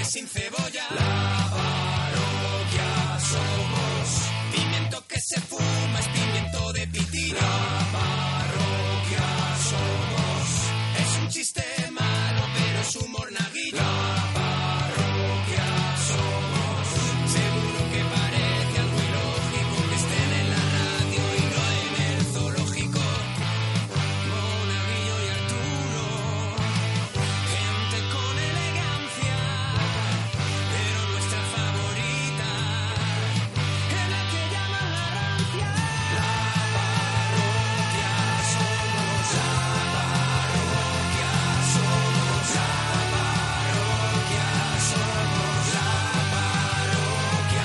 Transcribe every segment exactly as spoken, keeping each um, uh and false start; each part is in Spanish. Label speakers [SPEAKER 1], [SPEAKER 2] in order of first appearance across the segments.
[SPEAKER 1] sin cebolla. La parroquia somos. Pimiento que se fuma es pimiento de pitina. La parroquia somos. Es un chiste malo, pero es humor naguillo. La parroquia somos. Seguro que parece algo ilógico que estén en la radio y no en el zoológico. Monaguillo y Arturo, gente con elegancia, pero nuestra favorita es la que llaman la rancia. La parroquia somos, la parroquia somos, la parroquia somos, la parroquia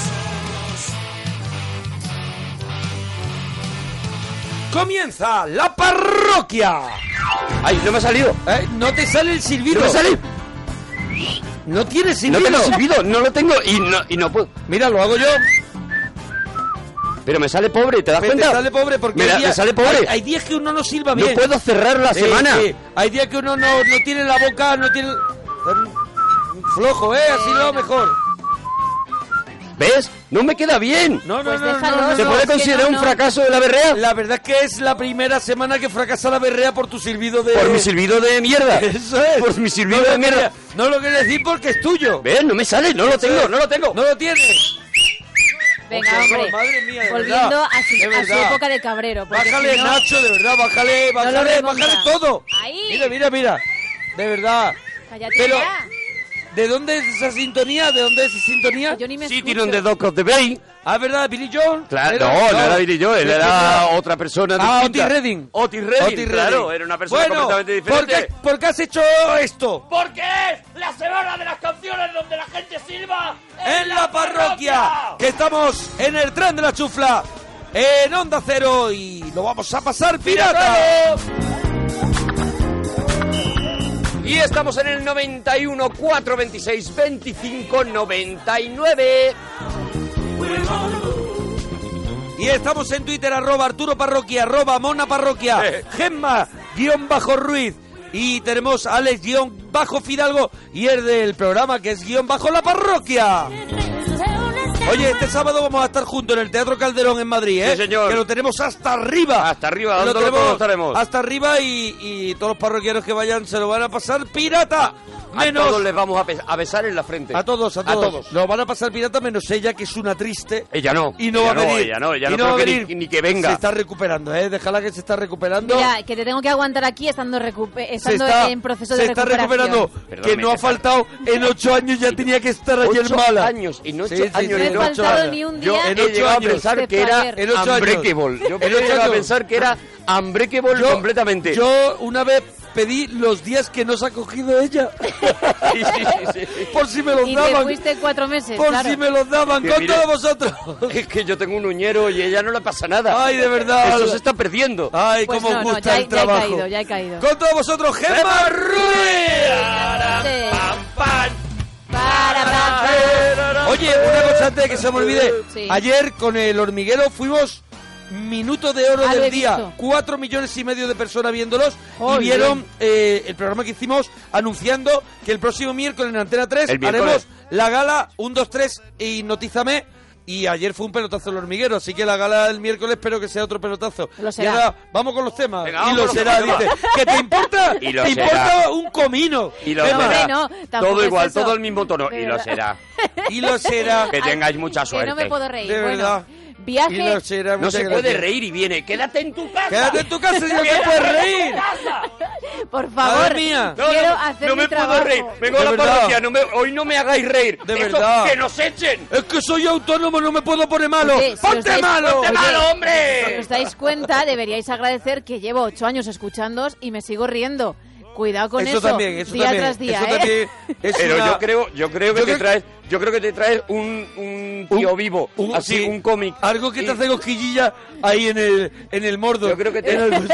[SPEAKER 1] somos.
[SPEAKER 2] ¡Comienza la parroquia!
[SPEAKER 3] ¡Ay, no me ha salido!
[SPEAKER 2] ¿Eh? No te sale el silbido.
[SPEAKER 3] ¡No me sale!
[SPEAKER 2] No tienes silbido.
[SPEAKER 3] No tengo silbido, no lo tengo y no, y no puedo.
[SPEAKER 2] Mira, lo hago yo.
[SPEAKER 3] Pero me sale pobre, ¿te das
[SPEAKER 2] Pero
[SPEAKER 3] cuenta?
[SPEAKER 2] te sale pobre porque
[SPEAKER 3] me,
[SPEAKER 2] hay
[SPEAKER 3] da,
[SPEAKER 2] días,
[SPEAKER 3] me sale pobre.
[SPEAKER 2] Hay, hay días que uno no silba
[SPEAKER 3] No
[SPEAKER 2] bien.
[SPEAKER 3] puedo cerrar la
[SPEAKER 2] Sí,
[SPEAKER 3] semana.
[SPEAKER 2] sí. Hay días que uno no, no tiene la boca, no tiene... Flojo, ¿eh? Así no, mejor.
[SPEAKER 3] ¿Ves? No me queda bien.
[SPEAKER 2] No, no,
[SPEAKER 4] Pues
[SPEAKER 2] no,
[SPEAKER 4] déjalo,
[SPEAKER 2] no, no,
[SPEAKER 3] ¿Se
[SPEAKER 2] no.
[SPEAKER 3] puede
[SPEAKER 4] es que
[SPEAKER 3] considerar
[SPEAKER 4] no,
[SPEAKER 3] un
[SPEAKER 4] no.
[SPEAKER 3] fracaso de la berrea?
[SPEAKER 2] La verdad es que es la primera semana que fracasa la berrea por tu silbido de...
[SPEAKER 3] Por mi silbido de mierda.
[SPEAKER 2] Eso es.
[SPEAKER 3] Por mi silbido
[SPEAKER 2] no
[SPEAKER 3] de
[SPEAKER 2] lo
[SPEAKER 3] mierda.
[SPEAKER 2] quería- No lo quieres decir porque es tuyo.
[SPEAKER 3] ¿Ves? No me sale, no lo tengo, no lo tengo.
[SPEAKER 2] No lo tienes.
[SPEAKER 4] Venga,
[SPEAKER 2] Qué horror,
[SPEAKER 4] hombre.
[SPEAKER 2] madre mía, de
[SPEAKER 4] Volviendo
[SPEAKER 2] verdad,
[SPEAKER 4] a su,
[SPEAKER 2] de
[SPEAKER 4] a su
[SPEAKER 2] verdad.
[SPEAKER 4] época de cabrero. porque
[SPEAKER 2] Bájale,
[SPEAKER 4] si no-
[SPEAKER 2] Nacho, de verdad, bájale,
[SPEAKER 4] No lo
[SPEAKER 2] bájale,
[SPEAKER 4] remonta.
[SPEAKER 2] bájale todo.
[SPEAKER 4] Ahí.
[SPEAKER 2] Mira, mira, mira. De verdad.
[SPEAKER 4] Cállate
[SPEAKER 2] Pero,
[SPEAKER 4] ya.
[SPEAKER 2] ¿de dónde es esa sintonía? ¿De dónde es esa sintonía?
[SPEAKER 4] Yo ni me
[SPEAKER 3] Sí,
[SPEAKER 4] escucho.
[SPEAKER 3] tiene un dedo of the Bane.
[SPEAKER 2] Ah, ¿verdad? ¿Billy Joel?
[SPEAKER 3] Claro,
[SPEAKER 2] Era-
[SPEAKER 3] no, no era Billy Joel, él era otra persona
[SPEAKER 2] Ah,
[SPEAKER 3] distinta.
[SPEAKER 2] Otis Redding.
[SPEAKER 3] Otis Redding,
[SPEAKER 2] Otis
[SPEAKER 3] claro,
[SPEAKER 2] Redding.
[SPEAKER 3] era una persona
[SPEAKER 2] Bueno,
[SPEAKER 3] completamente
[SPEAKER 2] ¿por
[SPEAKER 3] diferente.
[SPEAKER 2] qué, ¿por qué has hecho esto?
[SPEAKER 3] Porque es la semana de las canciones donde la gente silba
[SPEAKER 2] En la parroquia, que estamos en el tren de la chufla, en Onda Cero, y lo vamos a pasar pirata.
[SPEAKER 3] Y estamos en el noventa y uno, cuatro, veintiséis, veinticinco, noventa y nueve.
[SPEAKER 2] Y estamos en Twitter, arroba Arturo Parroquia, arroba Mona Parroquia,
[SPEAKER 3] Eh.
[SPEAKER 2] Gemma, guión bajo Ruiz, y tenemos a Alex, guión bajo Fidalgo, y el del programa, que es guión bajo La Parroquia. Oye, este sábado vamos a estar juntos en el Teatro Calderón en Madrid, ¿eh?
[SPEAKER 3] Sí, señor.
[SPEAKER 2] Que lo tenemos hasta arriba.
[SPEAKER 3] Hasta arriba,
[SPEAKER 2] Lo
[SPEAKER 3] dándolo
[SPEAKER 2] tenemos
[SPEAKER 3] todo estaremos.
[SPEAKER 2] hasta arriba y, y todos los parroquianos que vayan se lo van a pasar pirata.
[SPEAKER 3] A
[SPEAKER 2] Menos...
[SPEAKER 3] todos les vamos a, pe- a besar en la frente.
[SPEAKER 2] A todos, a todos.
[SPEAKER 3] A todos.
[SPEAKER 2] Lo van a pasar pirata menos ella, que es una triste.
[SPEAKER 3] Ella no.
[SPEAKER 2] Y no
[SPEAKER 3] ella
[SPEAKER 2] va a venir.
[SPEAKER 3] Ella no, ella
[SPEAKER 2] Y
[SPEAKER 3] no,
[SPEAKER 2] no
[SPEAKER 3] creo
[SPEAKER 2] va a
[SPEAKER 3] que
[SPEAKER 2] venir.
[SPEAKER 3] ni, ni que venga.
[SPEAKER 2] Se está recuperando, ¿eh? Déjala que se está recuperando.
[SPEAKER 4] Mira, que te tengo que aguantar aquí estando, recupe-
[SPEAKER 2] se
[SPEAKER 4] estando
[SPEAKER 2] está,
[SPEAKER 4] en proceso
[SPEAKER 2] se
[SPEAKER 4] de
[SPEAKER 2] está
[SPEAKER 4] recuperación.
[SPEAKER 2] recuperando.
[SPEAKER 3] Perdóname,
[SPEAKER 2] que no ha
[SPEAKER 3] que está-
[SPEAKER 2] faltado. En ocho años ya tenía que estar allí el
[SPEAKER 3] Ocho
[SPEAKER 2] mala.
[SPEAKER 3] años, y no
[SPEAKER 2] Sí,
[SPEAKER 3] ocho
[SPEAKER 2] sí,
[SPEAKER 3] años,
[SPEAKER 2] sí,
[SPEAKER 4] No he
[SPEAKER 2] en ocho
[SPEAKER 4] faltado
[SPEAKER 2] años.
[SPEAKER 4] ni un
[SPEAKER 3] Yo
[SPEAKER 4] día.
[SPEAKER 2] en
[SPEAKER 3] he
[SPEAKER 2] ocho
[SPEAKER 3] llegado a
[SPEAKER 2] años.
[SPEAKER 3] pensar que
[SPEAKER 4] excepto
[SPEAKER 3] era
[SPEAKER 4] ayer.
[SPEAKER 2] En ocho años.
[SPEAKER 3] unbreakable. Yo
[SPEAKER 2] En
[SPEAKER 3] he
[SPEAKER 2] ocho
[SPEAKER 3] llegado a
[SPEAKER 2] años.
[SPEAKER 3] pensar que era unbreakable
[SPEAKER 2] Yo,
[SPEAKER 3] completamente.
[SPEAKER 2] yo una vez pedí los días que nos ha cogido ella.
[SPEAKER 3] Sí, sí, sí, sí.
[SPEAKER 2] Por si me los
[SPEAKER 4] Y te
[SPEAKER 2] daban.
[SPEAKER 4] fuiste cuatro meses,
[SPEAKER 2] Por
[SPEAKER 4] claro.
[SPEAKER 2] si me los daban.
[SPEAKER 3] Que
[SPEAKER 2] Con
[SPEAKER 3] mire-
[SPEAKER 2] todos vosotros.
[SPEAKER 3] Es que yo tengo un uñero y a ella no le pasa nada.
[SPEAKER 2] Ay, de verdad.
[SPEAKER 3] Eso se está perdiendo.
[SPEAKER 2] Ay,
[SPEAKER 4] Pues
[SPEAKER 2] cómo
[SPEAKER 4] no, no,
[SPEAKER 2] gusta
[SPEAKER 4] ya,
[SPEAKER 2] el
[SPEAKER 4] ya he
[SPEAKER 2] trabajo.
[SPEAKER 4] caído, ya he caído.
[SPEAKER 2] Con todos vosotros, Gemma Ruiz.
[SPEAKER 4] Sí.
[SPEAKER 3] Pan.
[SPEAKER 4] Para, para, para.
[SPEAKER 2] Oye, una cosa antes de que se me olvide.
[SPEAKER 4] Sí.
[SPEAKER 2] Ayer con el hormiguero fuimos minuto de oro
[SPEAKER 4] Ah, lo
[SPEAKER 2] del
[SPEAKER 4] he
[SPEAKER 2] día.
[SPEAKER 4] visto.
[SPEAKER 2] Cuatro millones y medio de personas viéndolos.
[SPEAKER 4] Joder.
[SPEAKER 2] Y vieron eh, el programa que hicimos anunciando que el próximo miércoles en Antena tres
[SPEAKER 3] El miércoles.
[SPEAKER 2] haremos la gala uno, dos, tres y Notízame. Y ayer fue un pelotazo el hormiguero, así que la gala del miércoles espero que sea otro pelotazo.
[SPEAKER 4] Lo
[SPEAKER 2] Y
[SPEAKER 4] será.
[SPEAKER 2] ahora vamos con los temas.
[SPEAKER 3] Venga,
[SPEAKER 2] y
[SPEAKER 3] vamos
[SPEAKER 2] lo
[SPEAKER 3] con los
[SPEAKER 2] será,
[SPEAKER 3] temas.
[SPEAKER 2] dice. ¿Que te importa?
[SPEAKER 3] Y lo
[SPEAKER 2] ¿Te
[SPEAKER 3] será.
[SPEAKER 2] importa un comino?
[SPEAKER 3] Y lo
[SPEAKER 2] Gemma.
[SPEAKER 4] Hombre,
[SPEAKER 3] será.
[SPEAKER 4] no, tampoco
[SPEAKER 3] Todo
[SPEAKER 4] es
[SPEAKER 3] igual,
[SPEAKER 4] eso.
[SPEAKER 3] todo el mismo tono.
[SPEAKER 4] De
[SPEAKER 3] Y lo
[SPEAKER 4] verdad.
[SPEAKER 3] será.
[SPEAKER 2] Y lo será.
[SPEAKER 3] Que tengáis mucha
[SPEAKER 4] Que
[SPEAKER 3] suerte.
[SPEAKER 4] no me puedo reír.
[SPEAKER 2] De
[SPEAKER 4] bueno,
[SPEAKER 2] verdad.
[SPEAKER 4] viaje...
[SPEAKER 2] Y lo será.
[SPEAKER 3] No
[SPEAKER 2] muchas
[SPEAKER 3] se puede
[SPEAKER 2] gracias.
[SPEAKER 3] reír y viene. Quédate en tu casa.
[SPEAKER 2] Quédate en tu casa y no te
[SPEAKER 3] Quédate
[SPEAKER 2] puedes
[SPEAKER 3] en tu
[SPEAKER 2] reír.
[SPEAKER 3] casa.
[SPEAKER 4] Por favor,
[SPEAKER 2] Madre mía.
[SPEAKER 3] No,
[SPEAKER 4] quiero
[SPEAKER 3] no,
[SPEAKER 4] hacer
[SPEAKER 3] no
[SPEAKER 4] mi
[SPEAKER 3] me
[SPEAKER 4] trabajo.
[SPEAKER 3] puedo reír. Vengo
[SPEAKER 2] De
[SPEAKER 3] a la
[SPEAKER 2] verdad.
[SPEAKER 3] parroquia. No me, hoy no me hagáis reír.
[SPEAKER 2] De
[SPEAKER 3] Esto,
[SPEAKER 2] verdad.
[SPEAKER 3] que nos echen.
[SPEAKER 2] Es que soy autónomo, no me puedo poner malo.
[SPEAKER 4] Oye, si os
[SPEAKER 2] ¡Ponte
[SPEAKER 4] dais-
[SPEAKER 2] malo!
[SPEAKER 3] ¡Ponte
[SPEAKER 4] Oye,
[SPEAKER 3] malo,
[SPEAKER 4] Si os
[SPEAKER 3] hombre!
[SPEAKER 4] dais cuenta, deberíais agradecer que llevo ocho años escuchándoos y me sigo riendo. Cuidado con eso,
[SPEAKER 2] Eso también, eso
[SPEAKER 4] día
[SPEAKER 2] también.
[SPEAKER 4] tras día,
[SPEAKER 2] eso
[SPEAKER 4] ¿eh?
[SPEAKER 2] también es
[SPEAKER 3] Pero
[SPEAKER 2] una-
[SPEAKER 3] yo creo, yo creo que
[SPEAKER 2] Yo
[SPEAKER 3] te
[SPEAKER 2] creo-
[SPEAKER 3] traes yo creo que te traes un, un tío
[SPEAKER 2] Un-
[SPEAKER 3] vivo,
[SPEAKER 2] un-
[SPEAKER 3] así,
[SPEAKER 2] sí,
[SPEAKER 3] un cómic.
[SPEAKER 2] Algo que
[SPEAKER 3] Y
[SPEAKER 2] te hace cosquillilla ahí en el, en el mordo.
[SPEAKER 3] Yo creo que te-
[SPEAKER 2] en algún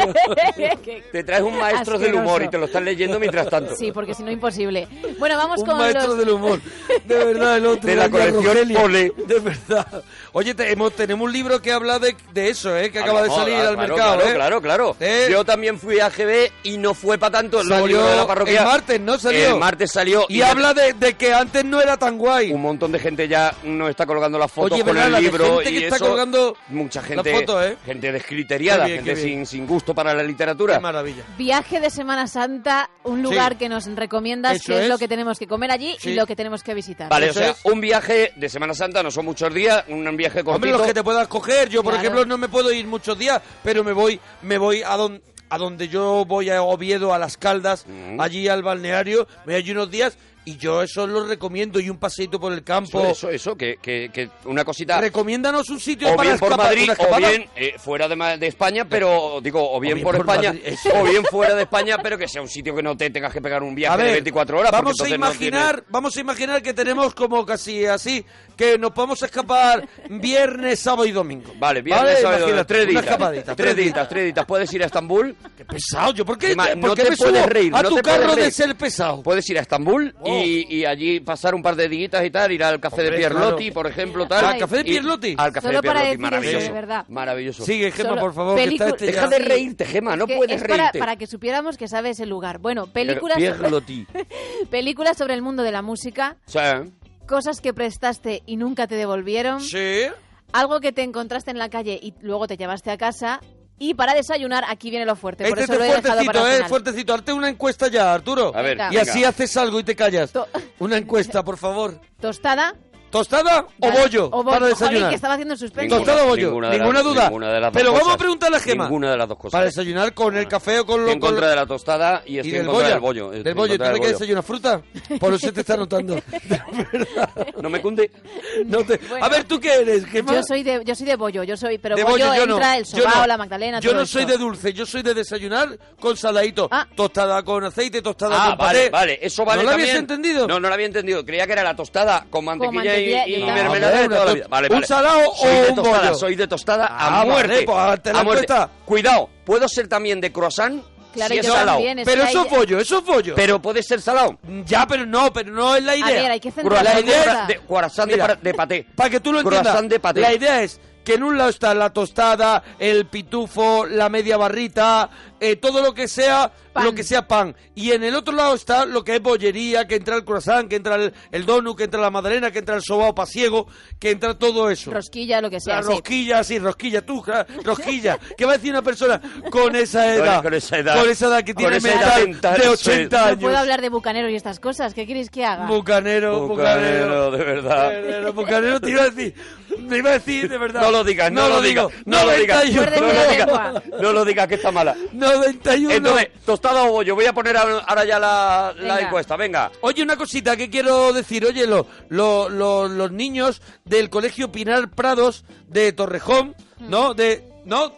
[SPEAKER 2] sitio.
[SPEAKER 3] Te traes un maestro del humor
[SPEAKER 4] Asqueroso.
[SPEAKER 3] y te lo estás leyendo mientras tanto.
[SPEAKER 4] Sí, porque si no, imposible. Bueno, vamos
[SPEAKER 2] Un
[SPEAKER 4] con
[SPEAKER 2] maestro
[SPEAKER 4] los...
[SPEAKER 2] del humor. De verdad, el otro.
[SPEAKER 3] De la
[SPEAKER 2] Doña
[SPEAKER 3] colección
[SPEAKER 2] Rogelia.
[SPEAKER 3] Ole.
[SPEAKER 2] De verdad. Oye, te- hemos, tenemos un libro que habla de, de eso, ¿eh? Que acaba de
[SPEAKER 3] Hablamos,
[SPEAKER 2] salir
[SPEAKER 3] ah,
[SPEAKER 2] al
[SPEAKER 3] claro,
[SPEAKER 2] mercado,
[SPEAKER 3] claro,
[SPEAKER 2] ¿eh?
[SPEAKER 3] Claro, claro.
[SPEAKER 2] Eh,
[SPEAKER 3] Yo también fui a G B y no fue para tanto el nuevo
[SPEAKER 2] Salió
[SPEAKER 3] libro de la parroquia.
[SPEAKER 2] el martes, ¿no? Salió.
[SPEAKER 3] El martes salió.
[SPEAKER 2] Y habla de, de que antes no era tan guay.
[SPEAKER 3] Un montón de gente ya nos está colgando las fotos
[SPEAKER 2] Oye,
[SPEAKER 3] con
[SPEAKER 2] ¿verdad?
[SPEAKER 3] el
[SPEAKER 2] La de
[SPEAKER 3] libro
[SPEAKER 2] gente
[SPEAKER 3] y
[SPEAKER 2] que está
[SPEAKER 3] eso,
[SPEAKER 2] colgando
[SPEAKER 3] mucha
[SPEAKER 2] las
[SPEAKER 3] gente,
[SPEAKER 2] fotos, ¿eh?
[SPEAKER 3] gente descriteriada,
[SPEAKER 2] Qué bien,
[SPEAKER 3] gente
[SPEAKER 2] qué bien.
[SPEAKER 3] sin, sin gusto para la literatura.
[SPEAKER 2] Qué maravilla.
[SPEAKER 4] Viaje de Semana Santa, un lugar
[SPEAKER 2] Sí.
[SPEAKER 4] que nos recomiendas,
[SPEAKER 2] Eso
[SPEAKER 4] que es.
[SPEAKER 2] es.
[SPEAKER 4] lo que tenemos que comer allí
[SPEAKER 2] Sí.
[SPEAKER 4] y lo que tenemos que visitar.
[SPEAKER 3] Vale,
[SPEAKER 2] Eso
[SPEAKER 3] o sea,
[SPEAKER 2] es.
[SPEAKER 3] un viaje de Semana Santa, no son muchos días, un viaje cortito.
[SPEAKER 2] Hombre, los que te puedas coger. Yo, por
[SPEAKER 4] Claro.
[SPEAKER 2] ejemplo, no me puedo ir muchos días, pero me voy me voy a donde a donde yo voy a Oviedo, a Las Caldas,
[SPEAKER 3] Mm.
[SPEAKER 2] allí al balneario, me voy allí unos días y yo eso lo recomiendo, y un paseíto por el campo.
[SPEAKER 3] Eso, eso, eso, que, que, que una cosita...
[SPEAKER 2] Recomiéndanos un sitio
[SPEAKER 3] O
[SPEAKER 2] para
[SPEAKER 3] bien por
[SPEAKER 2] escapar,
[SPEAKER 3] Madrid,
[SPEAKER 2] una
[SPEAKER 3] o
[SPEAKER 2] escapada.
[SPEAKER 3] bien eh, fuera de, Ma- de España, pero digo, o bien,
[SPEAKER 2] bien
[SPEAKER 3] por,
[SPEAKER 2] por
[SPEAKER 3] España,
[SPEAKER 2] Madrid, eso.
[SPEAKER 3] o bien fuera de España, pero que sea un sitio que no te tengas que pegar un viaje
[SPEAKER 2] A ver,
[SPEAKER 3] de veinticuatro horas.
[SPEAKER 2] vamos a
[SPEAKER 3] porque entonces no
[SPEAKER 2] imaginar,
[SPEAKER 3] tienes-
[SPEAKER 2] vamos a imaginar que tenemos como casi así, que nos podemos escapar viernes, sábado y domingo.
[SPEAKER 3] Vale, viernes, sábado,
[SPEAKER 2] Imagínate,
[SPEAKER 3] tres
[SPEAKER 2] una
[SPEAKER 3] días.
[SPEAKER 2] escapadita,
[SPEAKER 3] Tres días, tres días. Puedes ir a Estambul,
[SPEAKER 2] Qué pesado, yo, ¿por qué,
[SPEAKER 3] Ma-
[SPEAKER 2] por
[SPEAKER 3] no
[SPEAKER 2] qué
[SPEAKER 3] te
[SPEAKER 2] me
[SPEAKER 3] puedes
[SPEAKER 2] subo
[SPEAKER 3] reír,
[SPEAKER 2] a
[SPEAKER 3] no
[SPEAKER 2] tu
[SPEAKER 3] te puedes
[SPEAKER 2] carro de
[SPEAKER 3] reír.
[SPEAKER 2] ser pesado?
[SPEAKER 3] puedes ir a Estambul
[SPEAKER 2] Oh.
[SPEAKER 3] y, y allí pasar un par de días y tal, ir al café
[SPEAKER 2] Hombre,
[SPEAKER 3] de Pierlotti,
[SPEAKER 2] claro.
[SPEAKER 3] por ejemplo, tal.
[SPEAKER 2] ¿Al café de
[SPEAKER 3] Y-
[SPEAKER 2] Pierlotti?
[SPEAKER 3] Al café
[SPEAKER 4] Solo
[SPEAKER 3] de
[SPEAKER 4] para
[SPEAKER 3] Pierlotti,
[SPEAKER 4] decir eso,
[SPEAKER 3] maravilloso.
[SPEAKER 4] de verdad.
[SPEAKER 3] Maravilloso.
[SPEAKER 2] Sigue, Gemma,
[SPEAKER 4] Solo
[SPEAKER 2] por favor, que está
[SPEAKER 4] pelicu-
[SPEAKER 2] este ya.
[SPEAKER 3] Deja de
[SPEAKER 4] Sí.
[SPEAKER 3] reírte, Gemma, no
[SPEAKER 4] Es que
[SPEAKER 3] puedes
[SPEAKER 4] es para,
[SPEAKER 3] reírte.
[SPEAKER 4] para que supiéramos que sabes el lugar. Bueno, películas,
[SPEAKER 3] Pierlotti.
[SPEAKER 4] películas sobre el mundo de la música,
[SPEAKER 3] O sea,
[SPEAKER 4] cosas que prestaste y nunca te devolvieron,
[SPEAKER 2] Sí.
[SPEAKER 4] algo que te encontraste en la calle y luego te llevaste a casa. Y para desayunar, aquí viene lo fuerte. Por
[SPEAKER 2] Este
[SPEAKER 4] eso
[SPEAKER 2] es
[SPEAKER 4] lo he dejado para
[SPEAKER 2] fuertecito,
[SPEAKER 4] el
[SPEAKER 2] eh,
[SPEAKER 4] final.
[SPEAKER 2] fuertecito. Hazte una encuesta ya, Arturo.
[SPEAKER 3] a ver,
[SPEAKER 4] Venga.
[SPEAKER 2] Y
[SPEAKER 3] venga.
[SPEAKER 2] así haces algo y te callas.
[SPEAKER 4] To-
[SPEAKER 2] Una encuesta, por favor.
[SPEAKER 4] Tostada.
[SPEAKER 2] ¿Tostada o
[SPEAKER 4] Vale.
[SPEAKER 2] bollo?
[SPEAKER 4] O bollo.
[SPEAKER 2] Para
[SPEAKER 4] Jolín,
[SPEAKER 2] desayunar.
[SPEAKER 4] que estaba haciendo el suspense.
[SPEAKER 3] Ninguna,
[SPEAKER 2] ¿Tostada o bollo?
[SPEAKER 3] ninguna de
[SPEAKER 2] Ninguna
[SPEAKER 3] las-
[SPEAKER 2] duda.
[SPEAKER 3] ninguna de las dos
[SPEAKER 2] Pero vamos
[SPEAKER 3] cosas.
[SPEAKER 2] a preguntarle a Gemma.
[SPEAKER 3] Ninguna de las dos cosas.
[SPEAKER 2] Para desayunar con el café o con lo
[SPEAKER 3] Estoy en
[SPEAKER 2] con
[SPEAKER 3] contra
[SPEAKER 2] lo-
[SPEAKER 3] de la tostada y
[SPEAKER 2] y
[SPEAKER 3] estoy
[SPEAKER 2] del
[SPEAKER 3] en contra
[SPEAKER 2] bollo.
[SPEAKER 3] del bollo. Estoy
[SPEAKER 2] Del
[SPEAKER 3] en
[SPEAKER 2] bollo. ¿Tú
[SPEAKER 3] contra
[SPEAKER 2] no
[SPEAKER 3] del
[SPEAKER 2] quieres
[SPEAKER 3] bollo.
[SPEAKER 2] desayunar fruta? Por eso te está notando. De verdad.
[SPEAKER 3] No me cunde.
[SPEAKER 2] No te...
[SPEAKER 4] Bueno.
[SPEAKER 2] A ver, ¿tú qué eres, Gemma?
[SPEAKER 4] Yo soy de yo soy de bollo, yo soy, pero
[SPEAKER 2] de
[SPEAKER 4] bollo,
[SPEAKER 2] bollo, yo no.
[SPEAKER 4] entra el
[SPEAKER 2] Yo
[SPEAKER 4] sobao,
[SPEAKER 2] no.
[SPEAKER 4] la magdalena,
[SPEAKER 2] Yo
[SPEAKER 4] todo
[SPEAKER 2] no soy
[SPEAKER 4] esto.
[SPEAKER 2] de dulce, yo soy de desayunar con saladito.
[SPEAKER 4] Ah.
[SPEAKER 2] Tostada con aceite, tostada
[SPEAKER 3] Ah,
[SPEAKER 2] con
[SPEAKER 3] vale,
[SPEAKER 2] paté.
[SPEAKER 3] vale, eso vale
[SPEAKER 2] ¿No lo
[SPEAKER 3] también.
[SPEAKER 2] habías entendido?
[SPEAKER 3] No, no lo había entendido. Creía que era la tostada con mantequilla,
[SPEAKER 4] mantequilla
[SPEAKER 3] y,
[SPEAKER 4] y
[SPEAKER 3] y
[SPEAKER 4] tal.
[SPEAKER 3] mermelada
[SPEAKER 2] Hombre,
[SPEAKER 3] de toda la
[SPEAKER 2] una
[SPEAKER 3] vida.
[SPEAKER 2] to-
[SPEAKER 3] Vale,
[SPEAKER 2] ¿un
[SPEAKER 3] vale.
[SPEAKER 2] salado
[SPEAKER 3] soy
[SPEAKER 2] o
[SPEAKER 3] de
[SPEAKER 2] un
[SPEAKER 3] tostada,
[SPEAKER 2] bollo?
[SPEAKER 3] Soy de tostada
[SPEAKER 2] Ah,
[SPEAKER 3] a muerte.
[SPEAKER 2] vale, pues hazte la
[SPEAKER 3] a muerte.
[SPEAKER 2] encuesta.
[SPEAKER 3] Cuidado, puedo ser también de croissant
[SPEAKER 4] Claro,
[SPEAKER 3] si
[SPEAKER 4] y
[SPEAKER 3] es
[SPEAKER 4] yo
[SPEAKER 3] salado.
[SPEAKER 4] también, es
[SPEAKER 2] Pero
[SPEAKER 4] que
[SPEAKER 2] eso
[SPEAKER 4] hay-
[SPEAKER 2] es bollo, eso es bollo.
[SPEAKER 3] Pero puede ser salado.
[SPEAKER 2] Ya, pero no, pero no es la idea.
[SPEAKER 4] A ver, hay que centrar
[SPEAKER 3] Croissant
[SPEAKER 4] la
[SPEAKER 3] de,
[SPEAKER 4] cosa.
[SPEAKER 3] de, croissant de,
[SPEAKER 2] Mira,
[SPEAKER 3] para- de paté.
[SPEAKER 2] Para que tú lo entiendas,
[SPEAKER 3] Croissant de paté.
[SPEAKER 2] la idea es que en un lado está la tostada, el pitufo, la media barrita, eh, todo lo que sea
[SPEAKER 4] Pan.
[SPEAKER 2] lo que sea pan. Y en el otro lado está lo que es bollería, que entra el croissant, que entra el, el donut, que entra la magdalena, que entra el sobao pasiego, que entra todo eso.
[SPEAKER 4] Rosquilla, lo que sea.
[SPEAKER 2] La
[SPEAKER 4] sí.
[SPEAKER 2] rosquilla, sí, rosquilla, tú, ja, rosquilla. ¿Qué va a decir una persona con esa edad?
[SPEAKER 3] Con esa edad.
[SPEAKER 2] Con esa edad que
[SPEAKER 3] Con
[SPEAKER 2] tiene
[SPEAKER 3] esa edad
[SPEAKER 2] mental
[SPEAKER 3] mental,
[SPEAKER 2] de
[SPEAKER 3] soy-
[SPEAKER 2] ochenta
[SPEAKER 4] No
[SPEAKER 2] años.
[SPEAKER 4] puedo hablar de bucaneros y estas cosas. ¿Qué queréis que haga?
[SPEAKER 2] Bucanero, bucanero.
[SPEAKER 3] Bucanero, de verdad.
[SPEAKER 2] Bucanero, bucanero, te iba a decir. Me iba a decir, de verdad.
[SPEAKER 3] No lo digas, no, lo digas,
[SPEAKER 2] digo.
[SPEAKER 3] no lo digas,
[SPEAKER 2] noventa y uno.
[SPEAKER 4] Muérdete
[SPEAKER 3] no
[SPEAKER 4] la
[SPEAKER 3] lo
[SPEAKER 4] lengua.
[SPEAKER 3] digas, no lo digas que está mala.
[SPEAKER 2] noventa y uno.
[SPEAKER 3] Entonces, tostada o bollo, voy a poner ahora ahora ya la, la
[SPEAKER 4] Venga.
[SPEAKER 3] encuesta, venga.
[SPEAKER 2] Oye, una cosita que quiero decir. Oye, lo, lo- lo- los niños del Colegio Pinar Prados de Torrejón, ¿no? De... ¿No?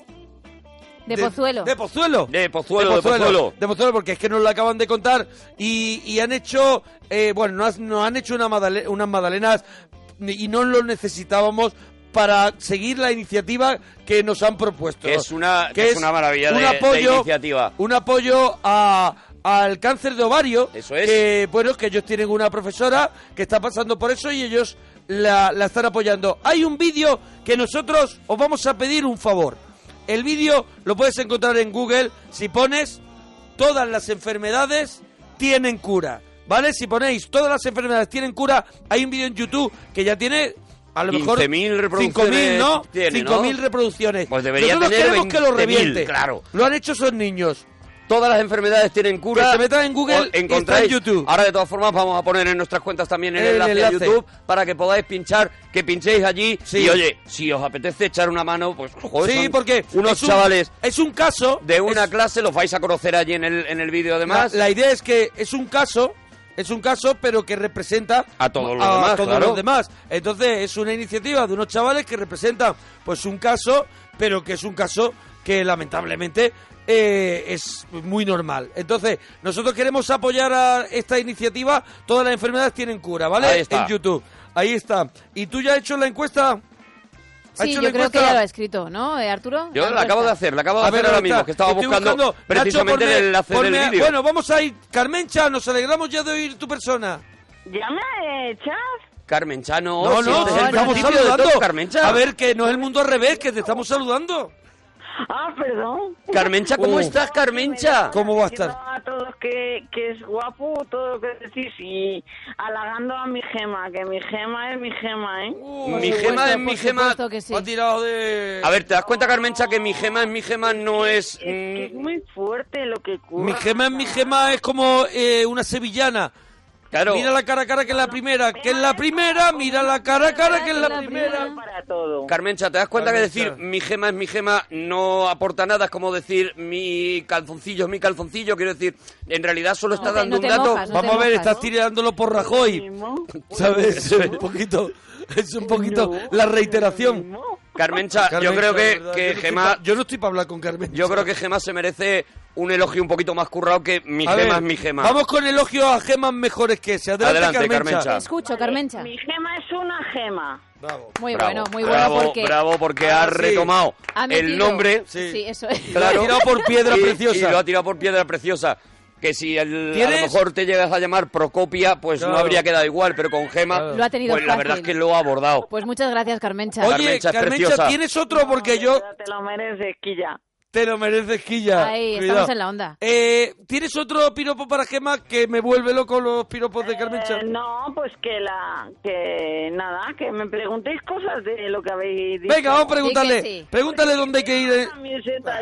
[SPEAKER 4] De Pozuelo.
[SPEAKER 2] De Pozuelo.
[SPEAKER 3] De Pozuelo, de Pozuelo.
[SPEAKER 2] De Pozuelo, porque es que nos lo acaban de contar. Y, y han hecho, eh, bueno, nos, nos han hecho una magdale- unas magdalenas y no lo necesitábamos para seguir la iniciativa que nos han propuesto.
[SPEAKER 3] Que es una- que es una maravilla de- de iniciativa.
[SPEAKER 2] Un apoyo a, al cáncer de ovario.
[SPEAKER 3] Eso es.
[SPEAKER 2] Que, bueno, que ellos tienen una profesora que está pasando por eso y ellos la, la están apoyando. Hay un vídeo que nosotros os vamos a pedir un favor. El vídeo lo puedes encontrar en Google si pones todas las enfermedades tienen cura, ¿vale? Si ponéis todas las enfermedades tienen cura, hay un vídeo en YouTube que ya tiene a lo mejor
[SPEAKER 3] quince mil reproducciones
[SPEAKER 2] cinco mil, ¿no?
[SPEAKER 3] tiene,
[SPEAKER 2] cinco mil
[SPEAKER 3] ¿no?
[SPEAKER 2] reproducciones.
[SPEAKER 3] Pues debería
[SPEAKER 2] Nosotros
[SPEAKER 3] tener
[SPEAKER 2] queremos que lo
[SPEAKER 3] veinte mil,
[SPEAKER 2] reviente.
[SPEAKER 3] claro.
[SPEAKER 2] Lo han hecho esos niños.
[SPEAKER 3] Todas las enfermedades tienen cura.
[SPEAKER 2] Que se metan en Google
[SPEAKER 3] O
[SPEAKER 2] y está
[SPEAKER 3] encontráis.
[SPEAKER 2] en YouTube.
[SPEAKER 3] Ahora, de todas formas, vamos a poner en nuestras cuentas también el,
[SPEAKER 2] El
[SPEAKER 3] enlace,
[SPEAKER 2] enlace.
[SPEAKER 3] a YouTube para que podáis pinchar, que pinchéis allí.
[SPEAKER 2] Sí.
[SPEAKER 3] Y oye, si os apetece echar una mano, pues joder,
[SPEAKER 2] Sí,
[SPEAKER 3] son
[SPEAKER 2] porque
[SPEAKER 3] unos
[SPEAKER 2] es un-
[SPEAKER 3] chavales
[SPEAKER 2] es un caso
[SPEAKER 3] de una
[SPEAKER 2] es-
[SPEAKER 3] clase, los vais a conocer allí en el, en el vídeo además.
[SPEAKER 2] La, la idea es que es un caso, es un caso, pero que representa
[SPEAKER 3] A todos los
[SPEAKER 2] a
[SPEAKER 3] demás,
[SPEAKER 2] todos
[SPEAKER 3] claro.
[SPEAKER 2] los demás. Entonces es una iniciativa de unos chavales que representan, pues, un caso, pero que es un caso que lamentablemente eh, es muy normal. Entonces, nosotros queremos apoyar a esta iniciativa. Todas las enfermedades tienen cura, ¿vale?
[SPEAKER 3] Ahí está.
[SPEAKER 2] En YouTube. Ahí está. ¿Y tú ya has hecho la encuesta?
[SPEAKER 4] Sí, yo creo que ya lo ha escrito, ¿no, eh, Arturo?
[SPEAKER 3] Yo la acabo de hacer, la acabo de hacer ahora mismo, que estaba
[SPEAKER 2] Estoy
[SPEAKER 3] buscando, precisamente
[SPEAKER 2] Nacho, ponme-
[SPEAKER 3] el enlace
[SPEAKER 2] ponme-
[SPEAKER 3] del vídeo.
[SPEAKER 2] Bueno, vamos a ir. Carmencha, nos alegramos ya de oír tu persona.
[SPEAKER 5] ¿Ya me echas?
[SPEAKER 3] Carmen Chano,
[SPEAKER 2] No,
[SPEAKER 3] si
[SPEAKER 2] no,
[SPEAKER 3] este
[SPEAKER 2] te
[SPEAKER 3] es el
[SPEAKER 2] estamos
[SPEAKER 3] principio de
[SPEAKER 2] saludando.
[SPEAKER 3] todo, Carmencha.
[SPEAKER 2] A ver, que no es el mundo al revés, que te estamos saludando.
[SPEAKER 5] Ah, perdón.
[SPEAKER 3] Carmencha, ¿cómo
[SPEAKER 2] Uh.
[SPEAKER 3] estás, Carmencha?
[SPEAKER 2] ¿Cómo va a
[SPEAKER 5] Diciendo
[SPEAKER 2] estar?
[SPEAKER 5] a todos que, que es guapo, todo lo que decís, y halagando a mi Gema, que mi Gema es mi Gema, ¿eh?
[SPEAKER 3] Mi Gema es mi
[SPEAKER 4] por
[SPEAKER 3] Gema.
[SPEAKER 4] supuesto que sí.
[SPEAKER 2] Ha tirado de...
[SPEAKER 3] A ver, ¿te das cuenta, Carmencha, que mi Gema es mi Gema no es...
[SPEAKER 5] Es que es
[SPEAKER 3] mm,
[SPEAKER 5] muy fuerte lo que ocurre.
[SPEAKER 2] Mi gema es mi gema, es como eh, una sevillana.
[SPEAKER 3] Claro,
[SPEAKER 2] Mira la cara a cara que es la primera, que es la primera, mira la cara a cara que es la primera.
[SPEAKER 5] Para todo.
[SPEAKER 3] Carmencha, ¿te das cuenta que
[SPEAKER 2] Carmencha.
[SPEAKER 3] decir mi Gema es mi Gema no aporta nada? Es como decir mi calzoncillo es mi calzoncillo. Quiero decir, en realidad solo está
[SPEAKER 4] No te-
[SPEAKER 3] dando
[SPEAKER 4] no te
[SPEAKER 3] un dato.
[SPEAKER 4] mojas, no
[SPEAKER 2] Vamos
[SPEAKER 4] te
[SPEAKER 2] a ver,
[SPEAKER 4] mojas,
[SPEAKER 2] estás
[SPEAKER 4] ¿no?
[SPEAKER 2] tirándolo por Rajoy,
[SPEAKER 5] Mismo.
[SPEAKER 2] ¿sabes? Es un poquito, es un poquito la reiteración.
[SPEAKER 5] Mismo.
[SPEAKER 3] Carmencha, yo
[SPEAKER 2] Carmencha,
[SPEAKER 3] creo
[SPEAKER 2] de
[SPEAKER 3] que,
[SPEAKER 2] verdad,
[SPEAKER 3] que
[SPEAKER 2] yo no estoy
[SPEAKER 3] Gema...
[SPEAKER 2] pa- Yo no estoy para hablar con Carmen.
[SPEAKER 3] Yo creo que Gema se merece un elogio un poquito más currado que mi
[SPEAKER 2] A
[SPEAKER 3] Gema
[SPEAKER 2] ver,
[SPEAKER 3] es mi Gema.
[SPEAKER 2] Vamos con elogios a gemas mejores que ese. Adelante,
[SPEAKER 3] Adelante,
[SPEAKER 2] Carmencha.
[SPEAKER 3] Carmencha.
[SPEAKER 4] Te escucho, Carmencha.
[SPEAKER 5] Mi Gema es una gema.
[SPEAKER 2] Bravo.
[SPEAKER 4] Muy
[SPEAKER 3] Bravo,
[SPEAKER 4] bueno, muy
[SPEAKER 3] bravo,
[SPEAKER 4] bueno porque
[SPEAKER 3] bravo, porque
[SPEAKER 2] Ah,
[SPEAKER 3] ha
[SPEAKER 2] sí.
[SPEAKER 3] retomado
[SPEAKER 4] ha
[SPEAKER 3] el
[SPEAKER 4] metido-
[SPEAKER 3] nombre.
[SPEAKER 2] Sí.
[SPEAKER 4] Sí, eso es.
[SPEAKER 2] Lo ha tirado por piedra
[SPEAKER 3] y,
[SPEAKER 2] preciosa.
[SPEAKER 3] Y lo ha tirado por piedra preciosa. Que si el- a
[SPEAKER 2] ¿Tienes?
[SPEAKER 3] lo mejor te llegas a llamar Procopia, pues
[SPEAKER 2] Claro.
[SPEAKER 3] no habría quedado igual, pero con Gema,
[SPEAKER 2] Claro.
[SPEAKER 4] Lo ha tenido
[SPEAKER 3] pues la
[SPEAKER 4] fácil.
[SPEAKER 3] verdad es que lo ha abordado.
[SPEAKER 4] Pues muchas gracias, Carmencha.
[SPEAKER 2] Oye,
[SPEAKER 3] Carmencha es
[SPEAKER 2] Carmencha,
[SPEAKER 3] preciosa.
[SPEAKER 2] ¿tienes otro? Porque
[SPEAKER 5] No,
[SPEAKER 2] yo...
[SPEAKER 5] de verdad, te lo mereces, Quilla.
[SPEAKER 2] Te lo mereces, Quilla.
[SPEAKER 4] Ahí,
[SPEAKER 2] Cuidado.
[SPEAKER 4] estamos en la onda.
[SPEAKER 2] Eh, ¿Tienes otro piropo para Gema que me vuelve loco los piropos de Carmencha?
[SPEAKER 5] Eh, no, pues que la... Que nada, que me preguntéis cosas de lo que habéis dicho.
[SPEAKER 2] Venga, vamos a preguntarle.
[SPEAKER 4] Sí que sí.
[SPEAKER 2] Pregúntale dónde hay que ir. eh.
[SPEAKER 5] Camiseta,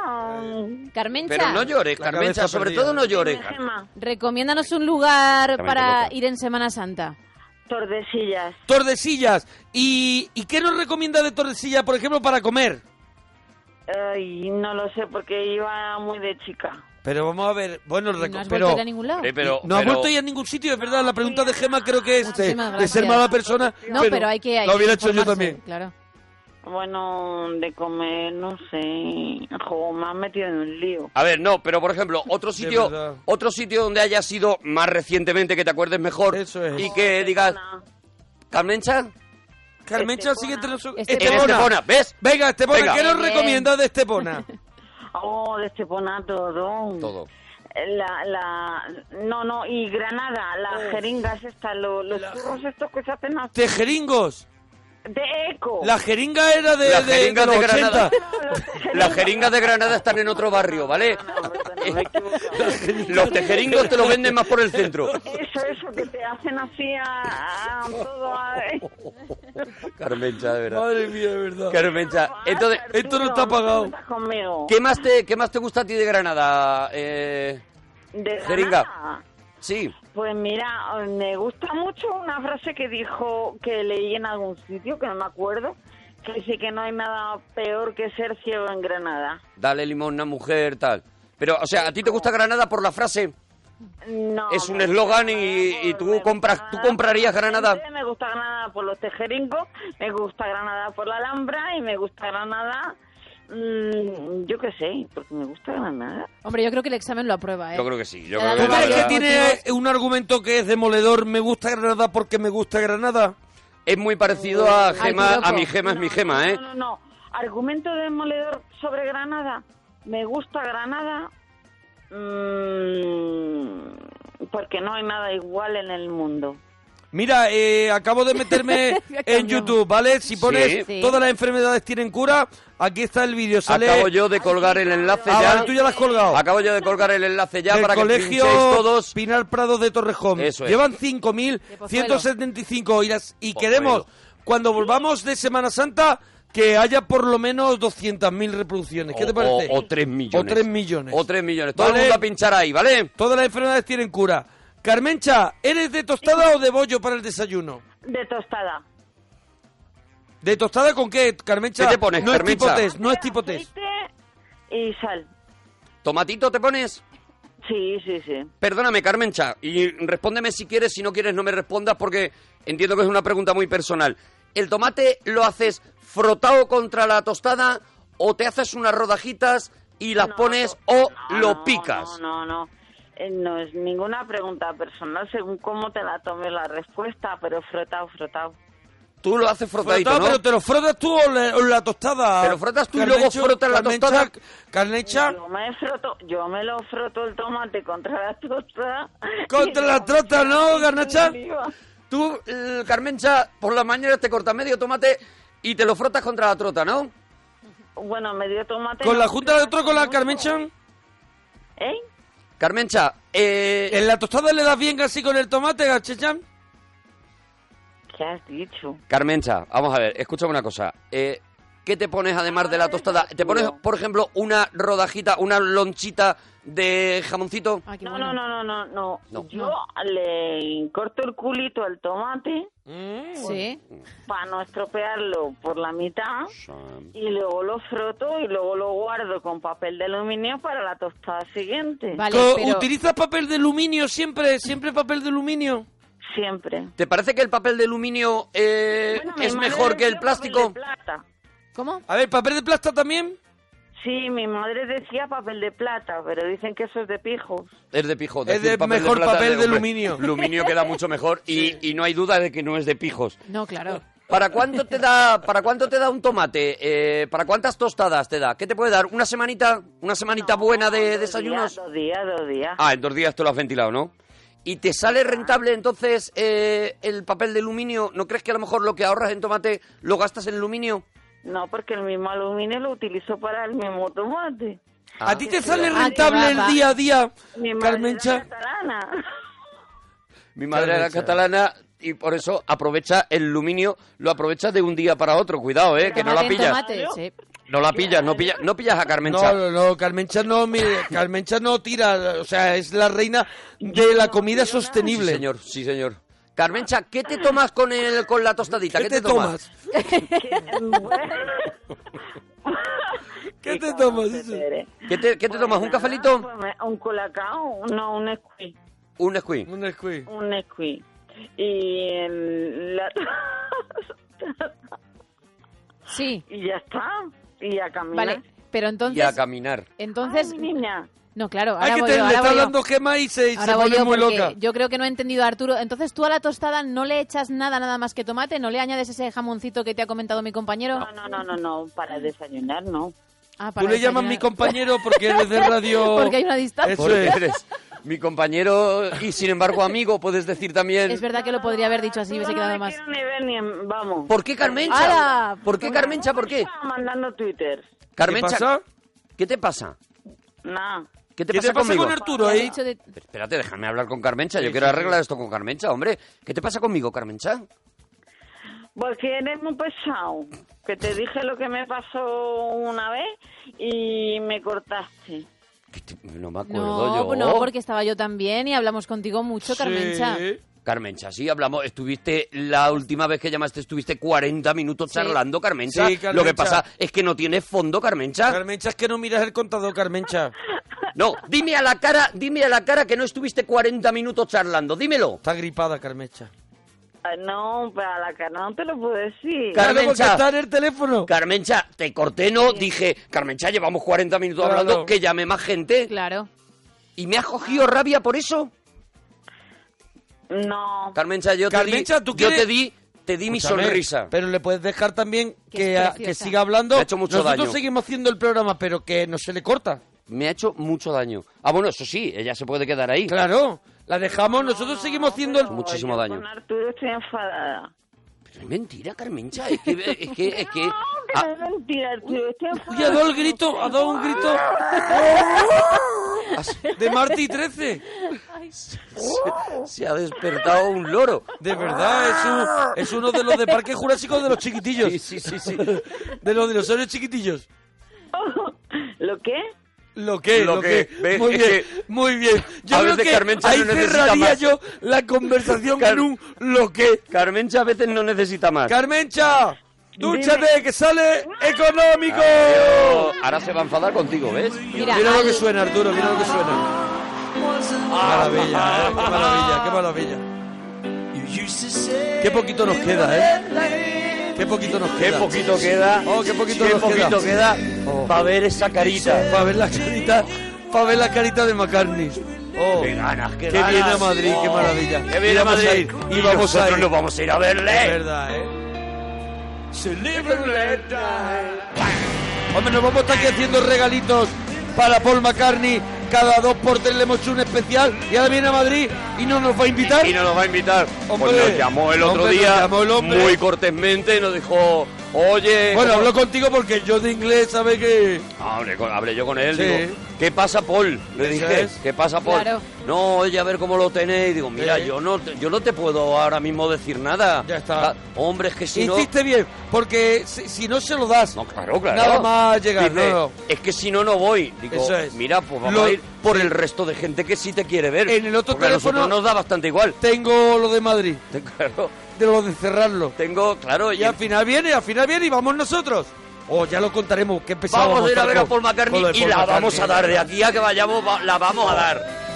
[SPEAKER 5] ya.
[SPEAKER 4] Carmencha,
[SPEAKER 3] Pero no llores,
[SPEAKER 2] La
[SPEAKER 3] Carmencha,
[SPEAKER 2] cabeza
[SPEAKER 3] sobre
[SPEAKER 2] perdida.
[SPEAKER 3] todo no llores.
[SPEAKER 5] Dime, Gema.
[SPEAKER 4] recomiéndanos un lugar
[SPEAKER 3] También
[SPEAKER 4] para
[SPEAKER 3] loca.
[SPEAKER 4] ir en Semana Santa.
[SPEAKER 5] Tordesillas.
[SPEAKER 2] Tordesillas. ¿Y, ¿Y qué nos recomienda de Tordesillas, por ejemplo, para comer?
[SPEAKER 5] Ay, no lo sé, porque iba muy de chica.
[SPEAKER 2] Pero vamos a ver. Bueno,
[SPEAKER 4] ¿No
[SPEAKER 2] reco-
[SPEAKER 4] has
[SPEAKER 2] pero...
[SPEAKER 4] vuelto a ir a ningún lado?
[SPEAKER 3] Eh, pero,
[SPEAKER 2] No ha
[SPEAKER 3] pero-
[SPEAKER 2] vuelto ya a ningún sitio, es verdad. La pregunta de Gema creo que es de,
[SPEAKER 4] Muchísimas
[SPEAKER 2] de ser
[SPEAKER 4] gracias.
[SPEAKER 2] mala persona.
[SPEAKER 4] No, pero, hay que hay
[SPEAKER 2] Lo
[SPEAKER 4] que
[SPEAKER 2] hubiera hecho yo
[SPEAKER 4] informarse,
[SPEAKER 2] también.
[SPEAKER 4] Claro.
[SPEAKER 5] Bueno, de comer, no sé. Jo, me han metido en un lío.
[SPEAKER 3] A ver, no, pero por ejemplo, otro
[SPEAKER 2] Sí,
[SPEAKER 3] sitio,
[SPEAKER 2] verdad.
[SPEAKER 3] otro sitio donde haya sido más recientemente que te acuerdes mejor
[SPEAKER 2] Eso es.
[SPEAKER 3] y que digas,
[SPEAKER 5] Estepona.
[SPEAKER 3] Carmencha,
[SPEAKER 2] Carmencha,
[SPEAKER 5] Estepona.
[SPEAKER 2] siguiente nosotros.
[SPEAKER 4] Estepona.
[SPEAKER 3] en Estepona, ¿ves?
[SPEAKER 2] Venga, Estepona,
[SPEAKER 3] Venga.
[SPEAKER 2] ¿qué nos
[SPEAKER 4] Bien.
[SPEAKER 2] recomienda de Estepona?
[SPEAKER 5] Oh, de Estepona todo.
[SPEAKER 3] Todo.
[SPEAKER 5] La, la, no, no, y Granada, las jeringas estas, lo- los churros estos que se hacen así,
[SPEAKER 2] Tejeringos.
[SPEAKER 5] de eco.
[SPEAKER 2] La jeringa era de,
[SPEAKER 3] Las
[SPEAKER 2] de,
[SPEAKER 3] jeringas
[SPEAKER 2] de los
[SPEAKER 3] de Granada.
[SPEAKER 2] ochenta.
[SPEAKER 3] Las jeringas de Granada están en otro barrio, ¿vale?
[SPEAKER 5] No, no, no, me he equivocado.
[SPEAKER 3] Los tejeringos te los venden más por el centro.
[SPEAKER 5] Eso, eso, que te hacen así a, a todo. A,
[SPEAKER 3] Carmencha, de verdad.
[SPEAKER 2] Madre mía, de verdad.
[SPEAKER 3] Carmencha, entonces,
[SPEAKER 2] esto no está pagado.
[SPEAKER 5] ¿Qué pasa conmigo?
[SPEAKER 3] ¿qué más te, qué más te gusta a ti de Granada? Eh,
[SPEAKER 5] ¿De
[SPEAKER 3] jeringa?
[SPEAKER 5] Granada?
[SPEAKER 3] sí.
[SPEAKER 5] Pues mira, me gusta mucho una frase que dijo, que leí en algún sitio, que no me acuerdo, que dice que no hay nada peor que ser ciego en Granada.
[SPEAKER 3] Dale limón a una mujer, tal. Pero, o sea, ¿a ti te gusta Granada por la frase?
[SPEAKER 5] No,
[SPEAKER 3] Es un
[SPEAKER 5] me
[SPEAKER 3] eslogan
[SPEAKER 5] gusta
[SPEAKER 3] y-
[SPEAKER 5] Granada
[SPEAKER 3] y
[SPEAKER 5] por-
[SPEAKER 3] tú
[SPEAKER 5] me gusta
[SPEAKER 3] compras-
[SPEAKER 5] Granada
[SPEAKER 3] ¿tú
[SPEAKER 5] por
[SPEAKER 3] comprarías
[SPEAKER 5] la
[SPEAKER 3] Granada?
[SPEAKER 5] gente, Me gusta Granada por los tejeringos, me gusta Granada por la Alhambra y me gusta Granada, mm, yo qué sé, porque me gusta Granada.
[SPEAKER 4] Hombre, yo creo que el examen lo aprueba, ¿eh?
[SPEAKER 3] Yo creo que sí. Yo
[SPEAKER 4] Te da
[SPEAKER 3] creo
[SPEAKER 2] ¿Tú
[SPEAKER 3] que
[SPEAKER 4] lugar
[SPEAKER 3] la
[SPEAKER 2] crees
[SPEAKER 4] a
[SPEAKER 2] que
[SPEAKER 3] verdad
[SPEAKER 2] tiene un argumento que es demoledor? Me gusta Granada porque me gusta Granada.
[SPEAKER 3] es muy parecido a
[SPEAKER 4] Ay,
[SPEAKER 3] Gema,
[SPEAKER 4] qué loco.
[SPEAKER 3] a mi Gema es mi Gema, ¿eh?
[SPEAKER 5] No, no, no. Argumento demoledor sobre Granada. Me gusta Granada mm, porque no hay nada igual en el mundo.
[SPEAKER 2] Mira, eh, acabo de meterme en YouTube, ¿vale? Si pones
[SPEAKER 3] Sí.
[SPEAKER 2] todas las enfermedades tienen cura, aquí está el vídeo. Sale...
[SPEAKER 3] Acabo yo de colgar el enlace
[SPEAKER 2] Ah,
[SPEAKER 3] ya.
[SPEAKER 2] vale, tú ya lo has colgado.
[SPEAKER 3] Acabo yo de colgar el enlace ya
[SPEAKER 2] Del
[SPEAKER 3] para que
[SPEAKER 2] colegio
[SPEAKER 3] pinchéis todos.
[SPEAKER 2] Pinar Prado de Torrejón.
[SPEAKER 3] Eso es.
[SPEAKER 2] Llevan cinco mil ciento setenta y cinco y, las- y queremos, cuando volvamos de Semana Santa, que haya por lo menos doscientas mil reproducciones. ¿Qué te
[SPEAKER 3] O-
[SPEAKER 2] parece?
[SPEAKER 3] O, o tres millones.
[SPEAKER 2] O tres millones.
[SPEAKER 3] O tres millones. Todo
[SPEAKER 2] Vale.
[SPEAKER 3] el mundo a pinchar ahí, ¿vale?
[SPEAKER 2] Todas las enfermedades tienen cura. Carmencha, ¿eres de tostada o de bollo para el desayuno?
[SPEAKER 5] De tostada.
[SPEAKER 2] ¿De tostada con qué, Carmencha?
[SPEAKER 3] ¿Qué te pones,
[SPEAKER 2] no es
[SPEAKER 3] Carmencha?
[SPEAKER 2] tipo test, no es tipo test.
[SPEAKER 5] Aceite y sal.
[SPEAKER 3] ¿Tomatito te pones?
[SPEAKER 5] Sí, sí, sí.
[SPEAKER 3] Perdóname, Carmencha, y respóndeme si quieres, si no quieres no me respondas porque entiendo que es una pregunta muy personal. ¿El tomate lo haces frotado contra la tostada o te haces unas rodajitas, y las
[SPEAKER 5] No,
[SPEAKER 3] pones
[SPEAKER 5] no,
[SPEAKER 3] o
[SPEAKER 5] no,
[SPEAKER 3] lo
[SPEAKER 5] no,
[SPEAKER 3] picas?
[SPEAKER 5] No, no, no. Eh, no es ninguna pregunta personal según cómo te la tomes la respuesta, pero frotado, frotado.
[SPEAKER 3] Tú lo haces frotadito,
[SPEAKER 2] Frotado,
[SPEAKER 3] ¿no?
[SPEAKER 2] pero te lo frotas tú o, le- o la tostada.
[SPEAKER 3] ¿Te lo frotas tú y luego frotas la
[SPEAKER 2] Carmencha,
[SPEAKER 3] tostada?
[SPEAKER 2] Carmencha,
[SPEAKER 5] Yo me froto, yo me lo froto el tomate contra la tostada.
[SPEAKER 2] contra
[SPEAKER 5] y
[SPEAKER 2] la
[SPEAKER 5] lo-
[SPEAKER 2] tota, ¿no, Garnacha?
[SPEAKER 3] Tú, eh, Carmencha, por las mañanas te cortas medio tomate y te lo frotas contra la trota, ¿no?
[SPEAKER 5] Bueno, medio tomate.
[SPEAKER 2] ¿Con
[SPEAKER 5] no,
[SPEAKER 2] la junta de otro, con la
[SPEAKER 5] mucho.
[SPEAKER 2] Carmencha?
[SPEAKER 5] ¿Eh?
[SPEAKER 3] Carmencha, eh...
[SPEAKER 2] ¿En la tostada le das bien así con el tomate, Garchechan?
[SPEAKER 5] ¿Qué has dicho?
[SPEAKER 3] Carmencha, vamos a ver, escúchame una cosa. Eh, ¿Qué te pones además de la tostada? ¿Te pones, por ejemplo, una rodajita, una lonchita de jamoncito?
[SPEAKER 4] Ah, qué
[SPEAKER 5] No,
[SPEAKER 4] bueno.
[SPEAKER 5] no, no, no, no, no.
[SPEAKER 3] No.
[SPEAKER 5] Yo le corto el culito al tomate
[SPEAKER 4] Sí.
[SPEAKER 5] para no estropearlo por la mitad y luego lo froto y luego lo guardo con papel de aluminio para la tostada siguiente.
[SPEAKER 4] Vale,
[SPEAKER 2] Co-
[SPEAKER 4] pero...
[SPEAKER 2] ¿Utilizas papel de aluminio siempre? ¿Siempre papel de aluminio?
[SPEAKER 5] Siempre.
[SPEAKER 3] ¿Te parece que el papel de aluminio eh,
[SPEAKER 5] Bueno, mi
[SPEAKER 3] es
[SPEAKER 5] madre
[SPEAKER 3] mejor que el
[SPEAKER 5] decía
[SPEAKER 3] plástico?
[SPEAKER 5] papel de plata.
[SPEAKER 4] ¿Cómo?
[SPEAKER 2] A ver, ¿papel de plata también?
[SPEAKER 5] Sí, mi madre decía papel de plata, pero dicen que eso es de pijos.
[SPEAKER 3] Es de pijo.
[SPEAKER 2] Es
[SPEAKER 3] decir
[SPEAKER 2] de
[SPEAKER 3] papel
[SPEAKER 2] mejor
[SPEAKER 3] plata
[SPEAKER 2] papel de
[SPEAKER 3] hombre,
[SPEAKER 2] aluminio.
[SPEAKER 3] Aluminio queda mucho mejor y, y no hay duda de que no es de pijos.
[SPEAKER 4] No, claro.
[SPEAKER 3] ¿Para cuánto te da, para cuánto te da un tomate? Eh, ¿Para cuántas tostadas te da? ¿Qué te puede dar? ¿Una semanita, una semanita buena de
[SPEAKER 5] Dos
[SPEAKER 3] desayunos?
[SPEAKER 5] días, dos días, dos días.
[SPEAKER 3] Ah, en dos días te lo has ventilado, ¿no? ¿Y te sale rentable entonces eh, el papel de aluminio? ¿No crees que a lo mejor lo que ahorras en tomate lo gastas en aluminio?
[SPEAKER 5] No, porque el mismo aluminio lo utilizo para el mismo tomate.
[SPEAKER 2] ¿A ti te sale
[SPEAKER 4] Ah, qué
[SPEAKER 2] rentable el
[SPEAKER 4] guapa.
[SPEAKER 2] día a día,
[SPEAKER 5] Mi madre
[SPEAKER 2] Carmencha?
[SPEAKER 5] era catalana.
[SPEAKER 3] Mi madre era
[SPEAKER 2] Carmencha.
[SPEAKER 3] catalana y por eso aprovecha el aluminio, lo aprovecha de un día para otro. Cuidado, eh, que no la
[SPEAKER 4] Tomate en
[SPEAKER 3] pillas.
[SPEAKER 4] tomate, sí.
[SPEAKER 3] No la pillas, no pillas, no pillas a Carmencha.
[SPEAKER 2] No, no, no, Carmencha no, mire, Carmencha no tira, o sea, es la reina de la comida
[SPEAKER 3] Sí,
[SPEAKER 2] sostenible.
[SPEAKER 3] señor, sí, señor. Carmencha, ¿qué te tomas con el con la tostadita?
[SPEAKER 2] ¿Qué te tomas? ¿Qué te tomas?
[SPEAKER 3] ¿Qué te, qué te tomas? ¿Un cafelito?
[SPEAKER 5] Un colacao, no, un squeeze.
[SPEAKER 3] Un squeeze.
[SPEAKER 2] Un squeeze.
[SPEAKER 5] Un squeeze. Y el- la...
[SPEAKER 4] Sí.
[SPEAKER 5] y ya está. Y a caminar.
[SPEAKER 4] Vale, pero
[SPEAKER 3] Y a
[SPEAKER 4] entonces...
[SPEAKER 3] caminar.
[SPEAKER 4] Entonces...
[SPEAKER 5] Ay, mi niña.
[SPEAKER 4] No, claro,
[SPEAKER 2] Hay
[SPEAKER 4] ahora
[SPEAKER 2] que
[SPEAKER 4] voy
[SPEAKER 2] te,
[SPEAKER 4] yo,
[SPEAKER 2] le
[SPEAKER 4] ahora
[SPEAKER 2] está
[SPEAKER 4] voy yo.
[SPEAKER 2] hablando Gema y se, se
[SPEAKER 4] Ahora voy
[SPEAKER 2] pone
[SPEAKER 4] yo
[SPEAKER 2] muy
[SPEAKER 4] porque
[SPEAKER 2] loca.
[SPEAKER 4] yo creo que no he entendido a Arturo. Entonces tú a la tostada no le echas nada, nada más que tomate, no le añades ese jamoncito que te ha comentado mi compañero.
[SPEAKER 5] No, no, no, no, no, para desayunar, no.
[SPEAKER 4] Ah,
[SPEAKER 2] Tú
[SPEAKER 4] para
[SPEAKER 2] le llamas
[SPEAKER 4] desayunar.
[SPEAKER 2] mi compañero porque eres de radio...
[SPEAKER 4] Porque hay una distancia.
[SPEAKER 2] Eso
[SPEAKER 3] Porque
[SPEAKER 2] es.
[SPEAKER 3] eres mi compañero y sin embargo amigo, puedes decir también.
[SPEAKER 4] Es verdad que lo podría haber dicho así, hubiese
[SPEAKER 5] no
[SPEAKER 4] quedado
[SPEAKER 5] me
[SPEAKER 4] más.
[SPEAKER 5] quiero ni ver ni en- vamos.
[SPEAKER 3] ¿Por qué Carmencha?
[SPEAKER 4] ¡Hala!
[SPEAKER 3] ¿Por qué Carmencha? ¿Por qué?
[SPEAKER 5] Estaba mandando Twitter.
[SPEAKER 3] Carmencha,
[SPEAKER 2] ¿Qué pasa?
[SPEAKER 3] ¿qué te pasa?
[SPEAKER 5] Nada.
[SPEAKER 3] ¿Qué te
[SPEAKER 2] ¿Qué
[SPEAKER 3] pasa
[SPEAKER 2] te pasa
[SPEAKER 3] conmigo?
[SPEAKER 2] con Arturo
[SPEAKER 4] Ha
[SPEAKER 2] ahí?
[SPEAKER 4] dicho de-
[SPEAKER 3] Pero espérate, déjame hablar con Carmencha. Yo
[SPEAKER 2] Sí,
[SPEAKER 3] quiero
[SPEAKER 2] sí,
[SPEAKER 3] arreglar
[SPEAKER 2] sí.
[SPEAKER 3] esto con Carmencha, hombre. ¿Qué te pasa conmigo, Carmencha?
[SPEAKER 5] Porque eres muy pesado. Que te dije lo que me pasó una vez y me cortaste.
[SPEAKER 3] Que te- No me acuerdo
[SPEAKER 4] No,
[SPEAKER 3] yo.
[SPEAKER 4] no, porque estaba yo también y hablamos contigo mucho, Carmencha.
[SPEAKER 2] Sí.
[SPEAKER 3] Carmencha, sí, hablamos. Estuviste, la última vez que llamaste, estuviste cuarenta minutos
[SPEAKER 4] Sí.
[SPEAKER 3] charlando, Carmencha.
[SPEAKER 2] Sí,
[SPEAKER 3] Lo
[SPEAKER 2] Carmencha.
[SPEAKER 3] que pasa es que no tienes fondo, Carmencha.
[SPEAKER 2] Carmencha, es que no miras el contador, Carmencha.
[SPEAKER 3] No, dime a la cara, dime a la cara que no estuviste cuarenta minutos charlando. Dímelo.
[SPEAKER 2] Está gripada, Carmencha.
[SPEAKER 5] Ay, no, para la cara no te lo puedo decir.
[SPEAKER 3] Car-
[SPEAKER 2] Claro, porque
[SPEAKER 3] Carmencha.
[SPEAKER 2] está en el teléfono.
[SPEAKER 3] Carmencha, te corté, no, dije, Carmencha, llevamos cuarenta minutos
[SPEAKER 2] Claro.
[SPEAKER 3] hablando, que llame más gente.
[SPEAKER 4] Claro.
[SPEAKER 3] ¿Y me has cogido rabia por eso?
[SPEAKER 5] No.
[SPEAKER 3] Carmencha, yo te
[SPEAKER 2] Carmencha,
[SPEAKER 3] di,
[SPEAKER 2] ¿tú
[SPEAKER 3] yo
[SPEAKER 2] quieres-
[SPEAKER 3] te di, te di mi
[SPEAKER 2] Escúchame,
[SPEAKER 3] sonrisa.
[SPEAKER 2] Pero le puedes dejar también
[SPEAKER 4] Que
[SPEAKER 2] que,
[SPEAKER 4] es
[SPEAKER 2] a-
[SPEAKER 4] preciosa.
[SPEAKER 2] que siga hablando.
[SPEAKER 3] Me ha hecho mucho
[SPEAKER 2] Nosotros
[SPEAKER 3] daño.
[SPEAKER 2] seguimos haciendo el programa, pero que no se le corta.
[SPEAKER 3] Me ha hecho mucho daño. Ah, bueno, eso sí, ella se puede quedar ahí.
[SPEAKER 2] Claro, la dejamos, nosotros seguimos haciendo el...
[SPEAKER 3] Muchísimo
[SPEAKER 5] Yo
[SPEAKER 3] daño.
[SPEAKER 5] Con Arturo estoy enfadada.
[SPEAKER 3] Pero es mentira, Carmencha, es que, es que, es que...
[SPEAKER 5] No, que
[SPEAKER 3] Ah,
[SPEAKER 5] no es mentira, Arturo, estoy enfadada.
[SPEAKER 2] Y ha dado el grito, ha dado un grito de Martí trece.
[SPEAKER 3] se, se ha despertado un loro.
[SPEAKER 2] De verdad, es, un- es uno de los de Parque Jurásico de los chiquitillos.
[SPEAKER 3] Sí, sí, sí, sí.
[SPEAKER 2] De los dinosaurios chiquitillos.
[SPEAKER 5] ¿Lo qué?
[SPEAKER 2] Lo que,
[SPEAKER 3] Lo
[SPEAKER 2] lo,
[SPEAKER 3] que,
[SPEAKER 2] que,
[SPEAKER 3] ve,
[SPEAKER 2] muy
[SPEAKER 3] es
[SPEAKER 2] bien,
[SPEAKER 3] que
[SPEAKER 2] muy bien. Yo
[SPEAKER 3] a
[SPEAKER 2] creo
[SPEAKER 3] veces
[SPEAKER 2] que
[SPEAKER 3] Carmencha
[SPEAKER 2] ahí
[SPEAKER 3] no necesita
[SPEAKER 2] cerraría
[SPEAKER 3] más.
[SPEAKER 2] yo la conversación
[SPEAKER 3] Car-
[SPEAKER 2] en un lo que.
[SPEAKER 3] Carmencha a veces no necesita más.
[SPEAKER 2] Carmencha, dúchate, que sale económico.
[SPEAKER 3] Oh, ahora se va a enfadar contigo, ¿ves?
[SPEAKER 4] Mira,
[SPEAKER 2] Mira lo que
[SPEAKER 4] al-
[SPEAKER 2] suena, Arturo, mira lo que suena. Qué maravilla, ¿eh? Qué maravilla, qué maravilla. Qué poquito nos queda, ¿eh? Qué poquito nos
[SPEAKER 3] Qué
[SPEAKER 2] queda.
[SPEAKER 3] poquito queda.
[SPEAKER 2] Oh, qué poquito
[SPEAKER 3] qué
[SPEAKER 2] nos
[SPEAKER 3] poquito
[SPEAKER 2] queda.
[SPEAKER 3] queda
[SPEAKER 2] Oh.
[SPEAKER 3] para ver esa carita.
[SPEAKER 2] Para ver la carita, para ver la carita de McCartney. Oh,
[SPEAKER 3] Qué ganas, qué
[SPEAKER 2] que
[SPEAKER 3] ganas.
[SPEAKER 2] viene a Madrid, qué
[SPEAKER 3] Oh,
[SPEAKER 2] maravilla.
[SPEAKER 3] Que viene
[SPEAKER 2] Y
[SPEAKER 3] a
[SPEAKER 2] vamos
[SPEAKER 3] Madrid.
[SPEAKER 2] a ir, y
[SPEAKER 3] y
[SPEAKER 2] vamos a
[SPEAKER 3] nosotros
[SPEAKER 2] ir.
[SPEAKER 3] nos vamos a ir a verle.
[SPEAKER 2] Es verdad, ¿eh? Hombre, nos vamos a estar aquí haciendo regalitos para Paul McCartney. Cada dos por tres le hemos hecho un especial y ahora viene a Madrid y no nos va a invitar.
[SPEAKER 3] Y nos lo va a invitar.
[SPEAKER 2] Hombre,
[SPEAKER 3] pues nos llamó el otro
[SPEAKER 2] hombre, nos
[SPEAKER 3] día
[SPEAKER 2] llamó el hombre.
[SPEAKER 3] muy cortésmente y nos dijo, oye...
[SPEAKER 2] Bueno,
[SPEAKER 3] ¿cómo-
[SPEAKER 2] hablo contigo porque yo de inglés sabe que...
[SPEAKER 3] Ah, hablé, con- hablé yo con él,
[SPEAKER 2] Sí.
[SPEAKER 3] digo, ¿qué pasa, Paul? Le
[SPEAKER 2] Eso
[SPEAKER 3] dije,
[SPEAKER 2] es.
[SPEAKER 3] ¿qué pasa, Paul?
[SPEAKER 4] Claro.
[SPEAKER 3] No, oye, a ver cómo lo tenéis. Digo, mira,
[SPEAKER 2] Sí.
[SPEAKER 3] yo no te, yo no te puedo ahora mismo decir nada.
[SPEAKER 2] Ya está.
[SPEAKER 3] Ah, hombre, es que si no...
[SPEAKER 2] Hiciste bien, porque si, si no se lo das,
[SPEAKER 3] No, claro, claro.
[SPEAKER 2] nada más llegar.
[SPEAKER 3] Dice,
[SPEAKER 2] no, no.
[SPEAKER 3] es que si no, no voy. Digo,
[SPEAKER 2] Eso es.
[SPEAKER 3] mira, pues vamos
[SPEAKER 2] Lo-
[SPEAKER 3] a ir por el resto de gente que sí te quiere ver.
[SPEAKER 2] En el otro
[SPEAKER 3] Porque a
[SPEAKER 2] teléfono-
[SPEAKER 3] nosotros nos da bastante igual.
[SPEAKER 2] Tengo lo de Madrid,
[SPEAKER 3] Claro,
[SPEAKER 2] de lo de cerrarlo.
[SPEAKER 3] tengo, claro,
[SPEAKER 2] Y al final viene, al final viene y vamos nosotros. Oh, ya lo contaremos, qué pesado.
[SPEAKER 3] vamos a ir a
[SPEAKER 2] estar
[SPEAKER 3] ver a
[SPEAKER 2] con-
[SPEAKER 3] Paul
[SPEAKER 2] con
[SPEAKER 3] McCartney
[SPEAKER 2] lo de
[SPEAKER 3] y
[SPEAKER 2] Paul
[SPEAKER 3] la
[SPEAKER 2] McCartney.
[SPEAKER 3] vamos a dar. De aquí a que vayamos, va- la vamos a dar.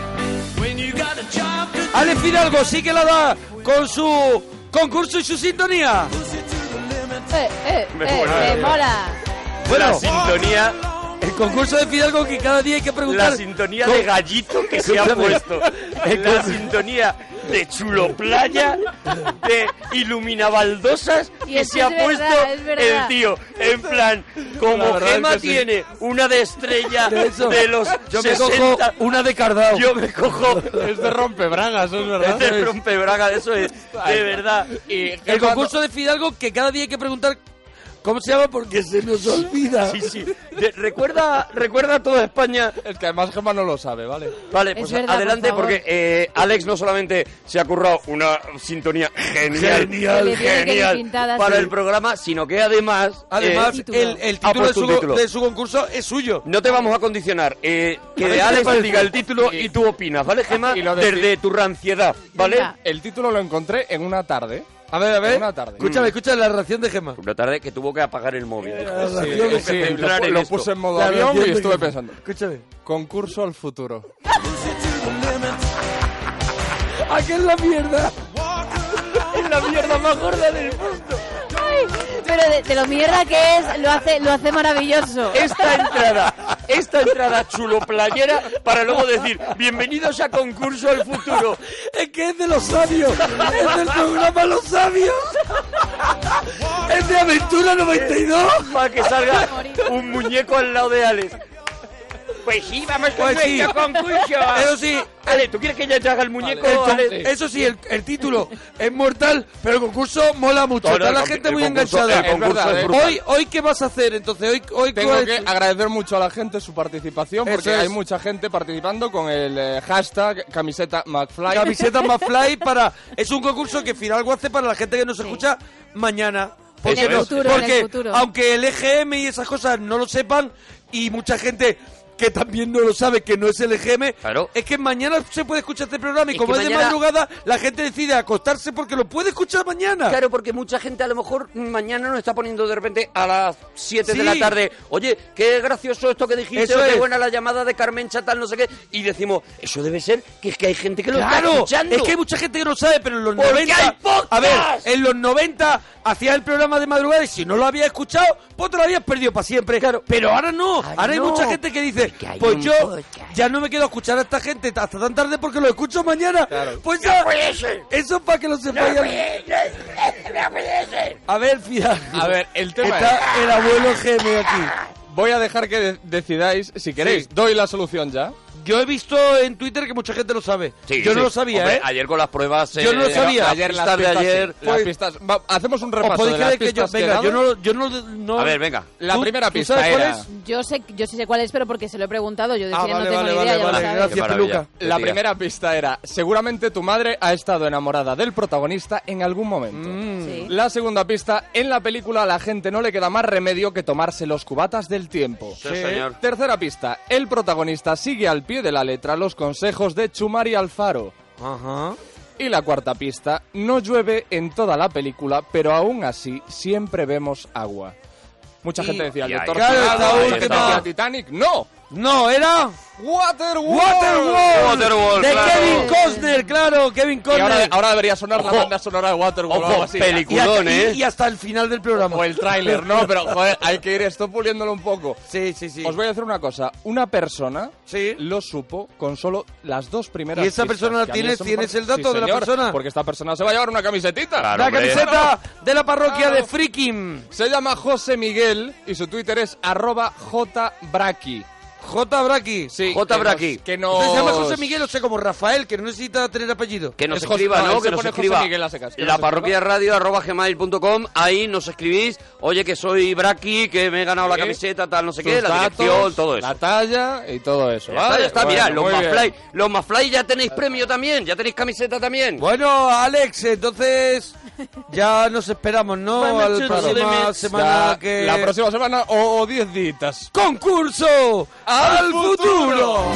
[SPEAKER 2] Alex Fidalgo sí que la da con su concurso y su sintonía.
[SPEAKER 4] Eh, eh,
[SPEAKER 3] Me
[SPEAKER 4] eh,
[SPEAKER 3] muero.
[SPEAKER 4] me mola.
[SPEAKER 2] Bueno,
[SPEAKER 3] La sintonía,
[SPEAKER 2] el concurso de Fidalgo que cada día hay que preguntar.
[SPEAKER 3] la sintonía
[SPEAKER 2] ¿Cómo?
[SPEAKER 3] de gallito que se ha
[SPEAKER 2] Escúchame.
[SPEAKER 3] puesto. La sintonía de chulo playa, de ilumina baldosas
[SPEAKER 4] Y
[SPEAKER 3] que
[SPEAKER 4] es
[SPEAKER 3] se
[SPEAKER 4] que
[SPEAKER 3] ha
[SPEAKER 4] es verdad,
[SPEAKER 3] puesto
[SPEAKER 4] es verdad.
[SPEAKER 3] el tío. En plan,
[SPEAKER 2] La
[SPEAKER 3] como
[SPEAKER 2] verdad
[SPEAKER 3] Gema
[SPEAKER 2] es que sí.
[SPEAKER 3] tiene una de estrella
[SPEAKER 2] De eso.
[SPEAKER 3] de los
[SPEAKER 2] Yo me
[SPEAKER 3] sesenta,
[SPEAKER 2] cojo una de cardao.
[SPEAKER 3] yo me cojo
[SPEAKER 6] Es de rompebragas, eso es verdad.
[SPEAKER 3] este rompebraga, eso es, de verdad.
[SPEAKER 6] Y
[SPEAKER 2] El concurso de Fidalgo que cada día hay que preguntar cómo se llama porque se nos olvida.
[SPEAKER 3] Sí, sí. De- recuerda, recuerda a toda España.
[SPEAKER 6] Es que además Gemma no lo sabe, ¿vale?
[SPEAKER 3] Vale,
[SPEAKER 4] Es
[SPEAKER 3] pues
[SPEAKER 4] verdad,
[SPEAKER 3] adelante,
[SPEAKER 4] por favor.
[SPEAKER 3] porque eh, Alex no solamente se ha currado una sintonía genial,
[SPEAKER 2] Genial,
[SPEAKER 4] Que le tiene que ir
[SPEAKER 3] genial
[SPEAKER 4] pintada,
[SPEAKER 3] para
[SPEAKER 4] sí.
[SPEAKER 3] el programa, sino que además,
[SPEAKER 2] Además,
[SPEAKER 3] eh,
[SPEAKER 4] título.
[SPEAKER 2] el, el
[SPEAKER 3] Ha
[SPEAKER 2] título, de
[SPEAKER 3] puesto
[SPEAKER 2] su,
[SPEAKER 3] un título.
[SPEAKER 2] de su concurso es suyo.
[SPEAKER 3] no te vamos a condicionar. eh, que
[SPEAKER 2] A ver
[SPEAKER 3] de
[SPEAKER 2] qué te
[SPEAKER 3] Alex
[SPEAKER 2] parece.
[SPEAKER 3] diga el título y tú opinas, ¿vale, Gemma?
[SPEAKER 6] Y lo de-
[SPEAKER 3] Desde tu ranciedad, ¿vale?
[SPEAKER 4] Venga.
[SPEAKER 6] El título lo encontré en una tarde.
[SPEAKER 2] A ver, a ver.
[SPEAKER 6] Una tarde.
[SPEAKER 2] Escúchame, escucha la reacción de Gemma.
[SPEAKER 3] Una tarde que tuvo que apagar el móvil. dijo.
[SPEAKER 2] La
[SPEAKER 6] Sí,
[SPEAKER 2] reacción de
[SPEAKER 6] sí,
[SPEAKER 2] Gemma.
[SPEAKER 6] lo,
[SPEAKER 3] centrar en
[SPEAKER 6] lo
[SPEAKER 3] esto.
[SPEAKER 6] puse en modo
[SPEAKER 2] La
[SPEAKER 6] avión
[SPEAKER 2] reacción
[SPEAKER 6] y
[SPEAKER 2] de
[SPEAKER 6] estuve
[SPEAKER 2] Gemma.
[SPEAKER 6] pensando.
[SPEAKER 2] Escúchame.
[SPEAKER 6] Concurso al futuro.
[SPEAKER 2] ¡Aquí es la mierda!
[SPEAKER 3] Es la mierda más gorda del mundo.
[SPEAKER 4] Ay, pero de, de lo mierda que es, lo hace, lo hace maravilloso.
[SPEAKER 3] Esta entrada, esta entrada chulo playera para luego decir, bienvenidos a concurso al futuro.
[SPEAKER 2] Es que es de los sabios. Es del programa Los Sabios. Es de Aventura noventa y dos.
[SPEAKER 3] Para que salga un muñeco al lado de Alex. Pues sí, vamos con
[SPEAKER 2] Pues sí.
[SPEAKER 3] nuestro concurso.
[SPEAKER 2] Eso sí,
[SPEAKER 3] Ale, ¿tú quieres que ya te haga el muñeco,
[SPEAKER 2] el-
[SPEAKER 3] Ale?
[SPEAKER 2] eso sí, el, el título es mortal, pero el concurso mola mucho.
[SPEAKER 3] No, no,
[SPEAKER 2] Está
[SPEAKER 3] el
[SPEAKER 2] la
[SPEAKER 3] con-
[SPEAKER 2] gente
[SPEAKER 3] el
[SPEAKER 2] muy
[SPEAKER 3] concurso-
[SPEAKER 2] enganchada.
[SPEAKER 3] el concurso
[SPEAKER 6] verdad,
[SPEAKER 3] es
[SPEAKER 6] ¿eh?
[SPEAKER 3] brutal.
[SPEAKER 2] Hoy, hoy, ¿qué vas a hacer? Entonces, hoy, hoy
[SPEAKER 6] Tengo
[SPEAKER 2] ¿cuál
[SPEAKER 6] que
[SPEAKER 2] es?
[SPEAKER 6] agradecer mucho a la gente su participación porque
[SPEAKER 2] Eso es.
[SPEAKER 6] hay mucha gente participando con el eh, hashtag camiseta McFly.
[SPEAKER 2] Camiseta más fly para... Es un concurso que Fidalgo hace para la gente que nos
[SPEAKER 4] Sí.
[SPEAKER 2] escucha mañana.
[SPEAKER 4] En el
[SPEAKER 3] es.
[SPEAKER 4] futuro, en
[SPEAKER 2] porque
[SPEAKER 4] el futuro.
[SPEAKER 2] aunque el E G M y esas cosas no lo sepan, y mucha gente que también no lo sabe, que no es el E G M,
[SPEAKER 3] Claro.
[SPEAKER 2] es que mañana se puede escuchar este programa y
[SPEAKER 3] Es
[SPEAKER 2] como
[SPEAKER 3] que
[SPEAKER 2] es de
[SPEAKER 3] mañana-
[SPEAKER 2] madrugada, la gente decide acostarse porque lo puede escuchar mañana.
[SPEAKER 3] Claro, porque mucha gente a lo mejor mañana nos está poniendo de repente a las siete
[SPEAKER 2] Sí.
[SPEAKER 3] de la tarde. Oye, qué gracioso esto que dijiste,
[SPEAKER 2] Eso
[SPEAKER 3] o qué
[SPEAKER 2] es.
[SPEAKER 3] buena la llamada de Carmen Chatal, no sé qué. Y decimos, eso debe ser que es que hay gente que lo está
[SPEAKER 2] Claro,
[SPEAKER 3] escuchando.
[SPEAKER 2] es que hay mucha gente que no sabe, pero en los
[SPEAKER 3] Porque
[SPEAKER 2] noventa...
[SPEAKER 3] hay podcast.
[SPEAKER 2] A ver, en los noventa hacías el programa de madrugada y si no lo habías escuchado, pues te lo habías perdido para siempre.
[SPEAKER 3] Claro.
[SPEAKER 2] Pero ahora no,
[SPEAKER 3] Ay,
[SPEAKER 2] ahora hay
[SPEAKER 3] no.
[SPEAKER 2] mucha gente que dice,
[SPEAKER 3] Porque hay
[SPEAKER 2] pues
[SPEAKER 3] un
[SPEAKER 2] yo
[SPEAKER 3] podcast.
[SPEAKER 2] ya no me quedo a escuchar a esta gente hasta tan tarde porque lo escucho mañana. Pues ya,
[SPEAKER 3] puede ser.
[SPEAKER 2] eso es para que lo sepáis.
[SPEAKER 3] No puede ser.
[SPEAKER 2] A ver, Fidal.
[SPEAKER 6] A ver, el tema
[SPEAKER 2] Está el abuelo G M aquí.
[SPEAKER 6] Voy a dejar que de- decidáis, si queréis,
[SPEAKER 2] Sí.
[SPEAKER 6] doy la solución ya.
[SPEAKER 2] Yo he visto en Twitter que mucha gente lo sabe.
[SPEAKER 3] Sí,
[SPEAKER 2] yo no
[SPEAKER 3] sí.
[SPEAKER 2] lo sabía,
[SPEAKER 3] Hombre,
[SPEAKER 2] ¿eh?
[SPEAKER 3] Ayer con las pruebas...
[SPEAKER 2] Yo no lo
[SPEAKER 3] eh,
[SPEAKER 2] sabía.
[SPEAKER 3] las
[SPEAKER 6] Ayer
[SPEAKER 3] pistas
[SPEAKER 6] las
[SPEAKER 3] de
[SPEAKER 6] pistas,
[SPEAKER 3] ayer...
[SPEAKER 6] sí, las
[SPEAKER 2] pues-
[SPEAKER 6] pistas. Va, hacemos un
[SPEAKER 2] ¿Os
[SPEAKER 6] repaso
[SPEAKER 2] podéis
[SPEAKER 6] de las
[SPEAKER 2] creer que yo...
[SPEAKER 6] pistas que he
[SPEAKER 2] Venga,
[SPEAKER 6] dado.
[SPEAKER 2] yo no, yo no, no...
[SPEAKER 3] A ver, venga.
[SPEAKER 6] La
[SPEAKER 2] ¿Tú-
[SPEAKER 6] primera
[SPEAKER 2] tú
[SPEAKER 6] pista
[SPEAKER 2] sabes cuál
[SPEAKER 6] era...
[SPEAKER 2] es?
[SPEAKER 4] Yo sé, yo sí sé cuál es, pero porque se lo he preguntado. Yo
[SPEAKER 2] Ah,
[SPEAKER 4] decía,
[SPEAKER 2] vale,
[SPEAKER 4] no tengo
[SPEAKER 2] vale,
[SPEAKER 4] ni
[SPEAKER 2] vale,
[SPEAKER 4] idea, ya
[SPEAKER 2] vale,
[SPEAKER 4] lo sabes.
[SPEAKER 2] gracias,
[SPEAKER 3] Qué maravilla.
[SPEAKER 2] Peluca.
[SPEAKER 6] La
[SPEAKER 3] Tía.
[SPEAKER 6] primera pista era, seguramente tu madre ha estado enamorada del protagonista en algún momento.
[SPEAKER 2] Mm.
[SPEAKER 4] Sí.
[SPEAKER 6] La segunda pista, en la película a la gente no le queda más remedio que tomarse los cubatas del tiempo.
[SPEAKER 3] Sí, señor.
[SPEAKER 6] Tercera pista, el protagonista sigue al pie de la letra los consejos de Chumari Alfaro.
[SPEAKER 2] Ajá.
[SPEAKER 6] Y la cuarta pista, no llueve en toda la película, pero aún así siempre vemos agua. Mucha
[SPEAKER 2] Y-
[SPEAKER 6] gente decía, el
[SPEAKER 3] y
[SPEAKER 6] de
[SPEAKER 3] ahí-
[SPEAKER 6] Torturado,
[SPEAKER 2] Claro, esta
[SPEAKER 6] hay gente
[SPEAKER 2] última-
[SPEAKER 6] decía Titanic, ¡no!
[SPEAKER 2] No, era...
[SPEAKER 6] Waterworld.
[SPEAKER 2] Waterworld.
[SPEAKER 3] Waterworld,
[SPEAKER 2] de
[SPEAKER 3] claro.
[SPEAKER 2] Kevin Costner, claro, Kevin
[SPEAKER 6] Y
[SPEAKER 2] Costner.
[SPEAKER 6] ahora, ahora debería sonar la
[SPEAKER 3] Ojo.
[SPEAKER 6] banda sonora de Waterworld o algo
[SPEAKER 3] Ojo,
[SPEAKER 6] así.
[SPEAKER 3] peliculón,
[SPEAKER 2] y,
[SPEAKER 3] ¿eh?
[SPEAKER 2] y, y hasta el final del programa.
[SPEAKER 6] O el tráiler, no, pero joder, hay que ir esto puliéndolo un poco.
[SPEAKER 2] Sí, sí, sí.
[SPEAKER 6] Os voy a decir una cosa. Una persona
[SPEAKER 2] Sí.
[SPEAKER 6] lo supo con solo las dos primeras
[SPEAKER 2] ¿Y esa
[SPEAKER 6] pistas.
[SPEAKER 2] persona
[SPEAKER 6] Que a mí
[SPEAKER 2] tienes-
[SPEAKER 6] eso me
[SPEAKER 2] tienes
[SPEAKER 6] parece-
[SPEAKER 2] el dato
[SPEAKER 6] Sí,
[SPEAKER 2] de la
[SPEAKER 6] señor,
[SPEAKER 2] persona?
[SPEAKER 6] Porque esta persona se va a llevar una camisetita.
[SPEAKER 3] Claro,
[SPEAKER 2] La
[SPEAKER 3] hombre.
[SPEAKER 2] camiseta de la parroquia
[SPEAKER 6] Claro.
[SPEAKER 2] de Freaking.
[SPEAKER 6] Se llama José Miguel y su Twitter es arroba jbraki.
[SPEAKER 2] J. Braki.
[SPEAKER 6] Sí,
[SPEAKER 3] J.
[SPEAKER 6] que nos-
[SPEAKER 3] Braki.
[SPEAKER 6] Que nos...
[SPEAKER 2] Entonces se llama José Miguel, o sea, como Rafael, que no necesita tener apellido.
[SPEAKER 3] Que nos
[SPEAKER 6] Es José-
[SPEAKER 3] escriba,
[SPEAKER 6] no,
[SPEAKER 3] ¿no?
[SPEAKER 6] él
[SPEAKER 3] Que
[SPEAKER 6] se
[SPEAKER 3] nos
[SPEAKER 6] pone José
[SPEAKER 3] escriba
[SPEAKER 6] Miguel a secas, que
[SPEAKER 3] la
[SPEAKER 6] nos
[SPEAKER 3] parroquia radio arroba gmail punto com. Ahí nos escribís, oye, que soy Braki, que me he ganado la
[SPEAKER 6] Sí.
[SPEAKER 3] camiseta, tal, no sé
[SPEAKER 6] Sus
[SPEAKER 3] qué, la
[SPEAKER 6] datos,
[SPEAKER 3] dirección, todo eso.
[SPEAKER 6] La talla y todo eso.
[SPEAKER 3] Ya está,
[SPEAKER 6] ¿vale?
[SPEAKER 3] ya está,
[SPEAKER 6] Bueno,
[SPEAKER 3] mirad, los
[SPEAKER 6] muy bien.
[SPEAKER 3] Mafly, los Mafly ya tenéis premio también, ya tenéis camiseta también.
[SPEAKER 2] Bueno, Alex, entonces ya nos esperamos, ¿no?
[SPEAKER 3] Bueno,
[SPEAKER 2] A la
[SPEAKER 3] chulo,
[SPEAKER 2] próxima
[SPEAKER 3] limit.
[SPEAKER 2] semana
[SPEAKER 6] Ya,
[SPEAKER 2] que...
[SPEAKER 6] La próxima semana o o diez ditas.
[SPEAKER 2] ¡Concurso al futuro!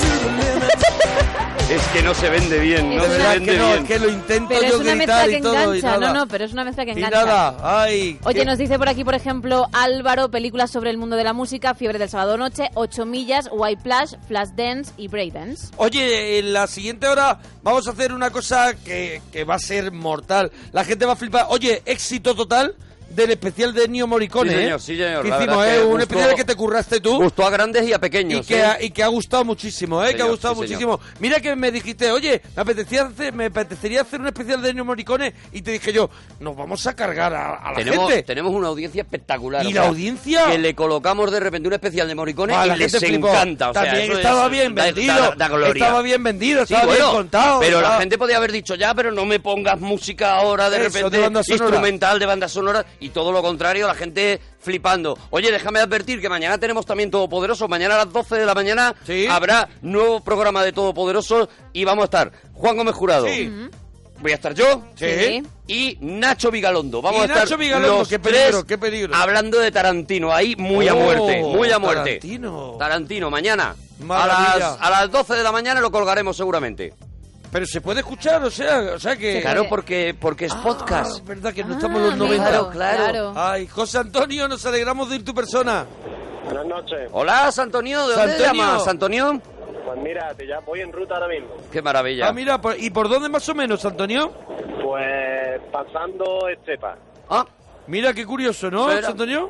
[SPEAKER 3] Es que no se vende bien, no
[SPEAKER 2] De
[SPEAKER 3] se
[SPEAKER 2] verdad
[SPEAKER 3] vende
[SPEAKER 2] que no,
[SPEAKER 3] bien.
[SPEAKER 2] es que lo intento
[SPEAKER 4] Pero
[SPEAKER 2] yo
[SPEAKER 4] es una
[SPEAKER 2] gritar
[SPEAKER 4] mezcla
[SPEAKER 2] y
[SPEAKER 4] que
[SPEAKER 2] todo y
[SPEAKER 4] engancha.
[SPEAKER 2] nada.
[SPEAKER 4] No, no, pero es una mezcla que
[SPEAKER 2] Y
[SPEAKER 4] engancha.
[SPEAKER 2] nada, ay.
[SPEAKER 4] Oye,
[SPEAKER 2] qué-
[SPEAKER 4] nos dice por aquí, por ejemplo, Álvaro, películas sobre el mundo de la música, Fiebre del sábado noche, Ocho millas, White Plush, Flash Dance y Breakdance.
[SPEAKER 2] Oye, en la siguiente hora vamos a hacer una cosa que, que va a ser mortal. La gente va a flipar. Oye, éxito total del especial de Ennio Morricone,
[SPEAKER 3] Sí, señor,
[SPEAKER 2] ¿eh?
[SPEAKER 3] sí, señor.
[SPEAKER 2] Que
[SPEAKER 3] La
[SPEAKER 2] hicimos,
[SPEAKER 3] verdad es
[SPEAKER 2] ¿eh?
[SPEAKER 3] que
[SPEAKER 2] Un
[SPEAKER 3] gustó-
[SPEAKER 2] especial que te curraste tú.
[SPEAKER 3] Gustó a grandes y a
[SPEAKER 2] Y
[SPEAKER 3] pequeños.
[SPEAKER 2] que,
[SPEAKER 3] ¿eh?
[SPEAKER 2] ha, y que ha gustado muchísimo, ¿eh? que ha
[SPEAKER 3] Señor,
[SPEAKER 2] gustado
[SPEAKER 3] sí,
[SPEAKER 2] muchísimo. Mira que me dijiste, oye, me apetecía hacer, me apetecería hacer un especial de Ennio Morricone y te dije yo, nos vamos a cargar a, a la
[SPEAKER 3] Tenemos,
[SPEAKER 2] gente.
[SPEAKER 3] tenemos una audiencia espectacular.
[SPEAKER 2] ¿Y
[SPEAKER 3] o
[SPEAKER 2] la
[SPEAKER 3] sea,
[SPEAKER 2] audiencia?
[SPEAKER 3] Que le colocamos de repente un especial de Morricone
[SPEAKER 2] Ah, la
[SPEAKER 3] y les
[SPEAKER 2] gente flipó.
[SPEAKER 3] encanta. O sea,
[SPEAKER 2] También
[SPEAKER 3] eso
[SPEAKER 2] estaba
[SPEAKER 3] es-
[SPEAKER 2] bien
[SPEAKER 3] da-
[SPEAKER 2] vendido,
[SPEAKER 3] da- da gloria.
[SPEAKER 2] estaba bien vendido,
[SPEAKER 3] Sí,
[SPEAKER 2] estaba
[SPEAKER 3] bueno,
[SPEAKER 2] bien contado.
[SPEAKER 3] pero la
[SPEAKER 2] estaba-
[SPEAKER 3] gente podía haber dicho ya, pero no me pongas música ahora de
[SPEAKER 2] Eso,
[SPEAKER 3] repente
[SPEAKER 2] de banda sonora.
[SPEAKER 3] instrumental de banda sonora y todo lo contrario, la gente flipando. Oye, déjame advertir que mañana tenemos también Todopoderoso. Mañana a las doce de la mañana
[SPEAKER 2] Sí.
[SPEAKER 3] habrá nuevo programa de Todopoderoso y vamos a estar Juan Gómez Jurado.
[SPEAKER 2] Sí.
[SPEAKER 3] Voy a estar yo.
[SPEAKER 2] Sí.
[SPEAKER 3] Y Nacho Vigalondo. Vamos
[SPEAKER 2] Y
[SPEAKER 3] a estar
[SPEAKER 2] Nacho Vigalondo,
[SPEAKER 3] los
[SPEAKER 2] qué peligro,
[SPEAKER 3] tres
[SPEAKER 2] qué peligro.
[SPEAKER 3] hablando de Tarantino. Ahí muy a
[SPEAKER 2] Oh,
[SPEAKER 3] muerte, muy a muerte.
[SPEAKER 2] Tarantino.
[SPEAKER 3] Tarantino, mañana. A
[SPEAKER 2] Maravilla.
[SPEAKER 3] las, a las doce de la mañana lo colgaremos seguramente.
[SPEAKER 2] Pero se puede escuchar, o sea, o sea que...
[SPEAKER 3] Claro, porque, porque es podcast.
[SPEAKER 2] Ah, verdad que no
[SPEAKER 4] Ah,
[SPEAKER 2] estamos en los
[SPEAKER 4] amigo,
[SPEAKER 2] noventa.
[SPEAKER 3] Claro, claro.
[SPEAKER 2] Ay, José Antonio, nos alegramos de ir tu persona.
[SPEAKER 7] Buenas noches.
[SPEAKER 3] Hola, Santonio. ¿De dónde te
[SPEAKER 2] Santonio.
[SPEAKER 3] llamas, Santonio?
[SPEAKER 7] Pues mira, te ya voy en ruta ahora mismo.
[SPEAKER 3] Qué maravilla.
[SPEAKER 2] Ah, mira, por- ¿y por dónde más o menos, Antonio?
[SPEAKER 7] Pues pasando Estepa.
[SPEAKER 3] Ah,
[SPEAKER 2] Mira, qué curioso, ¿no,
[SPEAKER 3] Espera.
[SPEAKER 2] Antonio?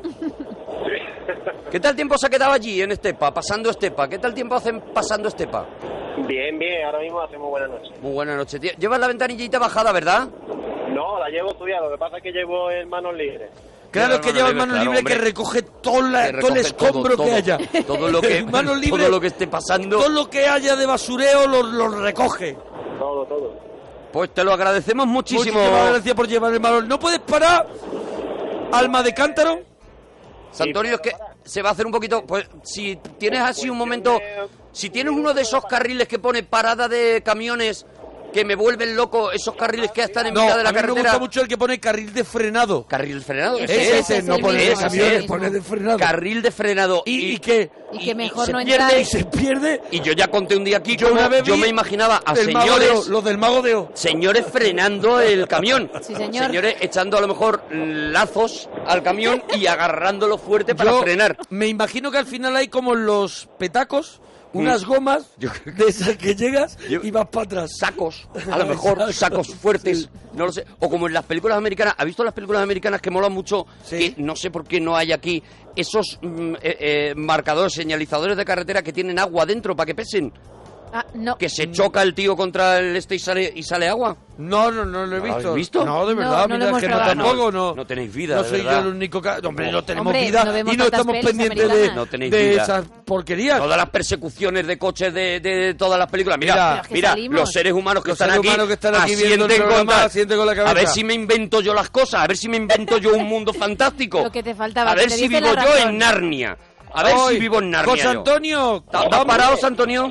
[SPEAKER 3] ¿qué tal tiempo se ha quedado allí en Estepa, pasando Estepa? ¿Qué tal tiempo hacen pasando Estepa?
[SPEAKER 7] Bien, bien, ahora mismo hacemos buena noche.
[SPEAKER 3] Muy buena noche. Tie- Llevas la ventanillita bajada, ¿verdad?
[SPEAKER 7] No, la llevo estudiada, lo que pasa es que llevo en manos libres.
[SPEAKER 2] Claro,
[SPEAKER 3] Lleva
[SPEAKER 2] es que
[SPEAKER 3] el
[SPEAKER 2] lleva el
[SPEAKER 3] mano
[SPEAKER 2] mano
[SPEAKER 3] libre,
[SPEAKER 2] libre
[SPEAKER 3] claro,
[SPEAKER 2] que recoge todo, la-
[SPEAKER 3] Que
[SPEAKER 2] todo el
[SPEAKER 3] recoge
[SPEAKER 2] escombro
[SPEAKER 3] todo,
[SPEAKER 2] que
[SPEAKER 3] todo,
[SPEAKER 2] haya.
[SPEAKER 3] todo lo que-
[SPEAKER 2] El mano libre,
[SPEAKER 3] todo lo que esté pasando.
[SPEAKER 2] Todo lo que haya de basureo lo, lo recoge.
[SPEAKER 7] Todo, todo.
[SPEAKER 3] Pues te lo agradecemos muchísimo.
[SPEAKER 2] Muchísimas gracias por llevar el balón. ¿No puedes parar, alma de cántaro?
[SPEAKER 3] Santorio, es que se va a hacer un poquito... Pues si tienes así un momento... Si tienes uno de esos carriles que pone parada de camiones que me vuelven loco, esos carriles que están en
[SPEAKER 2] No,
[SPEAKER 3] mitad de la
[SPEAKER 2] a mí me
[SPEAKER 3] carretera...
[SPEAKER 2] gusta mucho el que pone carril de frenado.
[SPEAKER 3] Carril frenado.
[SPEAKER 4] Ese,
[SPEAKER 2] Ese,
[SPEAKER 4] ese
[SPEAKER 2] ese,
[SPEAKER 4] es
[SPEAKER 2] no
[SPEAKER 4] el
[SPEAKER 2] pone de
[SPEAKER 4] mismo, ese es el
[SPEAKER 2] camiones,
[SPEAKER 4] mismo.
[SPEAKER 2] pone de frenado.
[SPEAKER 3] Carril de frenado.
[SPEAKER 2] Y, y que...
[SPEAKER 4] Y que mejor
[SPEAKER 3] se
[SPEAKER 4] no
[SPEAKER 2] pierde
[SPEAKER 4] entrar.
[SPEAKER 2] y se pierde.
[SPEAKER 3] Y yo ya conté un día aquí
[SPEAKER 2] Yo
[SPEAKER 3] cómo
[SPEAKER 2] una vez
[SPEAKER 3] yo
[SPEAKER 2] vi
[SPEAKER 3] me imaginaba a
[SPEAKER 2] el mago de
[SPEAKER 3] señores...
[SPEAKER 2] O, los del mago de O.
[SPEAKER 3] Señores frenando el camión.
[SPEAKER 4] Sí, señor.
[SPEAKER 3] Señores echando a lo mejor lazos al camión y agarrándolo fuerte para
[SPEAKER 2] Yo
[SPEAKER 3] frenar.
[SPEAKER 2] me imagino que al final hay como los petacos, unas gomas
[SPEAKER 3] Yo creo
[SPEAKER 2] de esas que llegas
[SPEAKER 3] Yo-
[SPEAKER 2] y vas para atrás.
[SPEAKER 3] Sacos, a lo mejor
[SPEAKER 2] Exacto.
[SPEAKER 3] sacos fuertes, no lo sé. O como en las películas americanas, ¿has visto las películas americanas que molan mucho?
[SPEAKER 2] Sí.
[SPEAKER 3] Que no sé por qué no hay aquí esos mm, eh, eh, marcadores, señalizadores de carretera que tienen agua dentro para que pesen.
[SPEAKER 4] Ah, no.
[SPEAKER 3] Que se choca el tío contra el este y sale, y sale agua.
[SPEAKER 2] No, no, no lo he
[SPEAKER 3] ¿No lo
[SPEAKER 2] visto.
[SPEAKER 3] has visto?
[SPEAKER 2] No, de
[SPEAKER 4] No,
[SPEAKER 2] verdad,
[SPEAKER 4] no lo
[SPEAKER 2] mira,
[SPEAKER 4] hemos
[SPEAKER 2] es que no
[SPEAKER 4] probado.
[SPEAKER 2] tampoco, no.
[SPEAKER 3] No tenéis vida,
[SPEAKER 2] No
[SPEAKER 3] de
[SPEAKER 2] soy
[SPEAKER 3] verdad.
[SPEAKER 2] yo el único que... Hombre, no tenemos
[SPEAKER 4] Hombre,
[SPEAKER 2] vida
[SPEAKER 4] no vemos
[SPEAKER 2] y no
[SPEAKER 4] tantas
[SPEAKER 2] estamos
[SPEAKER 4] pelis
[SPEAKER 2] pendientes de,
[SPEAKER 4] americanas.
[SPEAKER 3] No tenéis
[SPEAKER 2] de
[SPEAKER 3] vida.
[SPEAKER 2] esas porquerías.
[SPEAKER 3] Todas las persecuciones de coches de, de todas las películas. Mira,
[SPEAKER 2] Mira,
[SPEAKER 3] mira,
[SPEAKER 4] Pero es que salimos.
[SPEAKER 3] los seres humanos que
[SPEAKER 2] Los
[SPEAKER 3] están
[SPEAKER 2] seres
[SPEAKER 3] aquí,
[SPEAKER 2] humanos que están aquí viendo el
[SPEAKER 3] asienten con
[SPEAKER 2] programa,
[SPEAKER 3] tal.
[SPEAKER 2] asienten con la cabeza.
[SPEAKER 3] A ver si me invento yo las cosas, a ver si me invento yo un mundo fantástico.
[SPEAKER 4] Lo que te faltaba,
[SPEAKER 3] A
[SPEAKER 4] que
[SPEAKER 3] ver
[SPEAKER 4] te
[SPEAKER 3] si
[SPEAKER 4] diste
[SPEAKER 3] vivo
[SPEAKER 4] la
[SPEAKER 3] yo
[SPEAKER 4] razón.
[SPEAKER 3] en Narnia. A ver
[SPEAKER 2] Hoy,
[SPEAKER 3] si vivo en Narnia.
[SPEAKER 2] José
[SPEAKER 3] yo.
[SPEAKER 2] Antonio,
[SPEAKER 3] ¿Estás estás
[SPEAKER 2] vamos.
[SPEAKER 3] parado, Antonio?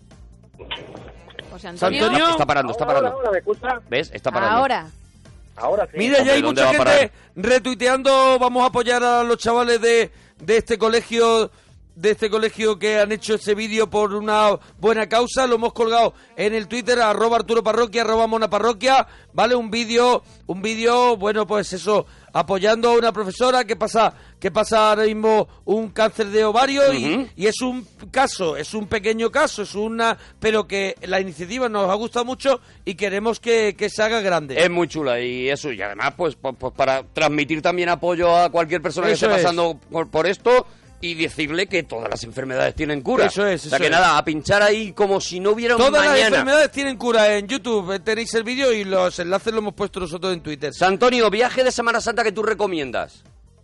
[SPEAKER 4] José Antonio.
[SPEAKER 2] Antonio.
[SPEAKER 3] Está parando, está
[SPEAKER 7] Ahora,
[SPEAKER 3] parando.
[SPEAKER 7] ahora, ¿me escucha?
[SPEAKER 3] ¿Ves? Está parando.
[SPEAKER 4] Ahora.
[SPEAKER 7] Ahora sí.
[SPEAKER 2] Mira, ya
[SPEAKER 3] Hombre,
[SPEAKER 2] hay
[SPEAKER 3] ¿dónde
[SPEAKER 2] mucha
[SPEAKER 3] va a parar?
[SPEAKER 2] gente retuiteando. Vamos a apoyar a los chavales de, de este colegio de este colegio que han hecho ese vídeo por una buena causa. Lo hemos colgado en el Twitter, arroba Arturo Parroquia, arroba Mona Parroquia, ¿vale? Un vídeo, un vídeo, bueno, pues eso, apoyando a una profesora que pasa que pasa ahora mismo un cáncer de ovario. Uh-huh. y, y es un caso, es un pequeño caso, es una pero que la iniciativa nos ha gustado mucho y queremos que, que se haga grande.
[SPEAKER 3] Es muy chula y eso, y además pues, pues, pues para transmitir también apoyo a cualquier persona
[SPEAKER 2] eso
[SPEAKER 3] que esté
[SPEAKER 2] es.
[SPEAKER 3] pasando por, por esto y decirle que todas las enfermedades tienen cura.
[SPEAKER 2] Eso es,
[SPEAKER 3] O sea
[SPEAKER 2] eso
[SPEAKER 3] que
[SPEAKER 2] es.
[SPEAKER 3] nada, a pinchar ahí como si no hubiera un
[SPEAKER 2] Todas
[SPEAKER 3] mañana.
[SPEAKER 2] las enfermedades tienen cura. En YouTube tenéis el vídeo y los enlaces los hemos puesto nosotros en Twitter.
[SPEAKER 3] Antonio, viaje de Semana Santa que tú recomiendas.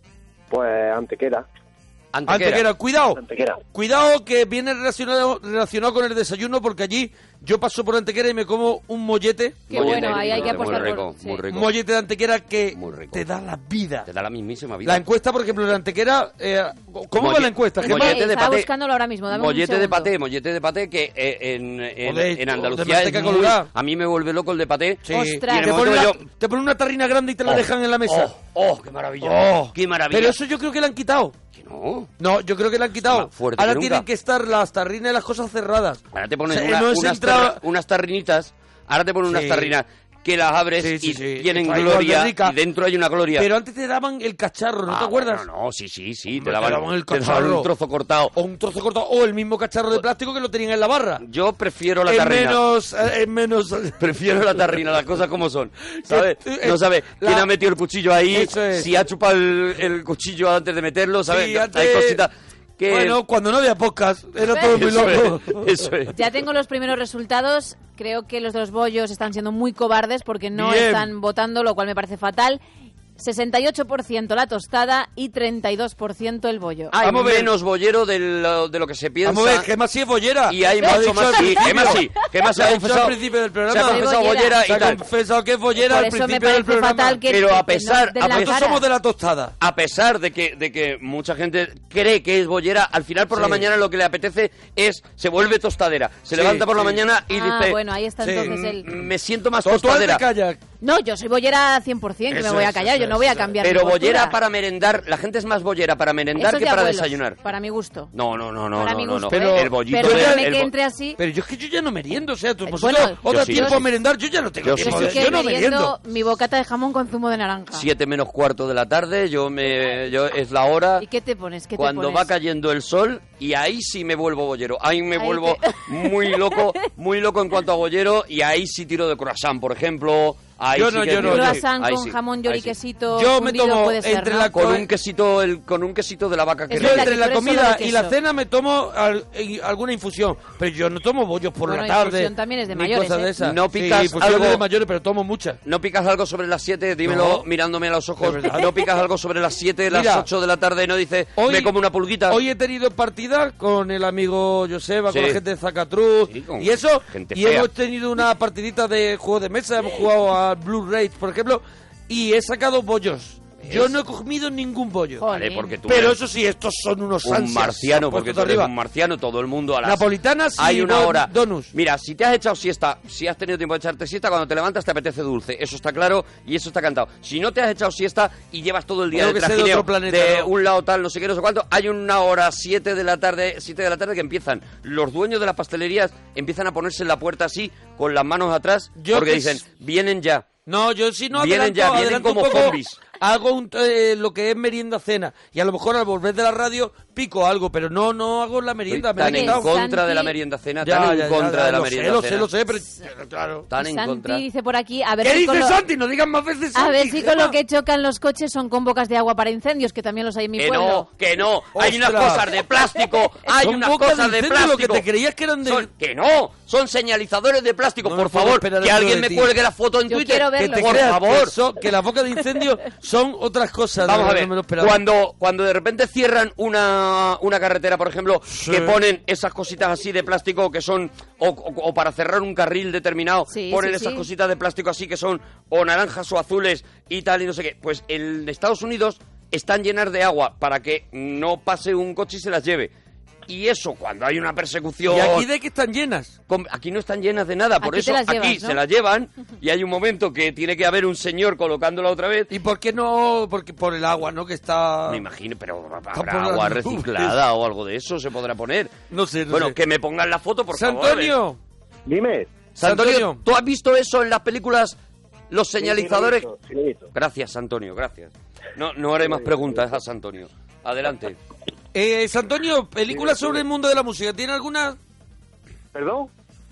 [SPEAKER 7] Pues Antequera.
[SPEAKER 3] Antequera.
[SPEAKER 2] Antequera, cuidado.
[SPEAKER 7] Antequera.
[SPEAKER 2] Cuidado que viene relacionado relacionado con el desayuno, porque allí yo paso por Antequera y me como un mollete.
[SPEAKER 4] Qué
[SPEAKER 3] Mollete,
[SPEAKER 4] bueno, ahí hay que
[SPEAKER 3] muy
[SPEAKER 4] apostar
[SPEAKER 3] rico,
[SPEAKER 4] por...
[SPEAKER 3] muy
[SPEAKER 4] sí.
[SPEAKER 3] rico.
[SPEAKER 2] Un mollete de Antequera que
[SPEAKER 3] Muy rico.
[SPEAKER 2] te da la vida.
[SPEAKER 3] Te da la mismísima vida.
[SPEAKER 2] La encuesta, por ejemplo, de Antequera, eh, ¿cómo va
[SPEAKER 3] Molle-
[SPEAKER 2] la encuesta?
[SPEAKER 3] mollete
[SPEAKER 2] Gemma?
[SPEAKER 3] de
[SPEAKER 4] Estaba
[SPEAKER 3] paté.
[SPEAKER 4] buscándolo ahora mismo, dame un
[SPEAKER 3] Mollete de
[SPEAKER 4] segundo.
[SPEAKER 3] paté, mollete de paté que eh, en, en,
[SPEAKER 2] O de-
[SPEAKER 3] en
[SPEAKER 2] o de
[SPEAKER 3] Andalucía
[SPEAKER 2] manteca
[SPEAKER 3] es muy,
[SPEAKER 2] colorada.
[SPEAKER 3] a mí me vuelve loco el de paté.
[SPEAKER 2] Sí.
[SPEAKER 4] Ostras.
[SPEAKER 3] Y en
[SPEAKER 2] Te
[SPEAKER 3] el
[SPEAKER 2] ponen,
[SPEAKER 3] momento
[SPEAKER 2] una,
[SPEAKER 3] que yo-
[SPEAKER 2] te ponen una tarrina grande y te la
[SPEAKER 3] Oh,
[SPEAKER 2] dejan en la mesa.
[SPEAKER 3] Oh, oh, qué maravilla.
[SPEAKER 2] Oh.
[SPEAKER 3] Qué maravilla.
[SPEAKER 2] Pero eso yo creo que la han quitado.
[SPEAKER 3] Que no.
[SPEAKER 2] No, yo creo que la han quitado.
[SPEAKER 3] Más fuerte
[SPEAKER 2] Ahora
[SPEAKER 3] que nunca.
[SPEAKER 2] tienen que estar las tarrinas y las cosas cerradas.
[SPEAKER 3] Ahora te ponen
[SPEAKER 2] O sea,
[SPEAKER 3] una-
[SPEAKER 2] no es
[SPEAKER 3] unas,
[SPEAKER 2] entrada-
[SPEAKER 3] tarra- unas tarrinitas. Ahora te ponen unas
[SPEAKER 2] Sí.
[SPEAKER 3] tarrinas que las abres
[SPEAKER 2] Sí, sí,
[SPEAKER 3] y
[SPEAKER 2] sí.
[SPEAKER 3] tienen
[SPEAKER 2] Está igual de
[SPEAKER 3] gloria
[SPEAKER 2] rica.
[SPEAKER 3] y dentro hay una gloria.
[SPEAKER 2] Pero antes te daban el cacharro, ¿no
[SPEAKER 3] Ah,
[SPEAKER 2] te acuerdas?
[SPEAKER 3] bueno, no, sí, sí, sí.
[SPEAKER 2] Hombre,
[SPEAKER 3] Te daban,
[SPEAKER 2] te daban el
[SPEAKER 3] te daban
[SPEAKER 2] cacharro.
[SPEAKER 3] un trozo cortado.
[SPEAKER 2] O un trozo cortado, o el mismo cacharro de plástico que lo tenían en la barra.
[SPEAKER 3] Yo prefiero la
[SPEAKER 2] en
[SPEAKER 3] tarrina.
[SPEAKER 2] menos, eh, en menos...
[SPEAKER 3] Prefiero la tarrina, las cosas como son. ¿Sabes?
[SPEAKER 2] Eh,
[SPEAKER 3] No sabes
[SPEAKER 2] la-
[SPEAKER 3] quién ha metido el cuchillo ahí,
[SPEAKER 2] Eso es.
[SPEAKER 3] si ha chupado el, el cuchillo antes de meterlo, ¿sabes?
[SPEAKER 2] Sí, antes-
[SPEAKER 3] Hay cositas que...
[SPEAKER 2] Bueno, cuando no había podcast, era todo muy
[SPEAKER 3] eso
[SPEAKER 2] loco.
[SPEAKER 3] es, eso es.
[SPEAKER 4] Ya tengo los primeros resultados. Creo que los de los bollos están siendo muy cobardes porque no
[SPEAKER 2] Bien.
[SPEAKER 4] están votando, lo cual me parece fatal. sesenta y ocho por ciento la tostada y treinta y dos por ciento el bollo.
[SPEAKER 3] Hay
[SPEAKER 2] Vamos a ver.
[SPEAKER 3] menos bollero de lo, de lo que se piensa.
[SPEAKER 2] Vamos a ver, Gemma sí es bollera.
[SPEAKER 3] Y hay
[SPEAKER 2] Lo ha
[SPEAKER 3] mucho
[SPEAKER 2] dicho
[SPEAKER 3] más.
[SPEAKER 2] al
[SPEAKER 3] Sí,
[SPEAKER 2] principio.
[SPEAKER 3] Gemma sí. Gemma se
[SPEAKER 2] Lo
[SPEAKER 3] ha
[SPEAKER 2] ha dicho
[SPEAKER 3] confesado.
[SPEAKER 2] al principio del programa.
[SPEAKER 3] Se ha confesado
[SPEAKER 4] Soy bollera.
[SPEAKER 3] bollera
[SPEAKER 2] Se
[SPEAKER 3] y
[SPEAKER 2] ha
[SPEAKER 3] tal.
[SPEAKER 2] confesado que es bollera
[SPEAKER 4] Por
[SPEAKER 2] al
[SPEAKER 4] eso me
[SPEAKER 2] principio del
[SPEAKER 4] parece
[SPEAKER 2] programa.
[SPEAKER 4] fatal que,
[SPEAKER 3] Pero a
[SPEAKER 4] que
[SPEAKER 3] pesar-
[SPEAKER 4] nos den
[SPEAKER 3] a
[SPEAKER 4] la
[SPEAKER 2] Nosotros
[SPEAKER 4] cara.
[SPEAKER 2] somos de la tostada.
[SPEAKER 3] A pesar de que, de que mucha gente cree que es bollera, al final por la
[SPEAKER 2] Sí.
[SPEAKER 3] mañana lo que le apetece es, se vuelve tostadera. Se
[SPEAKER 2] Sí,
[SPEAKER 3] levanta por la
[SPEAKER 2] sí.
[SPEAKER 3] mañana y
[SPEAKER 4] Ah,
[SPEAKER 3] dice,
[SPEAKER 4] bueno, ahí está
[SPEAKER 2] Sí.
[SPEAKER 4] entonces el...
[SPEAKER 3] me siento más
[SPEAKER 2] Tú tú
[SPEAKER 3] tostadera.
[SPEAKER 2] te callas.
[SPEAKER 4] No, yo soy bollera cien por ciento, que me
[SPEAKER 2] Eso
[SPEAKER 4] voy a
[SPEAKER 2] es,
[SPEAKER 4] callar,
[SPEAKER 2] eso
[SPEAKER 4] yo no
[SPEAKER 2] es,
[SPEAKER 4] voy a
[SPEAKER 2] eso es.
[SPEAKER 4] cambiar mi
[SPEAKER 3] Pero
[SPEAKER 4] postura.
[SPEAKER 3] bollera para merendar, la gente es más bollera para merendar
[SPEAKER 4] Eso es
[SPEAKER 3] que
[SPEAKER 4] de
[SPEAKER 3] para
[SPEAKER 4] abuelos,
[SPEAKER 3] desayunar.
[SPEAKER 4] para mi gusto.
[SPEAKER 3] No, no, no, no,
[SPEAKER 4] Para
[SPEAKER 3] no,
[SPEAKER 4] mi
[SPEAKER 3] no,
[SPEAKER 4] gusto,
[SPEAKER 3] no.
[SPEAKER 2] Pero-
[SPEAKER 4] ¿eh?
[SPEAKER 3] el bollito
[SPEAKER 4] Pero
[SPEAKER 3] de-
[SPEAKER 4] déjame
[SPEAKER 3] el
[SPEAKER 4] que
[SPEAKER 3] bo-
[SPEAKER 4] entre así.
[SPEAKER 2] Pero yo es que yo ya no meriendo, o sea, tú,
[SPEAKER 4] Eh,
[SPEAKER 2] vosotros
[SPEAKER 4] bueno,
[SPEAKER 2] os
[SPEAKER 3] yo
[SPEAKER 2] da
[SPEAKER 3] sí.
[SPEAKER 2] tiempo
[SPEAKER 4] Yo
[SPEAKER 2] a
[SPEAKER 4] sí.
[SPEAKER 2] merendar, yo ya no tengo
[SPEAKER 3] Yo
[SPEAKER 2] tiempo.
[SPEAKER 3] sí.
[SPEAKER 2] de-
[SPEAKER 4] Yo
[SPEAKER 2] Yo no
[SPEAKER 4] meriendo
[SPEAKER 2] meriendo.
[SPEAKER 4] mi bocata de jamón con zumo de naranja.
[SPEAKER 3] Siete menos cuarto de la tarde, yo me, yo es la hora
[SPEAKER 4] ¿Y qué te pones? ¿Qué te
[SPEAKER 3] cuando
[SPEAKER 4] pones?
[SPEAKER 3] va cayendo el sol y ahí sí me vuelvo bollero. Ahí me
[SPEAKER 4] Ahí
[SPEAKER 3] vuelvo
[SPEAKER 4] te-
[SPEAKER 3] muy loco, muy loco en cuanto a bollero y ahí sí tiro de croissant, por ejemplo. Ahí
[SPEAKER 2] Yo
[SPEAKER 3] sí
[SPEAKER 2] no,
[SPEAKER 3] que
[SPEAKER 2] yo no,
[SPEAKER 3] tiro-
[SPEAKER 4] Croissant
[SPEAKER 3] ahí
[SPEAKER 4] con
[SPEAKER 3] sí,
[SPEAKER 4] jamón,
[SPEAKER 3] ahí
[SPEAKER 4] york y
[SPEAKER 3] sí.
[SPEAKER 4] quesito
[SPEAKER 2] Yo me
[SPEAKER 4] fundido
[SPEAKER 2] tomo
[SPEAKER 4] puede ser,
[SPEAKER 2] entre
[SPEAKER 4] ¿no?
[SPEAKER 2] la-
[SPEAKER 3] Con un quesito, el, con un quesito de la vaca que
[SPEAKER 4] Es
[SPEAKER 2] Yo
[SPEAKER 4] verdad
[SPEAKER 2] entre
[SPEAKER 4] que
[SPEAKER 2] la
[SPEAKER 4] tú eres
[SPEAKER 2] comida
[SPEAKER 4] solo de
[SPEAKER 2] y la
[SPEAKER 4] queso.
[SPEAKER 2] cena me tomo al- y alguna infusión, pero yo no tomo bollos por
[SPEAKER 4] Bueno,
[SPEAKER 2] la tarde.
[SPEAKER 4] infusión también es de
[SPEAKER 2] ni
[SPEAKER 4] mayores,
[SPEAKER 2] cosas
[SPEAKER 4] ¿eh?
[SPEAKER 2] de esas.
[SPEAKER 3] No picas
[SPEAKER 2] sí, infusión
[SPEAKER 3] algo-
[SPEAKER 2] es de mayores, pero tomo muchas.
[SPEAKER 3] ¿No picas algo sobre las siete? Dímelo
[SPEAKER 2] No.
[SPEAKER 3] mirándome a los ojos.
[SPEAKER 2] De verdad.
[SPEAKER 3] ¿No picas algo sobre las siete, las
[SPEAKER 2] Mira,
[SPEAKER 3] ocho de la tarde y no dices,
[SPEAKER 2] Hoy,
[SPEAKER 3] me como una pulguita?
[SPEAKER 2] Hoy he tenido partida con el amigo Joseba,
[SPEAKER 3] Sí.
[SPEAKER 2] con la gente de Zacatruz
[SPEAKER 3] Sí, con
[SPEAKER 2] y eso.
[SPEAKER 3] gente
[SPEAKER 2] Y
[SPEAKER 3] fea.
[SPEAKER 2] hemos tenido una partidita de juego de mesa, hemos jugado a Blue Rage, por ejemplo, y he sacado bollos. Yo no he comido ningún bollo.
[SPEAKER 4] Joder.
[SPEAKER 3] Vale, porque tú
[SPEAKER 2] Pero
[SPEAKER 3] eres
[SPEAKER 2] eso sí, estos son unos
[SPEAKER 3] un
[SPEAKER 2] ansias.
[SPEAKER 3] marciano, porque
[SPEAKER 2] puestos
[SPEAKER 3] tú eres
[SPEAKER 2] arriba.
[SPEAKER 3] un marciano, todo el mundo a las...
[SPEAKER 2] Napolitanas y
[SPEAKER 3] Hay una
[SPEAKER 2] don-
[SPEAKER 3] hora.
[SPEAKER 2] donuts.
[SPEAKER 3] Mira, si te has echado siesta, si has tenido tiempo de echarte siesta, cuando te levantas te apetece dulce. Eso está claro y eso está cantado. Si no te has echado siesta y llevas todo el día
[SPEAKER 2] Creo
[SPEAKER 3] de
[SPEAKER 2] que sé de
[SPEAKER 3] trajineo
[SPEAKER 2] otro planeta,
[SPEAKER 3] de
[SPEAKER 2] ¿no?
[SPEAKER 3] un lado tal, no sé qué, no sé cuánto, hay una hora, siete de la tarde, siete de la tarde que empiezan. Los dueños de las pastelerías empiezan a ponerse en la puerta así, con las manos atrás,
[SPEAKER 2] Yo
[SPEAKER 3] porque
[SPEAKER 2] que
[SPEAKER 3] dicen,
[SPEAKER 2] s-
[SPEAKER 3] vienen ya.
[SPEAKER 2] No, yo si no
[SPEAKER 3] Vienen
[SPEAKER 2] adelanto,
[SPEAKER 3] ya, vienen
[SPEAKER 2] adelanto
[SPEAKER 3] como
[SPEAKER 2] un poco,
[SPEAKER 3] zombies.
[SPEAKER 2] hago un, eh, lo que es merienda cena y a lo mejor al volver de la radio pico algo, pero no no hago la merienda. me
[SPEAKER 3] Tan
[SPEAKER 2] he
[SPEAKER 3] en
[SPEAKER 2] quitado.
[SPEAKER 3] contra de la
[SPEAKER 4] Santi-
[SPEAKER 3] merienda cena,
[SPEAKER 2] Ya,
[SPEAKER 3] tan en
[SPEAKER 2] ya, ya,
[SPEAKER 3] contra
[SPEAKER 2] ya,
[SPEAKER 3] de la
[SPEAKER 2] lo
[SPEAKER 3] merienda
[SPEAKER 2] sé, lo
[SPEAKER 3] cena.
[SPEAKER 2] sé, lo sé, pero claro.
[SPEAKER 3] Tan en
[SPEAKER 4] Santi
[SPEAKER 3] contra.
[SPEAKER 4] dice por aquí, a ver
[SPEAKER 2] ¿Qué
[SPEAKER 4] si con
[SPEAKER 2] dices,
[SPEAKER 4] lo-
[SPEAKER 2] Santi? No digas más veces
[SPEAKER 4] A
[SPEAKER 2] Santi,
[SPEAKER 4] ver si con
[SPEAKER 2] Gemma.
[SPEAKER 4] lo que chocan los coches son con bocas de agua para incendios, que también los hay en mi
[SPEAKER 3] Que
[SPEAKER 4] pueblo.
[SPEAKER 3] no, que no. Hay unas
[SPEAKER 2] Ostras.
[SPEAKER 3] cosas de plástico. Hay
[SPEAKER 2] Son
[SPEAKER 3] unas
[SPEAKER 2] bocas
[SPEAKER 3] cosas
[SPEAKER 2] de
[SPEAKER 3] de
[SPEAKER 2] incendio, lo que
[SPEAKER 3] plástico.
[SPEAKER 2] te creías que eran de-
[SPEAKER 3] Son- que no, son señalizadores de plástico.
[SPEAKER 2] No me
[SPEAKER 3] Por
[SPEAKER 2] puedo
[SPEAKER 3] favor,
[SPEAKER 2] esperar
[SPEAKER 3] que
[SPEAKER 2] eso
[SPEAKER 3] alguien
[SPEAKER 2] de
[SPEAKER 3] me
[SPEAKER 2] ti.
[SPEAKER 3] cuelgue la foto en
[SPEAKER 4] Yo
[SPEAKER 3] Twitter.
[SPEAKER 4] quiero
[SPEAKER 2] Que
[SPEAKER 4] verlo.
[SPEAKER 2] te
[SPEAKER 3] Por
[SPEAKER 2] creas
[SPEAKER 3] favor.
[SPEAKER 2] Que, son- que las bocas de incendio son otras cosas.
[SPEAKER 3] Vamos
[SPEAKER 2] de
[SPEAKER 3] a
[SPEAKER 2] verdad,
[SPEAKER 3] ver,
[SPEAKER 2] no me lo esperaba.
[SPEAKER 3] cuando, cuando de repente cierran una, una carretera, por ejemplo,
[SPEAKER 2] Sí.
[SPEAKER 3] que ponen esas cositas así de plástico que son, o, o- o para cerrar un carril determinado,
[SPEAKER 4] Sí,
[SPEAKER 3] ponen
[SPEAKER 4] sí,
[SPEAKER 3] esas
[SPEAKER 4] sí.
[SPEAKER 3] cositas de plástico así que son o naranjas o azules y tal y no sé qué. Pues en Estados Unidos están llenas de agua para que no pase un coche y se las lleve. Y eso, cuando hay una persecución...
[SPEAKER 2] ¿Y aquí de qué están llenas?
[SPEAKER 3] Con- Aquí no están llenas de nada, por
[SPEAKER 4] Aquí
[SPEAKER 3] eso
[SPEAKER 4] te las
[SPEAKER 3] aquí
[SPEAKER 4] llevas, ¿no?
[SPEAKER 3] se las llevan y hay un momento que tiene que haber un señor colocándola otra vez.
[SPEAKER 2] ¿Y por qué no? Porque por el agua, ¿no? Que está...
[SPEAKER 3] Me imagino, pero habrá
[SPEAKER 2] por las
[SPEAKER 3] agua
[SPEAKER 2] nubes.
[SPEAKER 3] reciclada o algo de eso se podrá poner.
[SPEAKER 2] No sé, no
[SPEAKER 3] bueno,
[SPEAKER 2] sé.
[SPEAKER 3] que me pongan la foto, por favor.
[SPEAKER 2] ¡Santonio!
[SPEAKER 7] Dime.
[SPEAKER 3] Santonio,
[SPEAKER 2] Santonio.
[SPEAKER 3] ¿tú has visto eso en las películas? Los señalizadores...
[SPEAKER 7] Sí, sí, lo he visto, sí, lo he visto.
[SPEAKER 3] Gracias, Antonio, gracias. No, no haré más preguntas a Antonio. Adelante.
[SPEAKER 2] Eh, Santonio, películas sobre el mundo de la música. ¿Tiene alguna?
[SPEAKER 7] ¿Perdón?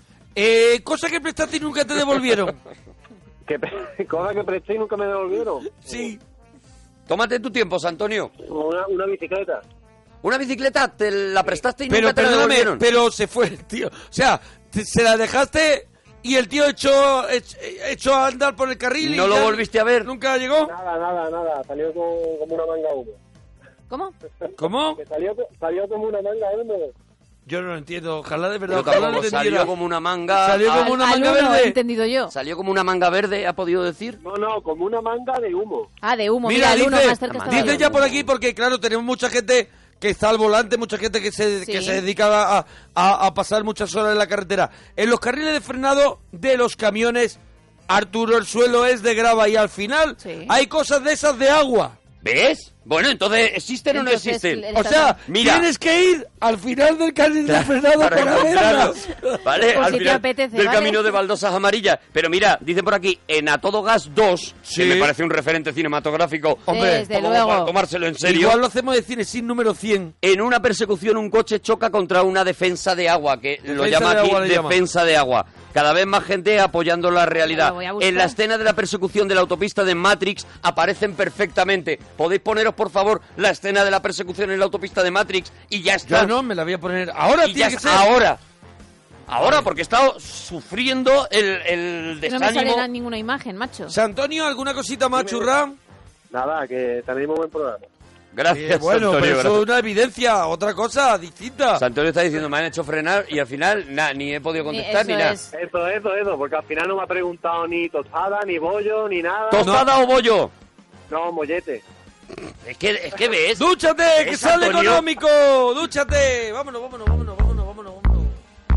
[SPEAKER 2] Eh, cosa que prestaste y nunca te devolvieron.
[SPEAKER 7] ¿Qué pe- cosa que presté y nunca me devolvieron?
[SPEAKER 2] Sí.
[SPEAKER 3] Tómate tu tiempo, Antonio.
[SPEAKER 7] Una, una bicicleta.
[SPEAKER 3] Una bicicleta te la prestaste y
[SPEAKER 2] Pero
[SPEAKER 3] nunca te la
[SPEAKER 2] perdóname,
[SPEAKER 3] devolvieron.
[SPEAKER 2] pero se fue el tío. O sea, te- se la dejaste y el tío echó, ech- echó a andar por el carril y
[SPEAKER 3] ¿No lo
[SPEAKER 2] ya
[SPEAKER 3] volviste a ver?
[SPEAKER 2] ¿Nunca llegó?
[SPEAKER 7] Nada, nada, nada. Salió como, como una manga humo.
[SPEAKER 4] ¿Cómo?
[SPEAKER 2] ¿Cómo?
[SPEAKER 7] Que salió, salió como una manga humo.
[SPEAKER 2] Yo no lo entiendo. Ojalá de verdad,
[SPEAKER 3] Yo
[SPEAKER 2] ojalá lo
[SPEAKER 3] tampoco,
[SPEAKER 2] entendiera.
[SPEAKER 3] salió como una manga...
[SPEAKER 2] Salió
[SPEAKER 3] ah,
[SPEAKER 2] como una
[SPEAKER 4] Al
[SPEAKER 2] manga
[SPEAKER 4] uno, he
[SPEAKER 2] verde.
[SPEAKER 4] entendido yo.
[SPEAKER 3] Salió como una manga verde, ¿ha podido decir?
[SPEAKER 7] No, no, como una manga de humo.
[SPEAKER 4] Ah, de humo.
[SPEAKER 2] Mira,
[SPEAKER 4] Mira, el uno
[SPEAKER 2] dice,
[SPEAKER 4] más cerca estaba
[SPEAKER 2] dice
[SPEAKER 4] yo.
[SPEAKER 2] ya por aquí porque, claro, tenemos mucha gente que está al volante, mucha gente que se,
[SPEAKER 4] Sí.
[SPEAKER 2] que se dedica a, a- a pasar muchas horas en la carretera. En los carriles de frenado de los camiones, Arturo, el suelo es de grava y al final
[SPEAKER 4] Sí.
[SPEAKER 2] hay cosas de esas de agua.
[SPEAKER 3] ¿Ves? Bueno, entonces, ¿existen o no
[SPEAKER 4] Entonces,
[SPEAKER 3] existen?
[SPEAKER 4] el-
[SPEAKER 2] O sea,
[SPEAKER 3] Mira.
[SPEAKER 2] tienes que ir al final del carril de frenado
[SPEAKER 3] Para
[SPEAKER 2] para
[SPEAKER 3] encontrarlos,
[SPEAKER 2] verlas.
[SPEAKER 3] ¿vale?
[SPEAKER 4] Por
[SPEAKER 3] Al
[SPEAKER 4] si te
[SPEAKER 3] final
[SPEAKER 4] apetece,
[SPEAKER 3] del
[SPEAKER 4] ¿vale?
[SPEAKER 3] camino de baldosas amarillas. Pero mira, dice por aquí, en A Todo Gas dos,
[SPEAKER 2] Sí.
[SPEAKER 3] que me parece un referente cinematográfico,
[SPEAKER 2] Hombre,
[SPEAKER 4] Desde
[SPEAKER 3] como
[SPEAKER 4] luego.
[SPEAKER 3] para tomárselo en serio.
[SPEAKER 2] Igual lo hacemos de cine sin número cien.
[SPEAKER 3] En una persecución un coche choca contra una defensa de agua, que lo
[SPEAKER 2] Defensa
[SPEAKER 3] llama
[SPEAKER 2] de
[SPEAKER 3] aquí
[SPEAKER 2] agua le llama.
[SPEAKER 3] defensa de agua. Cada vez más gente apoyando la realidad.
[SPEAKER 4] Lo voy a buscar.
[SPEAKER 3] En la escena de la persecución de la autopista de Matrix aparecen perfectamente. ¿Podéis poneros, por favor, la escena de la persecución en la autopista de Matrix? Y ya está.
[SPEAKER 2] Yo no, me la voy a poner. Ahora
[SPEAKER 3] y
[SPEAKER 2] tiene
[SPEAKER 3] ya
[SPEAKER 2] que
[SPEAKER 3] está,
[SPEAKER 2] ser.
[SPEAKER 3] ahora. Ahora, porque he estado sufriendo el, el
[SPEAKER 4] No me
[SPEAKER 3] desánimo.
[SPEAKER 4] sale na- ninguna imagen, macho.
[SPEAKER 2] Santonio, ¿alguna cosita más churra?
[SPEAKER 7] Nada, que tenemos buen programa.
[SPEAKER 3] Gracias,
[SPEAKER 2] Eh, bueno,
[SPEAKER 3] Antonio,
[SPEAKER 2] pero eso es
[SPEAKER 3] gracias.
[SPEAKER 2] una evidencia, otra cosa distinta.
[SPEAKER 3] Antonio está diciendo, me han hecho frenar y al final nada, ni he podido contestar
[SPEAKER 4] Ni-
[SPEAKER 3] ni,
[SPEAKER 4] eso
[SPEAKER 3] nada.
[SPEAKER 4] es.
[SPEAKER 7] Eso, eso, eso, porque al final no me ha preguntado ni tostada, ni bollo, ni nada.
[SPEAKER 3] ¿Tostada o bollo?
[SPEAKER 7] No, mollete.
[SPEAKER 3] Es que, es que ves.
[SPEAKER 2] ¡Dúchate, que
[SPEAKER 3] ¿Ves,
[SPEAKER 2] sale
[SPEAKER 3] Antonio?
[SPEAKER 2] económico! ¡Dúchate! Vámonos, vámonos, vámonos, vámonos, vámonos, vámonos.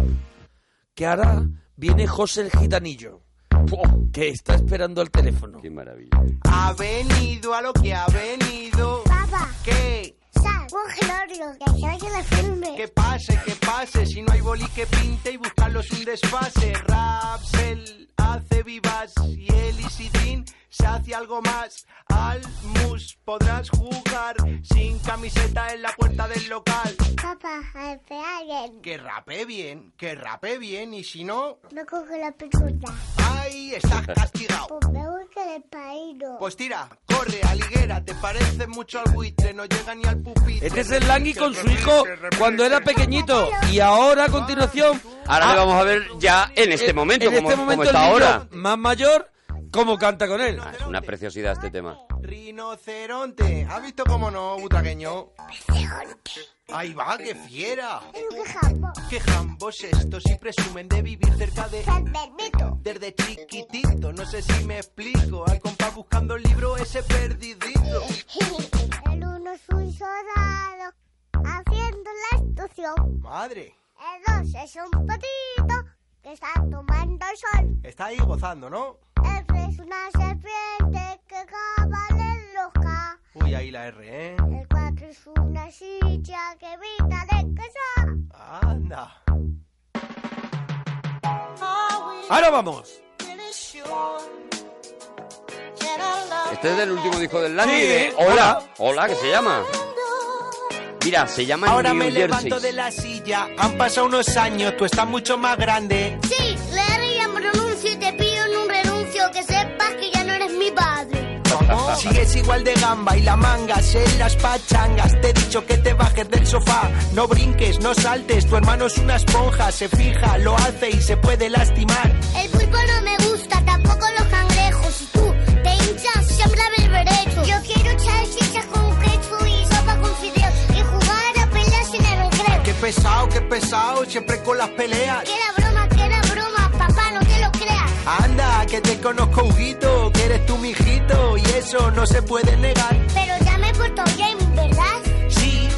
[SPEAKER 2] Que ahora viene José el Gitanillo, que está esperando el teléfono.
[SPEAKER 3] Qué maravilla.
[SPEAKER 8] Ha venido a lo que ha venido.
[SPEAKER 9] Papá,
[SPEAKER 8] ¿Qué?
[SPEAKER 9] sal, un gelorio, que quiero que le filme.
[SPEAKER 8] Que pase, que pase. Si no hay boli que pinte y buscarlo es un desfase. Rapsel hace vivas y el Isidrin se hace algo más. Al mus podrás jugar sin camiseta en la puerta del local.
[SPEAKER 9] Papá, espera bien.
[SPEAKER 8] Que rape bien, que rape bien y si no,
[SPEAKER 9] No coge la pelota.
[SPEAKER 8] ¡ay! Estás castigado.
[SPEAKER 9] Pues me voy que le pairo.
[SPEAKER 8] Pues tira, corre, aliguera, te parece mucho al buitre, no llega ni al pupitre.
[SPEAKER 2] Este es el Langui con su hijo cuando era pequeñito. Y ahora, a continuación...
[SPEAKER 3] Ahora
[SPEAKER 2] ah,
[SPEAKER 3] le vamos a ver ya en este
[SPEAKER 2] en-
[SPEAKER 3] momento,
[SPEAKER 2] en
[SPEAKER 3] como,
[SPEAKER 2] este momento
[SPEAKER 3] como está
[SPEAKER 2] el niño
[SPEAKER 3] ahora.
[SPEAKER 2] más mayor, cómo canta con él.
[SPEAKER 3] Ah, es una preciosidad este tema.
[SPEAKER 8] Rinoceronte, ¿has visto cómo no, butaqueño? Ahí va, qué fiera.
[SPEAKER 9] Tengo que jambo.
[SPEAKER 8] Qué jambos estos y presumen de vivir cerca de...
[SPEAKER 9] San Bernardo.
[SPEAKER 8] Desde chiquitito, no sé si me explico. Al compás buscando el libro ese perdidito.
[SPEAKER 9] El uno es un soldado haciendo la instrucción.
[SPEAKER 8] Madre,
[SPEAKER 9] El dos es un patito que está tomando el sol.
[SPEAKER 8] está ahí gozando, ¿no?
[SPEAKER 9] El tres es una serpiente que acaba de loca.
[SPEAKER 8] Uy, ahí la R, ¿eh?
[SPEAKER 9] El cuatro es una silla que evita de casa.
[SPEAKER 8] Anda.
[SPEAKER 2] Ahora vamos.
[SPEAKER 3] Este es del último disco del Landy.
[SPEAKER 2] Sí,
[SPEAKER 3] de
[SPEAKER 2] hola.
[SPEAKER 3] Hola, hola, que se llama. Mira, se llama
[SPEAKER 8] Ahora
[SPEAKER 3] New
[SPEAKER 8] me
[SPEAKER 3] Jersey.
[SPEAKER 8] levanto de la silla. Han pasado unos años, tú estás mucho más grande.
[SPEAKER 9] Sí, le haré la pronuncio y te pido en un renuncio que sepas que ya no eres mi padre.
[SPEAKER 8] ¿Cómo? Sigues igual de gamba y la mangas en las pachangas. Te he dicho que te bajes del sofá. No brinques, no saltes. Tu hermano es una esponja. Se fija, lo hace y se puede lastimar.
[SPEAKER 9] El pulpo no me gusta, tampoco los cangrejos. Y tú te hinchas, siempre el derecho. Yo quiero salchichas con ketchup y sopa con fideos. Y jugar a peleas en el recreo.
[SPEAKER 8] Qué pesado, qué pesado, siempre con las peleas.
[SPEAKER 9] Que era broma, que era broma, papá, no te lo creas.
[SPEAKER 8] Anda, que te conozco, Huguito, que eres tu mijito y eso no se puede negar.
[SPEAKER 9] Pero ya me porto bien, ¿verdad?
[SPEAKER 8] Sí,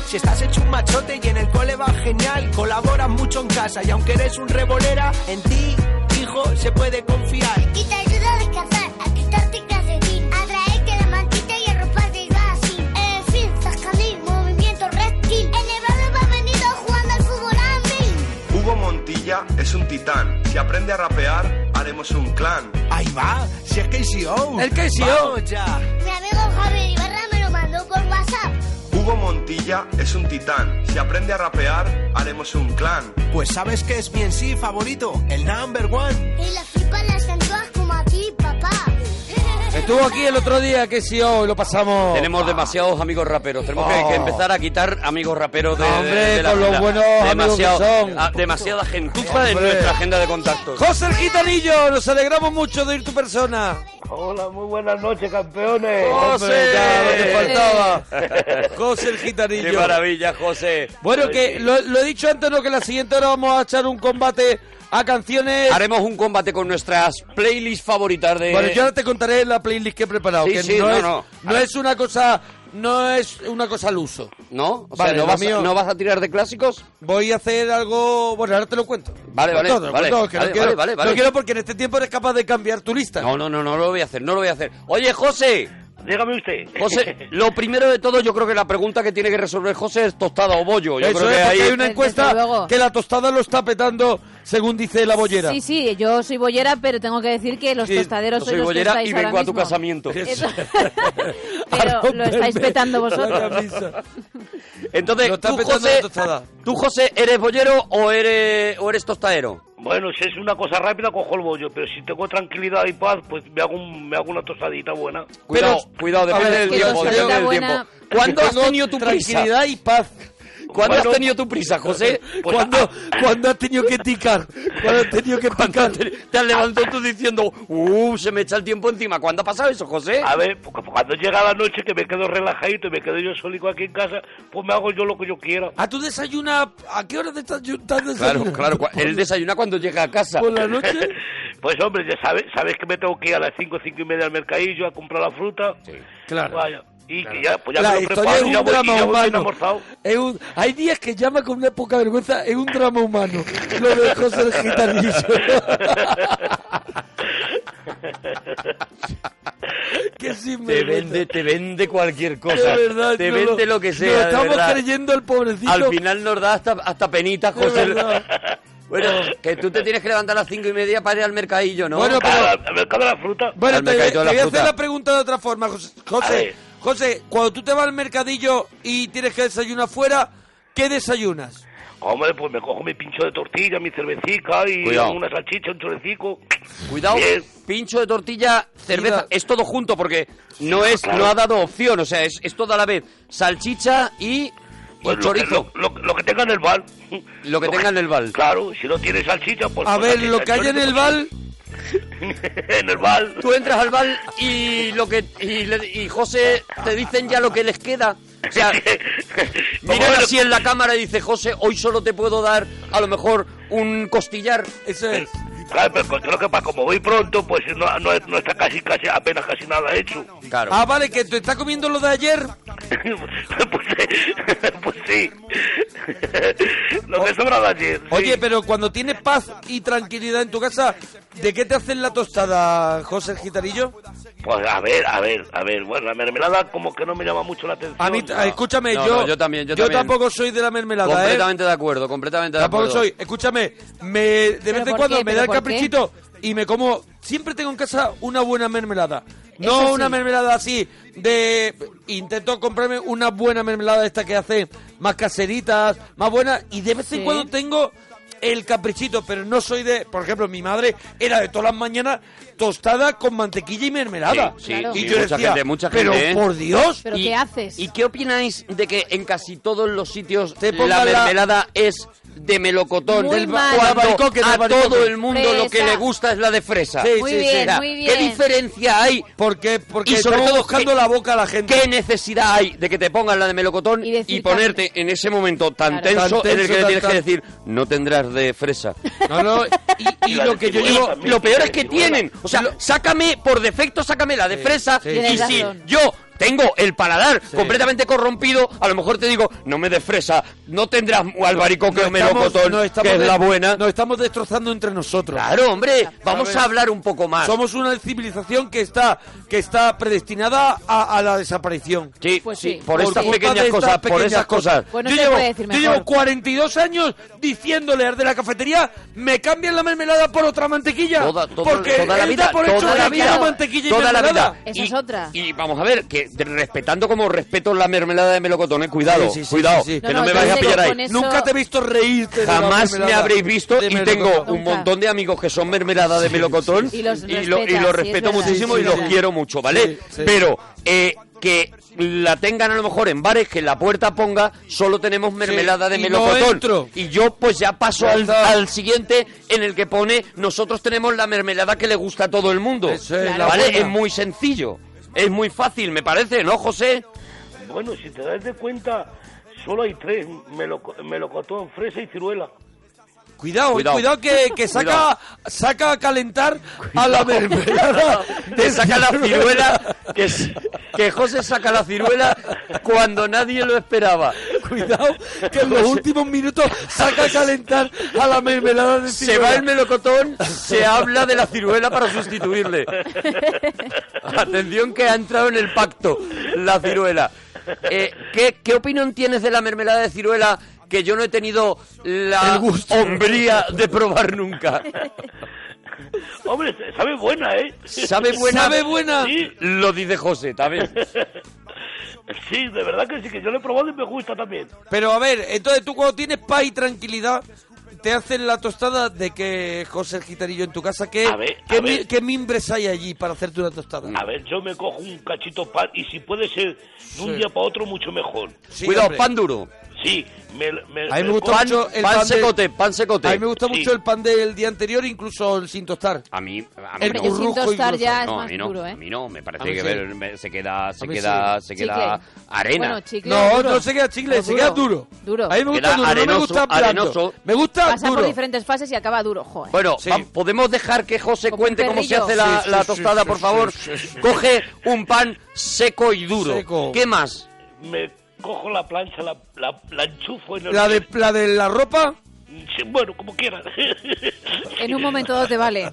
[SPEAKER 8] Si estás hecho un machote y en el cole va genial, colaboras mucho en casa y aunque eres un revolera, en ti, hijo, se puede confiar.
[SPEAKER 9] Y te ayuda a descansar, a quitarte calcetín, a traerte la mantita y a roparte el así. En fin, zascamín, movimiento reptil. En el barrio va venido jugando al fútbol ambi.
[SPEAKER 10] Hugo Montilla es un titán. Si aprende a rapear, haremos un clan.
[SPEAKER 8] Ahí va, si es K C O.
[SPEAKER 2] El K C O.
[SPEAKER 8] Vamos ya.
[SPEAKER 9] Mi amigo Javier Ibarra me lo mandó por WhatsApp.
[SPEAKER 10] Hugo Montilla es un titán. Si aprende a rapear, haremos un clan.
[SPEAKER 8] Pues ¿sabes qué es mi en sí favorito? El number one.
[SPEAKER 9] Y las flipan las cantoas como a ti, papá.
[SPEAKER 2] Estuvo aquí el otro día, que sí, hoy lo pasamos.
[SPEAKER 3] Tenemos demasiados amigos raperos. Tenemos que,
[SPEAKER 2] Oh.
[SPEAKER 3] que empezar a quitar amigos raperos de,
[SPEAKER 2] Hombre,
[SPEAKER 3] de- de la
[SPEAKER 2] con los
[SPEAKER 3] agenda.
[SPEAKER 2] buenos amigos que son.
[SPEAKER 3] ah, demasiada gentuza en
[SPEAKER 2] Hombre.
[SPEAKER 3] nuestra agenda de contactos.
[SPEAKER 2] José el Gitanillo, nos alegramos mucho de ir tu persona.
[SPEAKER 11] Hola, muy buenas noches, campeones.
[SPEAKER 2] Hombre, ya lo que faltaba. José el Gitanillo.
[SPEAKER 3] ¡Qué maravilla, José!
[SPEAKER 2] Bueno, que lo, lo he dicho antes, ¿no? Que la siguiente hora vamos a echar un combate a canciones.
[SPEAKER 3] Haremos un combate con nuestras playlists favoritas de...
[SPEAKER 2] Bueno, yo ahora te contaré la playlist que he preparado.
[SPEAKER 3] Sí,
[SPEAKER 2] que
[SPEAKER 3] sí,
[SPEAKER 2] no,
[SPEAKER 3] no,
[SPEAKER 2] es,
[SPEAKER 3] no.
[SPEAKER 2] no es una cosa, no es una cosa al uso.
[SPEAKER 3] ¿No? O
[SPEAKER 2] Vale,
[SPEAKER 3] sea, ¿no
[SPEAKER 2] lo
[SPEAKER 3] vas,
[SPEAKER 2] mío-
[SPEAKER 3] ¿no vas a tirar de clásicos?
[SPEAKER 2] Voy a hacer algo. Bueno, ahora te lo cuento.
[SPEAKER 3] Vale, vale,
[SPEAKER 2] Todo,
[SPEAKER 3] vale,
[SPEAKER 2] todo, que
[SPEAKER 3] vale,
[SPEAKER 2] no quiero,
[SPEAKER 3] vale, vale, vale.
[SPEAKER 2] no quiero porque en este tiempo eres capaz de cambiar tu lista.
[SPEAKER 3] No, no, no, no lo voy a hacer, no lo voy a hacer. Oye, José.
[SPEAKER 11] Dígame usted.
[SPEAKER 3] José, lo primero de todo, yo creo que la pregunta que tiene que resolver José es tostada o bollo. Yo
[SPEAKER 2] Eso
[SPEAKER 3] creo
[SPEAKER 2] es,
[SPEAKER 3] que
[SPEAKER 2] porque
[SPEAKER 3] ahí...
[SPEAKER 2] hay una
[SPEAKER 4] Desde
[SPEAKER 2] encuesta
[SPEAKER 4] luego.
[SPEAKER 2] que la tostada lo está petando, según dice la bollera.
[SPEAKER 4] Sí, sí, yo soy bollera, pero tengo que decir que los
[SPEAKER 2] Sí,
[SPEAKER 4] tostaderos
[SPEAKER 3] Yo
[SPEAKER 4] sois
[SPEAKER 3] soy
[SPEAKER 4] los
[SPEAKER 3] bollera
[SPEAKER 4] que
[SPEAKER 3] y
[SPEAKER 4] estáis
[SPEAKER 3] vengo
[SPEAKER 4] ahora
[SPEAKER 3] a tu
[SPEAKER 4] mismo.
[SPEAKER 3] casamiento.
[SPEAKER 4] Eso. Pero lo estáis petando
[SPEAKER 2] La
[SPEAKER 4] vosotros.
[SPEAKER 2] camisa.
[SPEAKER 3] Entonces,
[SPEAKER 2] Lo está
[SPEAKER 3] tú
[SPEAKER 2] petando
[SPEAKER 3] José,
[SPEAKER 2] la tostada.
[SPEAKER 3] ¿tú, José, eres bollero o eres, o eres tostadero?
[SPEAKER 11] Bueno, si es una cosa rápida, cojo el bollo, pero si tengo tranquilidad y paz, pues me hago, un, me hago una tostadita buena.
[SPEAKER 3] Cuidado,
[SPEAKER 2] Pero-
[SPEAKER 3] cuidado,
[SPEAKER 2] a
[SPEAKER 3] depende
[SPEAKER 2] ver,
[SPEAKER 3] del
[SPEAKER 2] que
[SPEAKER 3] tiempo,
[SPEAKER 4] tostadita
[SPEAKER 3] depende del
[SPEAKER 4] buena-
[SPEAKER 3] tiempo. ¿Cuándo has
[SPEAKER 2] Tengo
[SPEAKER 3] tenido tu prisa?
[SPEAKER 2] tranquilidad y paz.
[SPEAKER 3] ¿Cuándo
[SPEAKER 11] Bueno,
[SPEAKER 3] has tenido tu prisa, José?
[SPEAKER 11] Pues,
[SPEAKER 2] cuando,
[SPEAKER 11] ah,
[SPEAKER 2] cuando has tenido que ticar. Cuando has tenido que
[SPEAKER 3] Cuando
[SPEAKER 2] picar.
[SPEAKER 3] te, te has levantado tú diciendo, uh, se me echa el tiempo encima. ¿Cuándo ha pasado eso, José?
[SPEAKER 11] A ver, porque cuando llega la noche que me quedo relajadito y me quedo yo solico aquí en casa, pues me hago yo lo que yo quiera.
[SPEAKER 2] ¿A tu desayuna? ¿A qué hora te estás estás
[SPEAKER 3] Claro,
[SPEAKER 2] desayunando?
[SPEAKER 3] claro. cua- Él desayuna cuando llega a casa.
[SPEAKER 2] ¿Por la noche?
[SPEAKER 11] Pues hombre, ya sabes, sabes que me tengo que ir a las cinco, cinco y media al mercadillo a comprar la fruta.
[SPEAKER 2] Claro.
[SPEAKER 11] Vaya. Y que ya, pues ya
[SPEAKER 2] La
[SPEAKER 11] me lo
[SPEAKER 2] historia
[SPEAKER 11] preparo
[SPEAKER 2] es
[SPEAKER 11] y
[SPEAKER 2] un
[SPEAKER 11] ya voy, y
[SPEAKER 2] drama
[SPEAKER 11] ya voy bien
[SPEAKER 2] humano.
[SPEAKER 11] almorzado.
[SPEAKER 2] Es un- hay días que llama con una poca vergüenza, es un drama humano. Lo de José el Gitanillo. Que
[SPEAKER 3] Te
[SPEAKER 2] sinvergüenza.
[SPEAKER 3] vende, te vende cualquier cosa.
[SPEAKER 2] De verdad,
[SPEAKER 3] te
[SPEAKER 2] no
[SPEAKER 3] vende lo que
[SPEAKER 2] nos
[SPEAKER 3] sea. de
[SPEAKER 2] estamos
[SPEAKER 3] verdad.
[SPEAKER 2] creyendo el pobrecito.
[SPEAKER 3] Al final nos da hasta, hasta penita,
[SPEAKER 2] De
[SPEAKER 3] José.
[SPEAKER 2] verdad.
[SPEAKER 3] Bueno, que tú te tienes que levantar a las cinco y media para ir al mercadillo, ¿no?
[SPEAKER 2] Bueno, pero-
[SPEAKER 11] Al al mercado de la fruta.
[SPEAKER 2] Bueno,
[SPEAKER 3] Al
[SPEAKER 2] te, te
[SPEAKER 3] mercadito de la
[SPEAKER 2] voy a
[SPEAKER 3] fruta.
[SPEAKER 2] hacer la pregunta de otra forma, José.
[SPEAKER 11] A
[SPEAKER 2] José,
[SPEAKER 11] ver.
[SPEAKER 2] José, cuando tú te vas al mercadillo y tienes que desayunar fuera, ¿qué desayunas?
[SPEAKER 11] Hombre, pues me cojo mi pincho de tortilla, mi cervecica y
[SPEAKER 3] Cuidado.
[SPEAKER 11] una salchicha, un chorecico.
[SPEAKER 3] Cuidado,
[SPEAKER 11] Bien.
[SPEAKER 3] pincho de tortilla, cerveza,
[SPEAKER 2] Mira.
[SPEAKER 3] es todo junto porque no es,
[SPEAKER 11] claro.
[SPEAKER 3] no ha dado opción, o sea, es, es todo a la vez. Salchicha y, y
[SPEAKER 11] Pues lo que,
[SPEAKER 3] chorizo.
[SPEAKER 11] lo, lo- lo que tenga en el bal.
[SPEAKER 3] Lo que tenga en el bal.
[SPEAKER 11] Claro, si no tiene salchicha, pues...
[SPEAKER 2] A
[SPEAKER 11] pues
[SPEAKER 2] ver,
[SPEAKER 11] aquí
[SPEAKER 2] lo
[SPEAKER 11] está
[SPEAKER 2] que hay en
[SPEAKER 11] chorizo,
[SPEAKER 2] el
[SPEAKER 11] pues,
[SPEAKER 2] bal,
[SPEAKER 11] en el bal.
[SPEAKER 3] Tú entras al bal y lo que y, le- y José te dicen ya lo que les queda. O sea, miran
[SPEAKER 11] Bueno,
[SPEAKER 3] así en la cámara y dice, José, hoy solo te puedo dar a lo mejor un costillar.
[SPEAKER 2] eso es.
[SPEAKER 11] Claro, pero creo que para como voy pronto, pues no, no, no está casi, casi, apenas casi nada hecho.
[SPEAKER 3] Claro.
[SPEAKER 2] Ah, vale, que te está comiendo lo de ayer.
[SPEAKER 11] pues, pues sí. Lo que sobra de ayer. sí.
[SPEAKER 2] Oye, pero cuando tienes paz y tranquilidad en tu casa, ¿de qué te hacen la tostada, José el Gitanillo?
[SPEAKER 11] Pues a ver, a ver, a ver. Bueno, la mermelada como que no me llama mucho la atención.
[SPEAKER 2] A mí,
[SPEAKER 11] No.
[SPEAKER 2] escúchame,
[SPEAKER 3] No,
[SPEAKER 2] yo,
[SPEAKER 3] no, yo también, yo también.
[SPEAKER 2] tampoco soy de la mermelada, ¿eh?
[SPEAKER 3] completamente de acuerdo, completamente de
[SPEAKER 2] Tampoco
[SPEAKER 3] acuerdo.
[SPEAKER 2] soy. Escúchame, me, de vez en
[SPEAKER 4] por
[SPEAKER 2] cuando
[SPEAKER 4] qué?
[SPEAKER 2] me
[SPEAKER 4] ¿Pero
[SPEAKER 2] da el
[SPEAKER 4] por qué?
[SPEAKER 2] caprichito y me como. Siempre tengo en casa una buena mermelada. No
[SPEAKER 4] Eso sí.
[SPEAKER 2] una mermelada así de. Intento comprarme una buena mermelada esta que hace más caseritas, más buena. Y de vez en
[SPEAKER 4] Sí.
[SPEAKER 2] cuando tengo el caprichito, pero no soy de. Por ejemplo, mi madre era de todas las mañanas tostada con mantequilla y mermelada.
[SPEAKER 3] Sí, sí,
[SPEAKER 4] Claro.
[SPEAKER 2] Y
[SPEAKER 3] sí,
[SPEAKER 2] yo
[SPEAKER 3] mucha
[SPEAKER 2] decía,
[SPEAKER 3] gente, mucha
[SPEAKER 2] pero
[SPEAKER 3] gente, ¿eh?
[SPEAKER 2] por Dios.
[SPEAKER 4] ¿Pero
[SPEAKER 3] ¿Y-
[SPEAKER 4] qué haces?
[SPEAKER 3] ¿Y qué opináis de que en casi todos los sitios
[SPEAKER 2] Te
[SPEAKER 3] la
[SPEAKER 2] pongan la-
[SPEAKER 3] mermelada es de melocotón?
[SPEAKER 4] Muy
[SPEAKER 3] del
[SPEAKER 4] mal.
[SPEAKER 3] cuando
[SPEAKER 2] albaricoque, del
[SPEAKER 3] a
[SPEAKER 2] albaricoque.
[SPEAKER 3] todo el mundo lo que
[SPEAKER 4] Fresa.
[SPEAKER 3] le gusta es la de fresa.
[SPEAKER 2] Sí,
[SPEAKER 4] Muy
[SPEAKER 2] sí, sí.
[SPEAKER 4] bien,
[SPEAKER 3] O sea,
[SPEAKER 4] muy
[SPEAKER 3] ¿qué
[SPEAKER 4] bien.
[SPEAKER 3] diferencia hay?
[SPEAKER 2] Porque, porque
[SPEAKER 3] Y sobre
[SPEAKER 2] estamos
[SPEAKER 3] todo,
[SPEAKER 2] buscando
[SPEAKER 3] ¿qué-
[SPEAKER 2] la boca a la gente.
[SPEAKER 3] ¿Qué necesidad hay de que te pongan la de melocotón
[SPEAKER 4] Y
[SPEAKER 3] y,
[SPEAKER 4] decir
[SPEAKER 3] ponerte en ese momento tan
[SPEAKER 4] Claro.
[SPEAKER 3] tenso,
[SPEAKER 2] Tan
[SPEAKER 3] en el
[SPEAKER 2] tenso,
[SPEAKER 3] que le
[SPEAKER 2] tan-
[SPEAKER 3] tienes
[SPEAKER 2] tan-
[SPEAKER 3] que decir, no tendrás de fresa?
[SPEAKER 2] No, no, y, y
[SPEAKER 11] la
[SPEAKER 2] lo
[SPEAKER 11] de
[SPEAKER 2] que yo
[SPEAKER 11] cebolla
[SPEAKER 2] llevo...
[SPEAKER 11] también.
[SPEAKER 3] Lo peor es que
[SPEAKER 11] Cebolla.
[SPEAKER 3] tienen, o sea, sácame, por defecto sácame la de fresa
[SPEAKER 2] sí.
[SPEAKER 3] y
[SPEAKER 4] Tienes
[SPEAKER 3] si
[SPEAKER 4] razón.
[SPEAKER 3] yo tengo el paladar sí. completamente corrompido, a lo mejor te digo, no me des fresa, no tendrás albaricoque o melocotón, no que es de, la buena.
[SPEAKER 2] Nos estamos destrozando entre nosotros.
[SPEAKER 3] Claro, hombre, vamos a hablar un poco más.
[SPEAKER 2] Somos una civilización que está que está predestinada a, a la desaparición.
[SPEAKER 3] Sí,
[SPEAKER 4] pues
[SPEAKER 3] sí,
[SPEAKER 4] sí.
[SPEAKER 3] por,
[SPEAKER 2] por
[SPEAKER 3] estas
[SPEAKER 2] culpa
[SPEAKER 3] pequeñas
[SPEAKER 2] de estas
[SPEAKER 3] cosas,
[SPEAKER 2] pequeñas
[SPEAKER 3] por esas cosas.
[SPEAKER 4] Pues no
[SPEAKER 2] yo,
[SPEAKER 4] se
[SPEAKER 2] llevo,
[SPEAKER 4] puede decir
[SPEAKER 2] yo
[SPEAKER 4] mejor.
[SPEAKER 2] llevo cuarenta y dos años diciéndole al de la cafetería, me cambian la mermelada por otra mantequilla.
[SPEAKER 3] Toda, toda,
[SPEAKER 2] porque
[SPEAKER 3] toda la
[SPEAKER 2] él
[SPEAKER 3] vida,
[SPEAKER 2] da por
[SPEAKER 3] toda
[SPEAKER 2] hecho
[SPEAKER 3] la
[SPEAKER 2] que
[SPEAKER 3] vida,
[SPEAKER 2] quiero mantequilla y
[SPEAKER 3] toda la
[SPEAKER 2] mermelada.
[SPEAKER 3] vida.
[SPEAKER 4] Esa
[SPEAKER 3] y,
[SPEAKER 4] es otra.
[SPEAKER 3] Y vamos a ver, que de- respetando como respeto la mermelada de melocotón, eh, cuidado,
[SPEAKER 2] Sí, sí, sí,
[SPEAKER 3] cuidado,
[SPEAKER 2] sí, sí.
[SPEAKER 3] que
[SPEAKER 4] No,
[SPEAKER 3] no,
[SPEAKER 4] no,
[SPEAKER 3] me
[SPEAKER 4] yo
[SPEAKER 3] vais a
[SPEAKER 4] sé
[SPEAKER 3] pillar
[SPEAKER 4] que
[SPEAKER 3] ahí.
[SPEAKER 4] con eso-
[SPEAKER 2] Nunca te he visto reírte de la
[SPEAKER 3] Jamás me
[SPEAKER 2] mermelada
[SPEAKER 3] habréis visto
[SPEAKER 2] de
[SPEAKER 3] y
[SPEAKER 2] melocotón.
[SPEAKER 3] tengo un
[SPEAKER 4] Nunca.
[SPEAKER 3] montón de amigos que son mermelada de melocotón
[SPEAKER 4] Y los
[SPEAKER 3] y, lo, y
[SPEAKER 4] respetas,
[SPEAKER 3] los
[SPEAKER 4] sí,
[SPEAKER 3] respeto
[SPEAKER 4] es verdad.
[SPEAKER 3] muchísimo
[SPEAKER 2] Sí,
[SPEAKER 3] y
[SPEAKER 2] sí,
[SPEAKER 3] los
[SPEAKER 2] sí.
[SPEAKER 3] quiero mucho, ¿vale?
[SPEAKER 2] Sí, sí.
[SPEAKER 3] Pero eh, que la tengan a lo mejor en bares que en la puerta ponga solo tenemos mermelada de
[SPEAKER 2] y no
[SPEAKER 3] melocotón
[SPEAKER 2] entro.
[SPEAKER 3] y yo pues ya paso
[SPEAKER 2] Ya
[SPEAKER 3] al,
[SPEAKER 2] está.
[SPEAKER 3] al siguiente en el que pone nosotros tenemos la mermelada que le gusta a todo el mundo.
[SPEAKER 2] Eso es, la
[SPEAKER 3] ¿Vale?
[SPEAKER 2] buena.
[SPEAKER 3] Es muy sencillo, es muy fácil, me parece, ¿no, José?
[SPEAKER 11] Bueno, si te das de cuenta, solo hay tres, meloco- melocotón, fresa y ciruela.
[SPEAKER 2] Cuidado,
[SPEAKER 3] Cuidado.
[SPEAKER 2] cuidado, que, que saca,
[SPEAKER 3] Cuidado.
[SPEAKER 2] saca a calentar a la mermelada.
[SPEAKER 3] Que saca la ciruela, que, s- que José saca la ciruela cuando nadie lo esperaba.
[SPEAKER 2] Cuidado, que en los últimos minutos saca a calentar a la mermelada de
[SPEAKER 3] Se
[SPEAKER 2] ciruela.
[SPEAKER 3] va el melocotón, se habla de la ciruela para sustituirle. Atención que ha entrado en el pacto la ciruela. Eh, ¿qué, ¿Qué opinión tienes de la mermelada de ciruela que yo no he tenido la
[SPEAKER 2] El gusto.
[SPEAKER 3] hombría de probar nunca?
[SPEAKER 11] Hombre, sabe buena, ¿eh?
[SPEAKER 3] ¿Sabe buena?
[SPEAKER 2] ¿Sabe buena?
[SPEAKER 11] Sí,
[SPEAKER 3] Lo dice José, también.
[SPEAKER 11] sí, de verdad que sí, que yo lo he probado y me gusta también.
[SPEAKER 2] Pero a ver, entonces tú cuando tienes paz y tranquilidad, te hacen la tostada de que José el Gitanillo en tu casa, ¿qué,
[SPEAKER 11] A ver, a
[SPEAKER 2] qué, mi-
[SPEAKER 11] ver.
[SPEAKER 2] qué mimbres hay allí para hacerte una tostada?
[SPEAKER 11] A ver, yo me cojo un cachito pan y si puede ser de un
[SPEAKER 2] Sí.
[SPEAKER 11] día para otro, mucho mejor.
[SPEAKER 2] Sí,
[SPEAKER 3] Cuidado,
[SPEAKER 2] hombre.
[SPEAKER 3] pan duro.
[SPEAKER 11] Sí, me, me,
[SPEAKER 2] A mí me gusta
[SPEAKER 3] Pan,
[SPEAKER 2] mucho el
[SPEAKER 3] pan
[SPEAKER 2] pan de-
[SPEAKER 3] secote, pan secote.
[SPEAKER 2] A mí me gusta
[SPEAKER 11] Sí.
[SPEAKER 2] mucho el pan del día anterior, incluso el sin tostar.
[SPEAKER 3] A mí, a mí
[SPEAKER 2] El
[SPEAKER 3] no.
[SPEAKER 4] Hombre, yo sin
[SPEAKER 2] currujo
[SPEAKER 4] tostar
[SPEAKER 2] incluso.
[SPEAKER 4] ya es
[SPEAKER 3] No, a
[SPEAKER 4] más
[SPEAKER 3] mí no,
[SPEAKER 4] duro, ¿eh?
[SPEAKER 3] a mí no, me parece
[SPEAKER 2] A mí
[SPEAKER 3] que
[SPEAKER 2] sí.
[SPEAKER 3] ver- me- se queda, se
[SPEAKER 2] A mí
[SPEAKER 3] queda,
[SPEAKER 2] sí.
[SPEAKER 3] se queda
[SPEAKER 4] Chicle.
[SPEAKER 3] arena.
[SPEAKER 4] Bueno, chicle
[SPEAKER 2] No,
[SPEAKER 4] duro.
[SPEAKER 2] no se queda chicle,
[SPEAKER 4] No,
[SPEAKER 2] se queda duro.
[SPEAKER 4] Duro.
[SPEAKER 2] A mí me gusta
[SPEAKER 3] Queda
[SPEAKER 2] duro, no me
[SPEAKER 3] arenoso,
[SPEAKER 2] gusta blando.
[SPEAKER 3] arenoso.
[SPEAKER 2] Me gusta
[SPEAKER 4] Pasa
[SPEAKER 2] duro.
[SPEAKER 4] por diferentes fases y acaba duro, joder.
[SPEAKER 3] Bueno,
[SPEAKER 2] Sí.
[SPEAKER 3] va- podemos dejar que José
[SPEAKER 4] Como un
[SPEAKER 3] cuente cómo se
[SPEAKER 4] perrillo.
[SPEAKER 3] hace la,
[SPEAKER 2] Sí, sí,
[SPEAKER 3] la
[SPEAKER 2] sí,
[SPEAKER 3] tostada,
[SPEAKER 2] sí,
[SPEAKER 3] por
[SPEAKER 2] sí,
[SPEAKER 3] favor.
[SPEAKER 2] sí, sí.
[SPEAKER 3] Coge un pan seco y duro.
[SPEAKER 2] Seco.
[SPEAKER 3] ¿Qué más?
[SPEAKER 11] me cojo la plancha, la, la, la enchufo en el...
[SPEAKER 2] La de, la de la ropa,
[SPEAKER 11] Sí, bueno, como quieras.
[SPEAKER 4] En un momento dado te vale.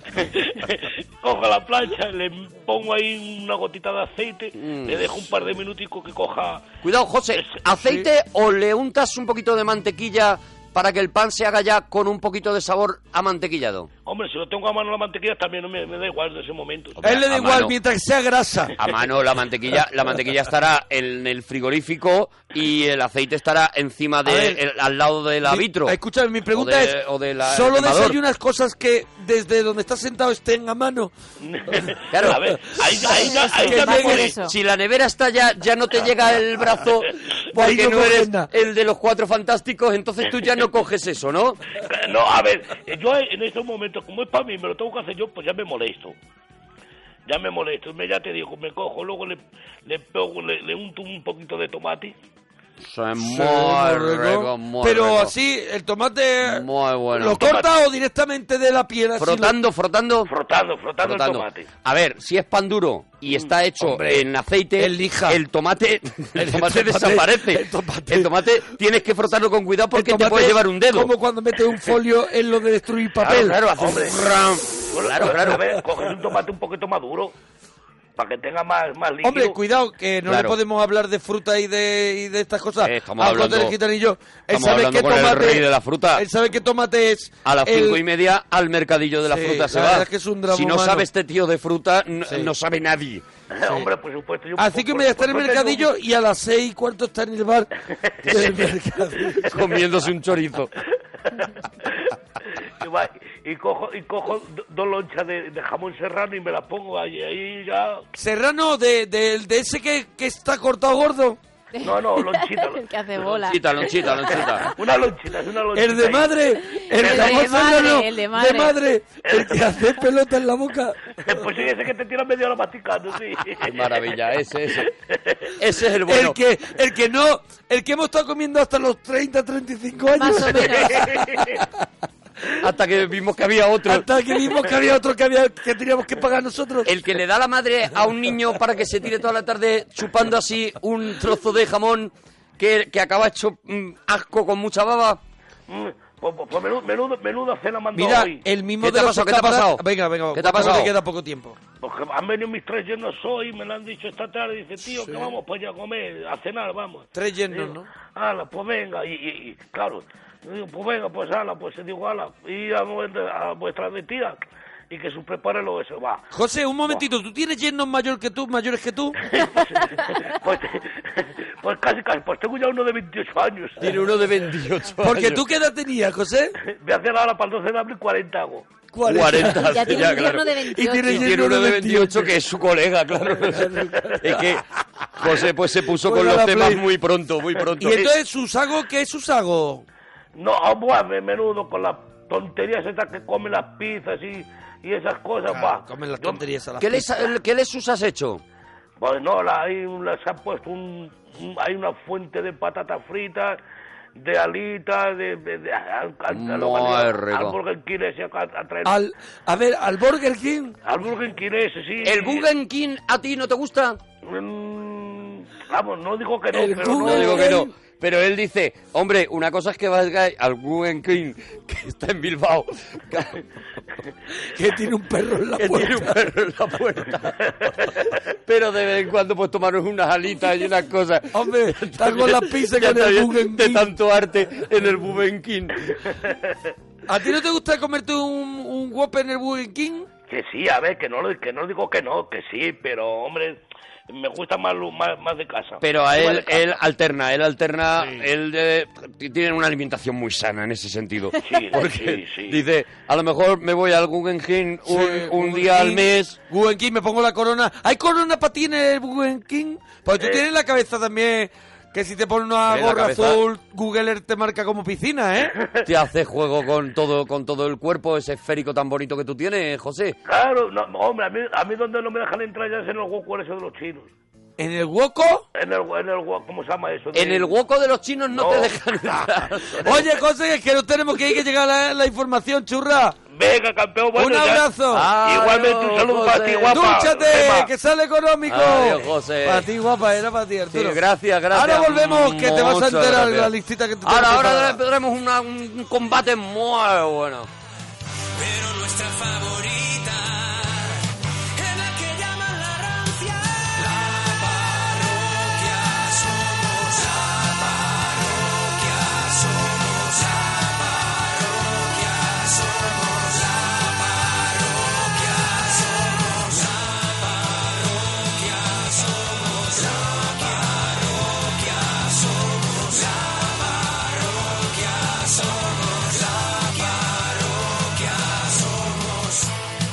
[SPEAKER 11] Cojo la plancha, le pongo ahí una gotita de aceite,
[SPEAKER 3] Mm.
[SPEAKER 11] le dejo un par de minuticos que coja...
[SPEAKER 3] Cuidado, José, ¿aceite o le untas un poquito de mantequilla para que el pan se haga ya con un poquito de sabor amantequillado?
[SPEAKER 11] Hombre, si lo tengo a mano la mantequilla también no me, me da igual en ese momento.
[SPEAKER 2] a él le da
[SPEAKER 3] a
[SPEAKER 2] igual
[SPEAKER 3] mano.
[SPEAKER 2] mientras que sea grasa.
[SPEAKER 3] A mano la mantequilla, la mantequilla estará en el frigorífico y el aceite estará encima
[SPEAKER 2] A
[SPEAKER 3] de
[SPEAKER 2] ver.
[SPEAKER 3] el- al lado del
[SPEAKER 2] Mi-
[SPEAKER 3] vitro.
[SPEAKER 2] Escúchame, mi pregunta
[SPEAKER 3] O de-
[SPEAKER 2] es,
[SPEAKER 3] o de la-
[SPEAKER 2] ¿solo
[SPEAKER 3] el quemador.
[SPEAKER 2] desayunas cosas que desde donde estás sentado estén a mano?
[SPEAKER 3] Claro.
[SPEAKER 11] A ver, ahí, ahí ya, ahí
[SPEAKER 2] Que
[SPEAKER 11] ya me
[SPEAKER 2] llegue
[SPEAKER 11] molesto.
[SPEAKER 4] eso.
[SPEAKER 3] Si la nevera está ya, ya no te llega el brazo
[SPEAKER 2] Ahí
[SPEAKER 3] porque
[SPEAKER 2] no
[SPEAKER 3] no
[SPEAKER 2] coges
[SPEAKER 3] eres
[SPEAKER 2] nada.
[SPEAKER 3] el de los cuatro fantásticos, entonces tú ya no coges eso, ¿no?
[SPEAKER 11] No, a ver, yo en estos momentos, como es para mí, me lo tengo que hacer yo, pues ya me molesto. Ya me molesto, me, ya te digo, me cojo, luego le, le, pongo, le, le unto un poquito de tomate.
[SPEAKER 3] Eso es muy
[SPEAKER 2] Sí, muy rico.
[SPEAKER 3] rico, muy
[SPEAKER 2] Pero
[SPEAKER 3] rico.
[SPEAKER 2] así, el tomate
[SPEAKER 3] Muy bueno.
[SPEAKER 2] lo corta o directamente de la piedra. así
[SPEAKER 3] Frotando, frotando.
[SPEAKER 11] Frotando, frotando, el
[SPEAKER 3] frotando.
[SPEAKER 11] tomate.
[SPEAKER 3] A ver, si es pan duro y está hecho
[SPEAKER 2] Hombre,
[SPEAKER 3] en aceite,
[SPEAKER 2] el lija.
[SPEAKER 3] el tomate, el
[SPEAKER 2] El
[SPEAKER 3] tomate
[SPEAKER 2] tomate-
[SPEAKER 3] desaparece.
[SPEAKER 2] el tomate-
[SPEAKER 3] El tomate tienes que frotarlo con cuidado
[SPEAKER 2] lo-
[SPEAKER 3] porque
[SPEAKER 2] el
[SPEAKER 3] te
[SPEAKER 2] tomate
[SPEAKER 3] puede llevar un dedo.
[SPEAKER 2] Como cuando metes un folio en lo de destruir papel.
[SPEAKER 3] Claro, claro, haces
[SPEAKER 11] Hombre.
[SPEAKER 3] ram.
[SPEAKER 11] Bueno,
[SPEAKER 3] Claro,
[SPEAKER 11] pues,
[SPEAKER 3] claro.
[SPEAKER 11] A ver, coges un tomate un poquito más duro, para que tenga más, más líquido.
[SPEAKER 2] Hombre, cuidado, que no
[SPEAKER 3] Claro.
[SPEAKER 2] le podemos hablar de fruta y de, y de estas cosas.
[SPEAKER 3] Eh, estamos
[SPEAKER 2] a
[SPEAKER 3] hablando-
[SPEAKER 2] José el Gitanillo. Él
[SPEAKER 3] estamos
[SPEAKER 2] sabe
[SPEAKER 3] hablando
[SPEAKER 2] qué
[SPEAKER 3] con el
[SPEAKER 2] tomate,
[SPEAKER 3] rey de la fruta.
[SPEAKER 2] Él sabe qué tomate es.
[SPEAKER 3] A las
[SPEAKER 2] el-
[SPEAKER 3] cinco y media al mercadillo de la
[SPEAKER 2] Sí,
[SPEAKER 3] fruta se
[SPEAKER 2] la
[SPEAKER 3] va.
[SPEAKER 2] verdad es que es un drama
[SPEAKER 3] si no
[SPEAKER 2] humano.
[SPEAKER 3] sabe este tío de fruta, n-
[SPEAKER 2] Sí.
[SPEAKER 3] no sabe nadie.
[SPEAKER 11] Hombre, por supuesto. Yo,
[SPEAKER 2] A las cinco y media está en el
[SPEAKER 11] por- por-
[SPEAKER 2] mercadillo y a las seis y cuarto está en el bar del mercadillo.
[SPEAKER 3] Comiéndose un chorizo.
[SPEAKER 11] Y, va- y cojo, y cojo do- dos lonchas de, de jamón serrano y me las pongo ahí, ahí ya...
[SPEAKER 2] Serrano, de, de, de ese que, que está cortado gordo.
[SPEAKER 11] No, no, lonchita.
[SPEAKER 4] El que hace bola.
[SPEAKER 3] Lonchita, lonchita, lonchita.
[SPEAKER 11] Una lonchita, es una lonchita.
[SPEAKER 2] El de
[SPEAKER 11] ahí.
[SPEAKER 2] madre. El,
[SPEAKER 4] El
[SPEAKER 2] jamón
[SPEAKER 4] de madre,
[SPEAKER 2] serrano
[SPEAKER 4] el de madre.
[SPEAKER 2] El que hace pelota en la boca.
[SPEAKER 11] Pues sí, ese que te tira media hora masticando, sí.
[SPEAKER 3] Qué maravilla, ese, ese. Ese es el bueno.
[SPEAKER 2] El que, el que no, el que hemos estado comiendo hasta los treinta, treinta y cinco años.
[SPEAKER 4] Más o menos.
[SPEAKER 3] hasta que vimos que había otro.
[SPEAKER 2] Hasta que vimos que había otro que, había, que teníamos que pagar nosotros.
[SPEAKER 3] El que le da la madre a un niño para que se tire toda la tarde chupando así un trozo de jamón que, que acaba hecho mm, asco con mucha baba.
[SPEAKER 11] Mm, Pues, pues, pues menudo, menudo, menuda cena mandó
[SPEAKER 2] Mira,
[SPEAKER 11] hoy.
[SPEAKER 2] el mismo
[SPEAKER 3] ¿Qué te
[SPEAKER 2] de
[SPEAKER 3] ha
[SPEAKER 2] los
[SPEAKER 3] pasado? ¿Qué te ha pasado?
[SPEAKER 2] Venga, venga,
[SPEAKER 3] ¿Qué te ha
[SPEAKER 2] porque
[SPEAKER 3] pasado?
[SPEAKER 2] te queda poco tiempo.
[SPEAKER 11] Porque han venido mis tres yernos hoy, me lo han dicho esta tarde. Dice, tío,
[SPEAKER 2] Sí.
[SPEAKER 11] que vamos para allá a comer, a cenar, vamos.
[SPEAKER 2] Tres yernos,
[SPEAKER 11] Digo,
[SPEAKER 2] ¿no?
[SPEAKER 11] Ala, pues venga. Y, y, y claro, yo digo, pues venga, pues ala, pues digo, ala, y a, a vuestras de tía, y que se prepare lo eso, va.
[SPEAKER 2] José, un momentito, ¿tú tienes yernos mayor que tú, mayores que tú?
[SPEAKER 11] Pues, pues casi, casi, pues tengo ya uno de veintiocho años.
[SPEAKER 3] Tiene uno de veintiocho
[SPEAKER 2] Porque
[SPEAKER 3] años.
[SPEAKER 2] tú, ¿qué edad tenías, José?
[SPEAKER 11] Voy a hacer ahora para el doce de abril cuarenta hago.
[SPEAKER 3] cuarenta.
[SPEAKER 4] Ya tiene
[SPEAKER 3] ya,
[SPEAKER 4] un
[SPEAKER 3] claro.
[SPEAKER 4] yerno de
[SPEAKER 2] Y
[SPEAKER 4] veintiocho.
[SPEAKER 2] tiene
[SPEAKER 3] Y tiene uno de veintiocho que es su colega, claro. Es que José pues se puso
[SPEAKER 2] Juega
[SPEAKER 3] con los
[SPEAKER 2] la
[SPEAKER 3] temas
[SPEAKER 2] Play.
[SPEAKER 3] muy pronto, muy pronto.
[SPEAKER 2] Y entonces, ¿Susago qué es Susago?
[SPEAKER 11] No, ah, buah, me- menudo con las tonterías estas que comen las pizzas y, y esas cosas, va.
[SPEAKER 2] Comen las
[SPEAKER 11] Yo-
[SPEAKER 2] tonterías a las
[SPEAKER 3] ¿Qué les,
[SPEAKER 2] pizzas.
[SPEAKER 3] ¿Qué les has hecho?
[SPEAKER 11] Pues no, la, hay, una- se ha puesto un, un- hay una fuente de patatas fritas, de alitas, de... de, de al, al, al-
[SPEAKER 3] Muy
[SPEAKER 11] al-
[SPEAKER 3] rico.
[SPEAKER 11] al Burger King ese a, a traer...
[SPEAKER 2] Al, a ver, al Burger King.
[SPEAKER 11] al Burger King ese, sí.
[SPEAKER 3] ¿El Burger King a ti no te gusta?
[SPEAKER 11] Mm, vamos, no digo que no,
[SPEAKER 2] El
[SPEAKER 11] pero
[SPEAKER 3] No
[SPEAKER 2] Burger
[SPEAKER 11] no...
[SPEAKER 3] digo que no. Pero él dice, hombre, una cosa es que vayáis al Burger King, que está en Bilbao,
[SPEAKER 2] Que tiene un perro en la
[SPEAKER 3] que tiene un
[SPEAKER 2] puerta.
[SPEAKER 3] perro en la puerta. Pero de vez en cuando pues tomaros unas alitas y unas cosas.
[SPEAKER 2] Hombre, está con las pizzas
[SPEAKER 3] Ya
[SPEAKER 2] con
[SPEAKER 3] está
[SPEAKER 2] el
[SPEAKER 3] bien
[SPEAKER 2] Burger
[SPEAKER 3] de
[SPEAKER 2] King.
[SPEAKER 3] tanto arte en el Burger King.
[SPEAKER 2] ¿A ti no te gusta comerte un, un Whopper en el Burger King?
[SPEAKER 11] Que sí, a ver, que no, lo- que no digo que no, que sí, pero hombre, me gusta más, lo- más, más de casa.
[SPEAKER 3] Pero a
[SPEAKER 11] Sí, más
[SPEAKER 3] él,
[SPEAKER 11] de casa.
[SPEAKER 3] él alterna, él alterna,
[SPEAKER 11] Sí.
[SPEAKER 3] él de- tiene una alimentación muy sana en ese sentido.
[SPEAKER 11] Sí,
[SPEAKER 3] Porque
[SPEAKER 11] sí, sí.
[SPEAKER 3] dice, a lo mejor me voy al Guggenheim un,
[SPEAKER 2] Sí,
[SPEAKER 3] un
[SPEAKER 2] Burger
[SPEAKER 3] día al
[SPEAKER 2] King.
[SPEAKER 3] mes.
[SPEAKER 2] Burger King, me pongo la corona. ¿Hay corona para ti en el Burger King? Pues tú
[SPEAKER 11] Eh.
[SPEAKER 2] tienes la cabeza también, que si te pones una
[SPEAKER 3] Eh, la
[SPEAKER 2] gorra
[SPEAKER 3] cabeza.
[SPEAKER 2] azul, Google Earth te marca como piscina, ¿eh?
[SPEAKER 3] Te hace juego con todo, con todo el cuerpo, ese esférico tan bonito que tú tienes, José.
[SPEAKER 11] Claro, no, hombre, a mí, a mí donde no me dejan entrar ya es en el hueco ese de los chinos.
[SPEAKER 2] ¿En el Woco?
[SPEAKER 11] En el, en el hueco, ¿cómo se llama eso? De-
[SPEAKER 3] En el hueco de los chinos no,
[SPEAKER 11] No.
[SPEAKER 3] te dejan entrar.
[SPEAKER 2] Oye, José, es que nos tenemos que ir, que llega la, la información, churra.
[SPEAKER 11] Venga, campeón, bueno,
[SPEAKER 2] Un
[SPEAKER 11] ya-
[SPEAKER 2] abrazo.
[SPEAKER 3] Ah,
[SPEAKER 11] Igualmente un saludo
[SPEAKER 3] José.
[SPEAKER 11] para ti, guapa.
[SPEAKER 2] ¡Dúchate!
[SPEAKER 11] Gemma.
[SPEAKER 2] ¡Que sale económico!
[SPEAKER 3] Adiós, José.
[SPEAKER 2] Para ti, guapa, era para ti,
[SPEAKER 3] Sí,
[SPEAKER 2] Arturo.
[SPEAKER 3] gracias, gracias.
[SPEAKER 2] Ahora volvemos, que te vas a
[SPEAKER 3] Muchas
[SPEAKER 2] enterar de
[SPEAKER 3] gracias.
[SPEAKER 2] la listita que te
[SPEAKER 3] Ahora,
[SPEAKER 2] tengo
[SPEAKER 3] ahora
[SPEAKER 2] preparada.
[SPEAKER 3] tendremos una- un combate muy bueno.
[SPEAKER 1] Pero nuestra favorita es la que llaman la rancia. La parroquia somos, la parroquia somos, la parroquia somos, la parroquia somos, la parroquia somos, la parroquia somos, la parroquia somos, la parroquia somos.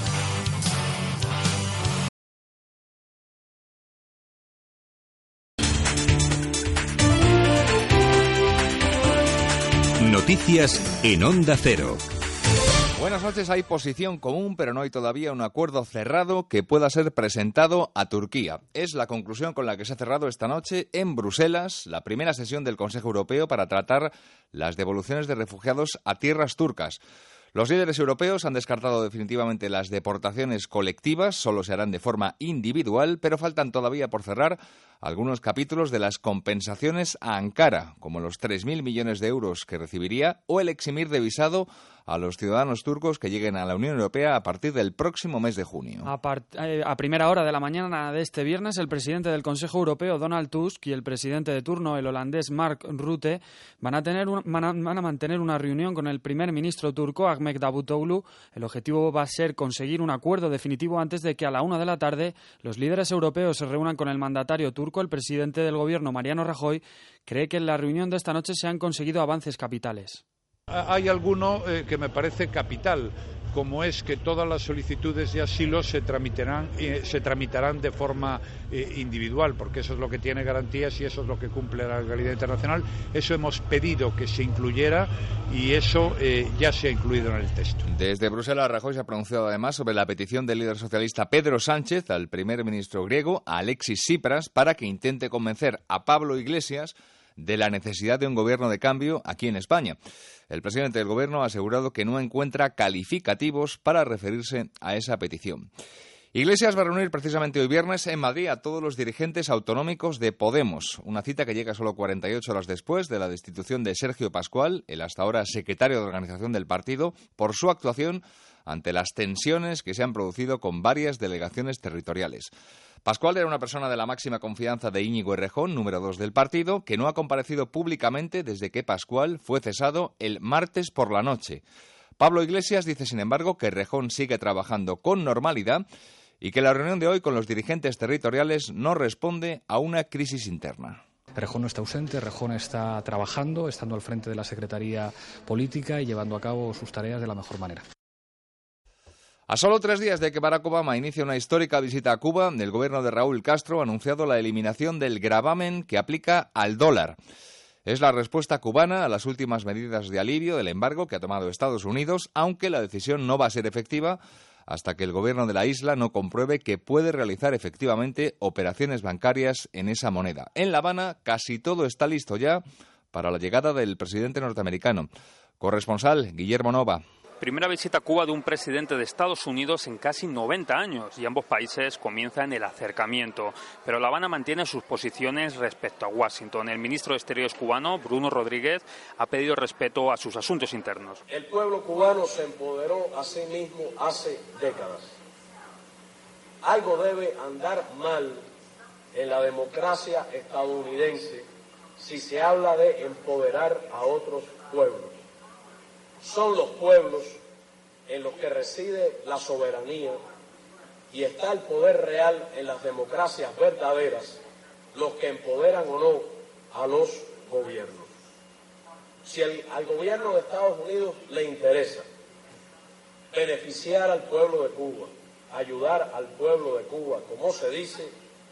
[SPEAKER 12] Noticias en Onda Cero.
[SPEAKER 6] Buenas noches. Hay posición común, pero no hay todavía un acuerdo cerrado que pueda ser presentado a Turquía. Es la conclusión con la que se ha cerrado esta noche en Bruselas la primera sesión del Consejo Europeo para tratar las devoluciones de refugiados a tierras turcas. Los líderes europeos han descartado definitivamente las deportaciones colectivas, solo se harán de forma individual, pero faltan todavía por cerrar algunos capítulos de las compensaciones a Ankara, como los tres mil millones de euros que recibiría o el eximir de visado a los ciudadanos turcos que lleguen a la Unión Europea a partir del próximo mes de junio.
[SPEAKER 13] A, part- eh, a primera hora de la mañana de este viernes, el presidente del Consejo Europeo, Donald Tusk, y el presidente de turno, el holandés Mark Rutte, van a, tener un- van a, van a mantener una reunión con el primer ministro turco, Ahmet Davutoglu. El objetivo va a ser conseguir un acuerdo definitivo antes de que a la una de la tarde los líderes europeos se reúnan con el mandatario turco. El presidente del gobierno, Mariano Rajoy, cree que en la reunión de esta noche se han conseguido avances capitales.
[SPEAKER 14] Hay alguno eh, que me parece capital, como es que todas las solicitudes de asilo se tramitarán, eh, se tramitarán de forma eh, individual, porque eso es lo que tiene garantías y eso es lo que cumple la legalidad internacional. Eso hemos pedido que se incluyera y eso eh, ya se ha incluido en el texto.
[SPEAKER 6] Desde Bruselas, Rajoy se ha pronunciado además sobre la petición del líder socialista Pedro Sánchez al primer ministro griego, Alexis Tsipras, para que intente convencer a Pablo Iglesias de la necesidad de un gobierno de cambio aquí en España. El presidente del gobierno ha asegurado que no encuentra calificativos para referirse a esa petición. Iglesias va a reunir precisamente hoy viernes en Madrid a todos los dirigentes autonómicos de Podemos, una cita que llega solo cuarenta y ocho horas después de la destitución de Sergio Pascual, el hasta ahora secretario de organización del partido, por su actuación ante las tensiones que se han producido con varias delegaciones territoriales. Pascual era una persona de la máxima confianza de Íñigo Errejón, número dos del partido, que no ha comparecido públicamente desde que Pascual fue cesado el martes por la noche. Pablo Iglesias dice, sin embargo, que Errejón sigue trabajando con normalidad y que la reunión de hoy con los dirigentes territoriales no responde a una crisis interna.
[SPEAKER 15] Errejón no está ausente, Errejón está trabajando, estando al frente de la Secretaría Política y llevando a cabo sus tareas de la mejor manera.
[SPEAKER 6] A solo tres días de que Barack Obama inicie una histórica visita a Cuba, el gobierno de Raúl Castro ha anunciado la eliminación del gravamen que aplica al dólar. Es la respuesta cubana a las últimas medidas de alivio del embargo que ha tomado Estados Unidos, aunque la decisión no va a ser efectiva hasta que el gobierno de la isla no compruebe que puede realizar efectivamente operaciones bancarias en esa moneda. En La Habana casi todo está listo ya para la llegada del presidente norteamericano. Corresponsal Guillermo Nova.
[SPEAKER 16] Primera visita a Cuba de un presidente de Estados Unidos en casi noventa años y ambos países comienzan el acercamiento. Pero La Habana mantiene sus posiciones respecto a Washington. El ministro de Exteriores cubano, Bruno Rodríguez, ha pedido respeto a sus asuntos internos.
[SPEAKER 17] El pueblo cubano se empoderó a sí mismo hace décadas. Algo debe andar mal en la democracia estadounidense si se habla de empoderar a otros pueblos. Son los pueblos en los que reside la soberanía y está el poder real en las democracias verdaderas, los que empoderan o no a los gobiernos. Si el, al gobierno de Estados Unidos le interesa beneficiar al pueblo de Cuba, ayudar al pueblo de Cuba, como se dice,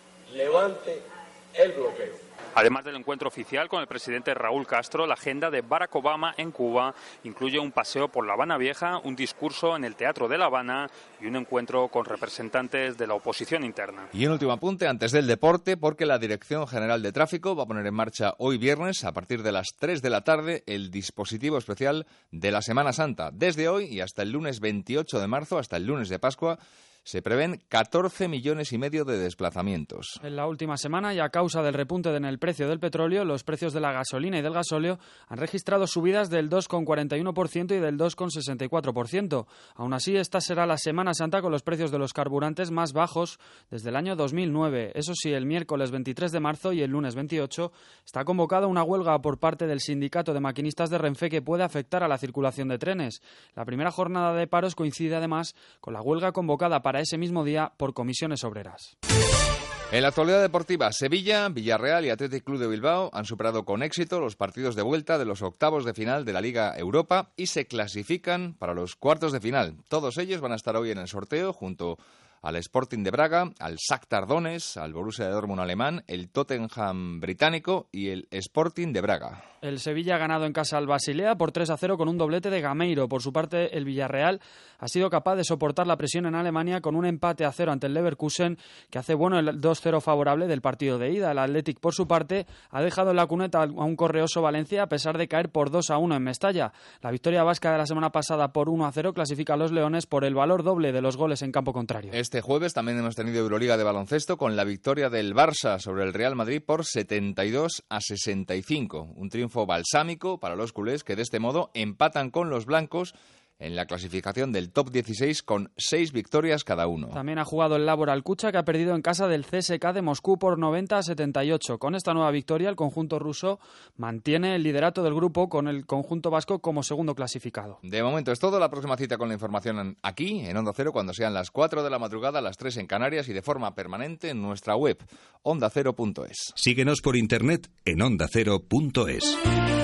[SPEAKER 17] levante el bloqueo.
[SPEAKER 16] Además del encuentro oficial con el presidente Raúl Castro, la agenda de Barack Obama en Cuba incluye un paseo por La Habana Vieja, un discurso en el Teatro de La Habana y un encuentro con representantes de la oposición interna.
[SPEAKER 6] Y un último apunte antes del deporte, porque la Dirección General de Tráfico va a poner en marcha hoy viernes, a partir de las tres de la tarde, el dispositivo especial de la Semana Santa. Desde hoy y hasta el lunes veintiocho de marzo, hasta el lunes de Pascua, se prevén catorce millones y medio de desplazamientos.
[SPEAKER 13] En la última semana, y a causa del repunte en el precio del petróleo, los precios de la gasolina y del gasóleo han registrado subidas del dos coma cuarenta y uno por ciento y del dos coma sesenta y cuatro por ciento. Aún así, esta será la Semana Santa con los precios de los carburantes más bajos desde el año dos mil nueve. Eso sí, el miércoles veintitrés de marzo y el lunes veintiocho está convocada una huelga por parte del Sindicato de Maquinistas de Renfe que puede afectar a la circulación de trenes. La primera jornada de paros coincide además con la huelga convocada para para ese mismo día por comisiones obreras.
[SPEAKER 6] En la actualidad deportiva, Sevilla, Villarreal y Athletic Club de Bilbao han superado con éxito los partidos de vuelta de los octavos de final de la Liga Europa y se clasifican para los cuartos de final. Todos ellos van a estar hoy en el sorteo junto al Sporting de Braga, al Shakhtar Donetsk, al Borussia Dortmund alemán, el Tottenham británico y el Sporting de Braga.
[SPEAKER 13] El Sevilla ha ganado en casa al Basilea por tres a cero con un doblete de Gameiro. Por su parte, el Villarreal ha sido capaz de soportar la presión en Alemania con un empate a cero ante el Leverkusen, que hace bueno el dos cero favorable del partido de ida. El Athletic, por su parte, ha dejado en la cuneta a un correoso Valencia a pesar de caer por dos a uno en Mestalla. La victoria vasca de la semana pasada por uno a cero clasifica a los leones por el valor doble de los goles en campo contrario.
[SPEAKER 6] Este jueves también hemos tenido Euroliga de baloncesto con la victoria del Barça sobre el Real Madrid por setenta y dos a sesenta y cinco. Un triunfo balsámico para los culés que de este modo empatan con los blancos en la clasificación del top dieciséis con seis victorias cada uno.
[SPEAKER 13] También ha jugado el Laboral Kucha, que ha perdido en casa del C S K de Moscú por noventa a setenta y ocho. Con esta nueva victoria, el conjunto ruso mantiene el liderato del grupo con el conjunto vasco como segundo clasificado.
[SPEAKER 6] De momento es todo. La próxima cita con la información aquí, en Onda Cero, cuando sean las cuatro de la madrugada, las tres en Canarias y de forma permanente en nuestra web, onda cero punto es.
[SPEAKER 12] Síguenos por internet en onda cero punto es.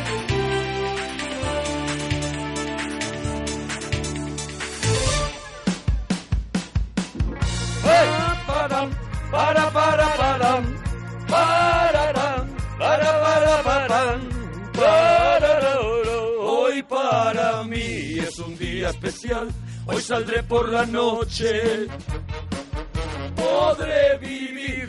[SPEAKER 2] Para, para, para, para, para, para, para, para, hoy para mí es un día especial, hoy saldré por la noche, podré vivir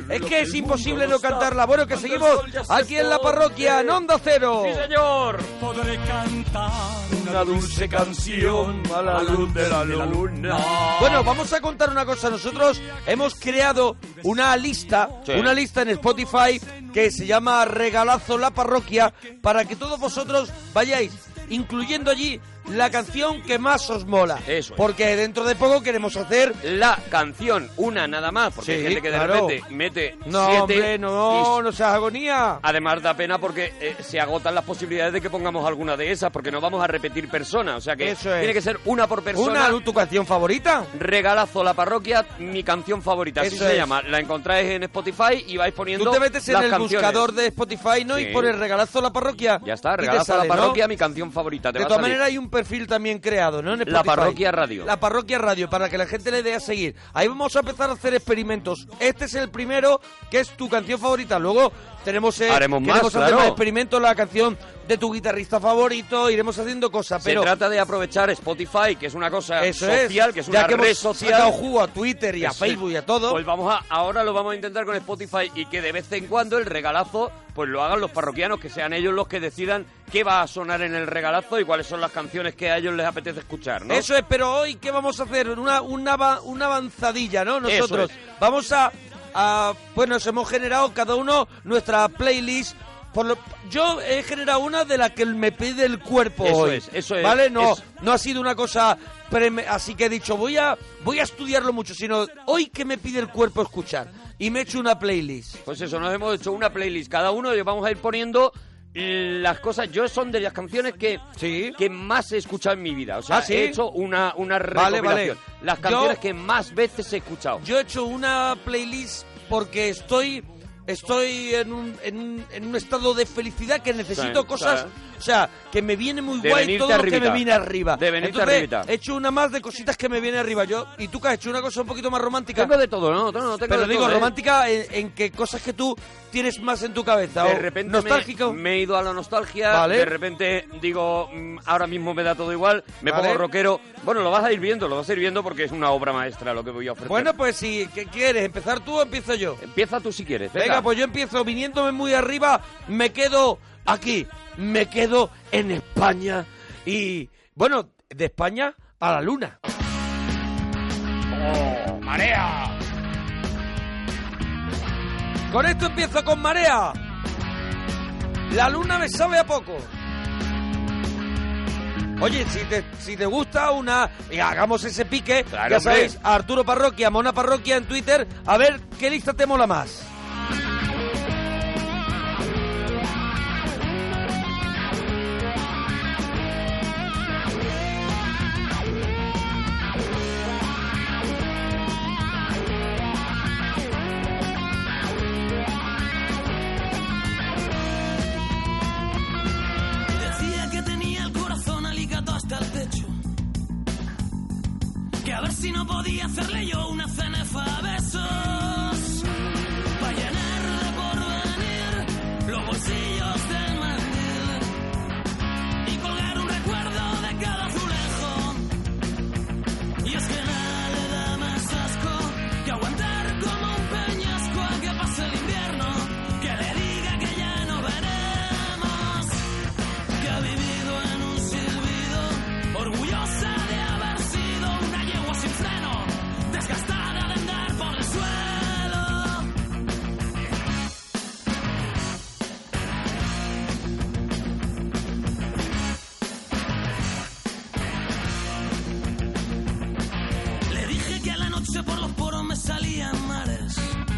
[SPEAKER 2] Es que es imposible no cantarla. Bueno, que seguimos aquí en la parroquia, en Onda Cero.
[SPEAKER 3] ¡Sí, señor!
[SPEAKER 1] Podré cantar
[SPEAKER 2] una dulce canción a la luz de la luna. Bueno, vamos a contar una cosa. Nosotros hemos creado una lista,
[SPEAKER 3] Sí.
[SPEAKER 2] una lista en Spotify que se llama Regalazo la Parroquia, para que todos vosotros vayáis incluyendo allí la canción que más os mola.
[SPEAKER 3] Eso es.
[SPEAKER 2] Porque dentro de poco queremos hacer
[SPEAKER 3] la canción, una nada más, porque
[SPEAKER 2] Sí,
[SPEAKER 3] hay gente que de
[SPEAKER 2] claro.
[SPEAKER 3] repente mete
[SPEAKER 2] No,
[SPEAKER 3] siete
[SPEAKER 2] hombre, no,
[SPEAKER 3] y-
[SPEAKER 2] no seas agonía.
[SPEAKER 3] Además da pena porque eh, se agotan las posibilidades de que pongamos alguna de esas, porque no vamos a repetir personas, o sea que
[SPEAKER 2] Eso es.
[SPEAKER 3] tiene que ser una por persona.
[SPEAKER 2] Una, tu canción favorita.
[SPEAKER 3] Regalazo la parroquia, mi canción favorita, así
[SPEAKER 2] Eso
[SPEAKER 3] se
[SPEAKER 2] es.
[SPEAKER 3] llama. La encontráis en Spotify y vais poniendo
[SPEAKER 2] Tú te metes en
[SPEAKER 3] las
[SPEAKER 2] el
[SPEAKER 3] canciones.
[SPEAKER 2] buscador de Spotify, ¿no?
[SPEAKER 3] Sí.
[SPEAKER 2] Y pones Regalazo la Parroquia.
[SPEAKER 3] Ya está,
[SPEAKER 2] y te
[SPEAKER 3] regalazo
[SPEAKER 2] sale,
[SPEAKER 3] la
[SPEAKER 2] ¿no?
[SPEAKER 3] parroquia, mi canción favorita. Te
[SPEAKER 2] De
[SPEAKER 3] va a
[SPEAKER 2] todas
[SPEAKER 3] salir.
[SPEAKER 2] maneras hay un perfil también creado, ¿no? En
[SPEAKER 3] La
[SPEAKER 2] Spotify.
[SPEAKER 3] Parroquia Radio.
[SPEAKER 2] La Parroquia Radio, para que la gente le dé a seguir. Ahí vamos a empezar a hacer experimentos. Este es el primero, que es tu canción favorita. Luego tenemos eh,
[SPEAKER 3] Haremos más,
[SPEAKER 2] queremos hacer
[SPEAKER 3] claro.
[SPEAKER 2] más experimentos, la canción de tu guitarrista favorito, iremos haciendo cosas, pero
[SPEAKER 3] Se trata de aprovechar Spotify, que es una cosa
[SPEAKER 2] eso
[SPEAKER 3] social,
[SPEAKER 2] es,
[SPEAKER 3] que es
[SPEAKER 2] ya
[SPEAKER 3] una
[SPEAKER 2] que
[SPEAKER 3] red
[SPEAKER 2] hemos
[SPEAKER 3] social.
[SPEAKER 2] sacado jugo a Twitter y a
[SPEAKER 3] Eso.
[SPEAKER 2] Facebook y a todo.
[SPEAKER 3] Pues vamos a, ahora lo vamos a intentar con Spotify y que de vez en cuando el regalazo pues lo hagan los parroquianos, que sean ellos los que decidan qué va a sonar en el regalazo y cuáles son las canciones que a ellos les apetece escuchar, ¿no?
[SPEAKER 2] Eso es, pero hoy, ¿qué vamos a hacer? Una, una, va- una avanzadilla, ¿no? Nosotros
[SPEAKER 3] Eso
[SPEAKER 2] vamos a, a... Pues nos hemos generado cada uno nuestra playlist. Por lo, yo he generado una de la que me pide el cuerpo
[SPEAKER 3] Eso
[SPEAKER 2] hoy.
[SPEAKER 3] es, eso es,
[SPEAKER 2] ¿Vale? No,
[SPEAKER 3] es-
[SPEAKER 2] no ha sido una cosa... preme- así que he dicho, voy a, voy a estudiarlo mucho, sino hoy que me pide el cuerpo escuchar. Y me he hecho una playlist.
[SPEAKER 3] Pues eso, nos hemos hecho una playlist cada uno y vamos a ir poniendo las cosas. Yo son de las canciones que, que más he escuchado en mi vida. O sea,
[SPEAKER 2] ¿Ah, sí?
[SPEAKER 3] he hecho una, una
[SPEAKER 2] Vale,
[SPEAKER 3] recopilación.
[SPEAKER 2] vale.
[SPEAKER 3] Las canciones
[SPEAKER 2] Yo-
[SPEAKER 3] que más veces he escuchado.
[SPEAKER 2] Yo he hecho una playlist porque estoy estoy en un, en un, en un estado de felicidad que necesito
[SPEAKER 3] Sí,
[SPEAKER 2] cosas,
[SPEAKER 3] claro.
[SPEAKER 2] o sea, que me viene muy
[SPEAKER 3] De
[SPEAKER 2] guay
[SPEAKER 3] venirte
[SPEAKER 2] todo lo que
[SPEAKER 3] arribita.
[SPEAKER 2] me viene arriba.
[SPEAKER 3] De venirte
[SPEAKER 2] Entonces,
[SPEAKER 3] arribita.
[SPEAKER 2] he hecho una más de cositas que me viene arriba. Yo ¿Y tú que has hecho una cosa un poquito más romántica?
[SPEAKER 3] Tengo de todo, ¿no? No, no tengo
[SPEAKER 2] Pero
[SPEAKER 3] de
[SPEAKER 2] digo,
[SPEAKER 3] todo, ¿eh?
[SPEAKER 2] romántica en, en que cosas que tú tienes más en tu cabeza.
[SPEAKER 3] De
[SPEAKER 2] o
[SPEAKER 3] repente
[SPEAKER 2] nostálgico.
[SPEAKER 3] Me, me he ido a la nostalgia,
[SPEAKER 2] Vale.
[SPEAKER 3] de repente digo, mm, ahora mismo me da todo igual, me
[SPEAKER 2] Vale.
[SPEAKER 3] pongo rockero. Bueno, lo vas a ir viendo, lo vas a ir viendo porque es una obra maestra lo que voy a ofrecer.
[SPEAKER 2] Bueno, pues si ¿qué quieres? ¿Empezar tú o empiezo yo?
[SPEAKER 3] Empieza tú si quieres, venga.
[SPEAKER 2] Venga, pues yo empiezo viniéndome muy arriba, me quedo aquí, me quedo en España y, bueno, de España a la luna.
[SPEAKER 3] ¡Oh, marea!
[SPEAKER 2] Con esto empiezo con Marea. La luna me sabe a poco. Oye, si te, si te gusta una... Y hagamos ese pique,
[SPEAKER 3] Claro,
[SPEAKER 2] ya
[SPEAKER 3] hombre.
[SPEAKER 2] sabéis, a Arturo Parroquia, Mona Parroquia en Twitter, a ver qué lista te mola más.
[SPEAKER 1] Decía que tenía el corazón alicatado hasta el techo. Que a ver si no podía hacerle yo una cenefa a besos. Pa' llenar de porvenir los bolsillos del mandil. Y colgar un recuerdo de cada azulejo. Y es que nada le da más asco que aguantar como un peñasco a que pase el invierno. Que le diga que ya no veremos. Que ha vivido en un silbido, orgullosa de haber sido una yegua sin freno, desgastada de andar por el suelo. Le dije que a la noche por los poros me salían mares,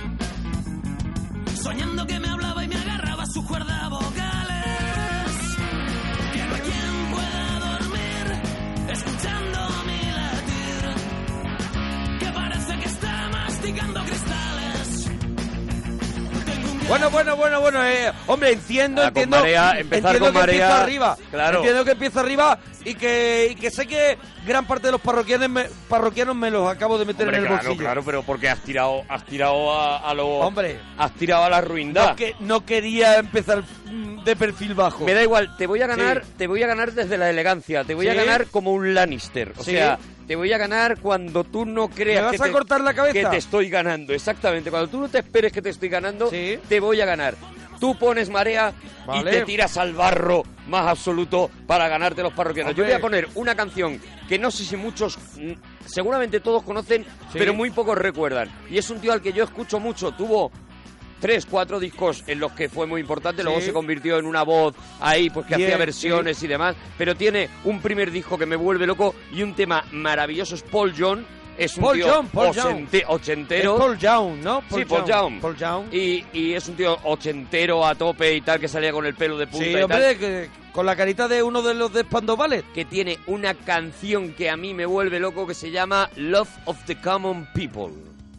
[SPEAKER 1] soñando que me hablaba y me agarraba sus cuerdas vocales. Que no hay quien pueda dormir escuchando mi latir, que parece que está masticando cristales.
[SPEAKER 2] Bueno, bueno, bueno, bueno, eh, hombre, entiendo,
[SPEAKER 3] Ah, con
[SPEAKER 2] entiendo,
[SPEAKER 3] Marea, empezar
[SPEAKER 2] entiendo
[SPEAKER 3] con
[SPEAKER 2] que empieza
[SPEAKER 3] Marea,
[SPEAKER 2] arriba,
[SPEAKER 3] claro.
[SPEAKER 2] entiendo que empieza arriba y que, y que sé que gran parte de los parroquianos me, parroquianos me los acabo de meter
[SPEAKER 3] Hombre,
[SPEAKER 2] en el
[SPEAKER 3] claro,
[SPEAKER 2] bolsillo.
[SPEAKER 3] claro, pero porque has tirado, has tirado a, a lo...
[SPEAKER 2] Hombre.
[SPEAKER 3] Has tirado a la ruindad.
[SPEAKER 2] No, que, no quería empezar mm, de perfil bajo.
[SPEAKER 3] Me da igual, te voy a ganar,
[SPEAKER 2] Sí.
[SPEAKER 3] te voy a ganar desde la elegancia, te voy a
[SPEAKER 2] ¿Sí?
[SPEAKER 3] ganar como un Lannister. O
[SPEAKER 2] Sí.
[SPEAKER 3] sea, te voy a ganar cuando tú no creas
[SPEAKER 2] ¿Me vas
[SPEAKER 3] que
[SPEAKER 2] a
[SPEAKER 3] te,
[SPEAKER 2] cortar la cabeza?
[SPEAKER 3] que te estoy ganando. Exactamente, cuando tú no te esperes que te estoy ganando, te voy a ganar. Tú pones marea
[SPEAKER 2] Vale.
[SPEAKER 3] y te tiras al barro más absoluto para ganarte los parroquianos. Yo
[SPEAKER 2] Hombre.
[SPEAKER 3] voy a poner una canción que no sé si muchos, mm, seguramente todos conocen,
[SPEAKER 2] Sí.
[SPEAKER 3] pero muy pocos recuerdan. Y es un tío al que yo escucho mucho. Tuvo tres, cuatro discos en los que fue muy importante, luego
[SPEAKER 2] Sí.
[SPEAKER 3] se convirtió en una voz ahí, pues que
[SPEAKER 2] Bien,
[SPEAKER 3] hacía versiones y demás, pero tiene un primer disco que me vuelve loco y un tema maravilloso, es Paul Young, es un
[SPEAKER 2] Paul
[SPEAKER 3] tío
[SPEAKER 2] Young, Paul
[SPEAKER 3] ochente- ochentero.
[SPEAKER 2] Es Paul Young, ¿no?
[SPEAKER 3] sí, Paul Young.
[SPEAKER 2] Paul Young.
[SPEAKER 3] Y, y es un tío ochentero a tope y tal, que salía con el pelo de punta
[SPEAKER 2] Sí,
[SPEAKER 3] y tal.
[SPEAKER 2] hombre, que, con la carita de uno de los de Spandau Ballet.
[SPEAKER 3] Que tiene una canción que a mí me vuelve loco que se llama Love of the Common People.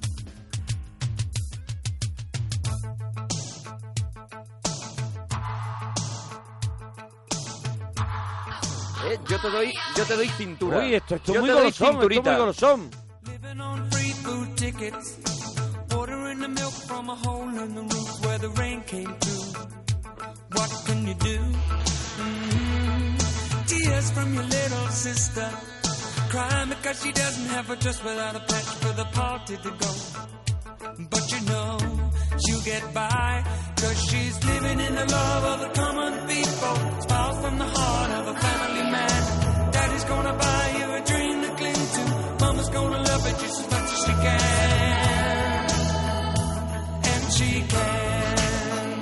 [SPEAKER 3] Eh, yo te doy, yo te doy cintura.
[SPEAKER 2] Uy, esto, esto es
[SPEAKER 3] Yo
[SPEAKER 2] muy
[SPEAKER 3] te doy
[SPEAKER 2] golosón, esto es
[SPEAKER 3] cinturita.
[SPEAKER 2] muy golosón.
[SPEAKER 1] Free food tickets, ordering the milk from a hole in the roof where the rain came through. What can you do? Mm-hmm. Tears from your little sister, crying because she doesn't have a dress without a patch for the party to go. But you know she'll get by, cause she's living in the love of the common people. Smiles from the heart of a family man. Daddy's gonna buy you a dream to cling to. Mama's gonna love it just as much as she can. And she can.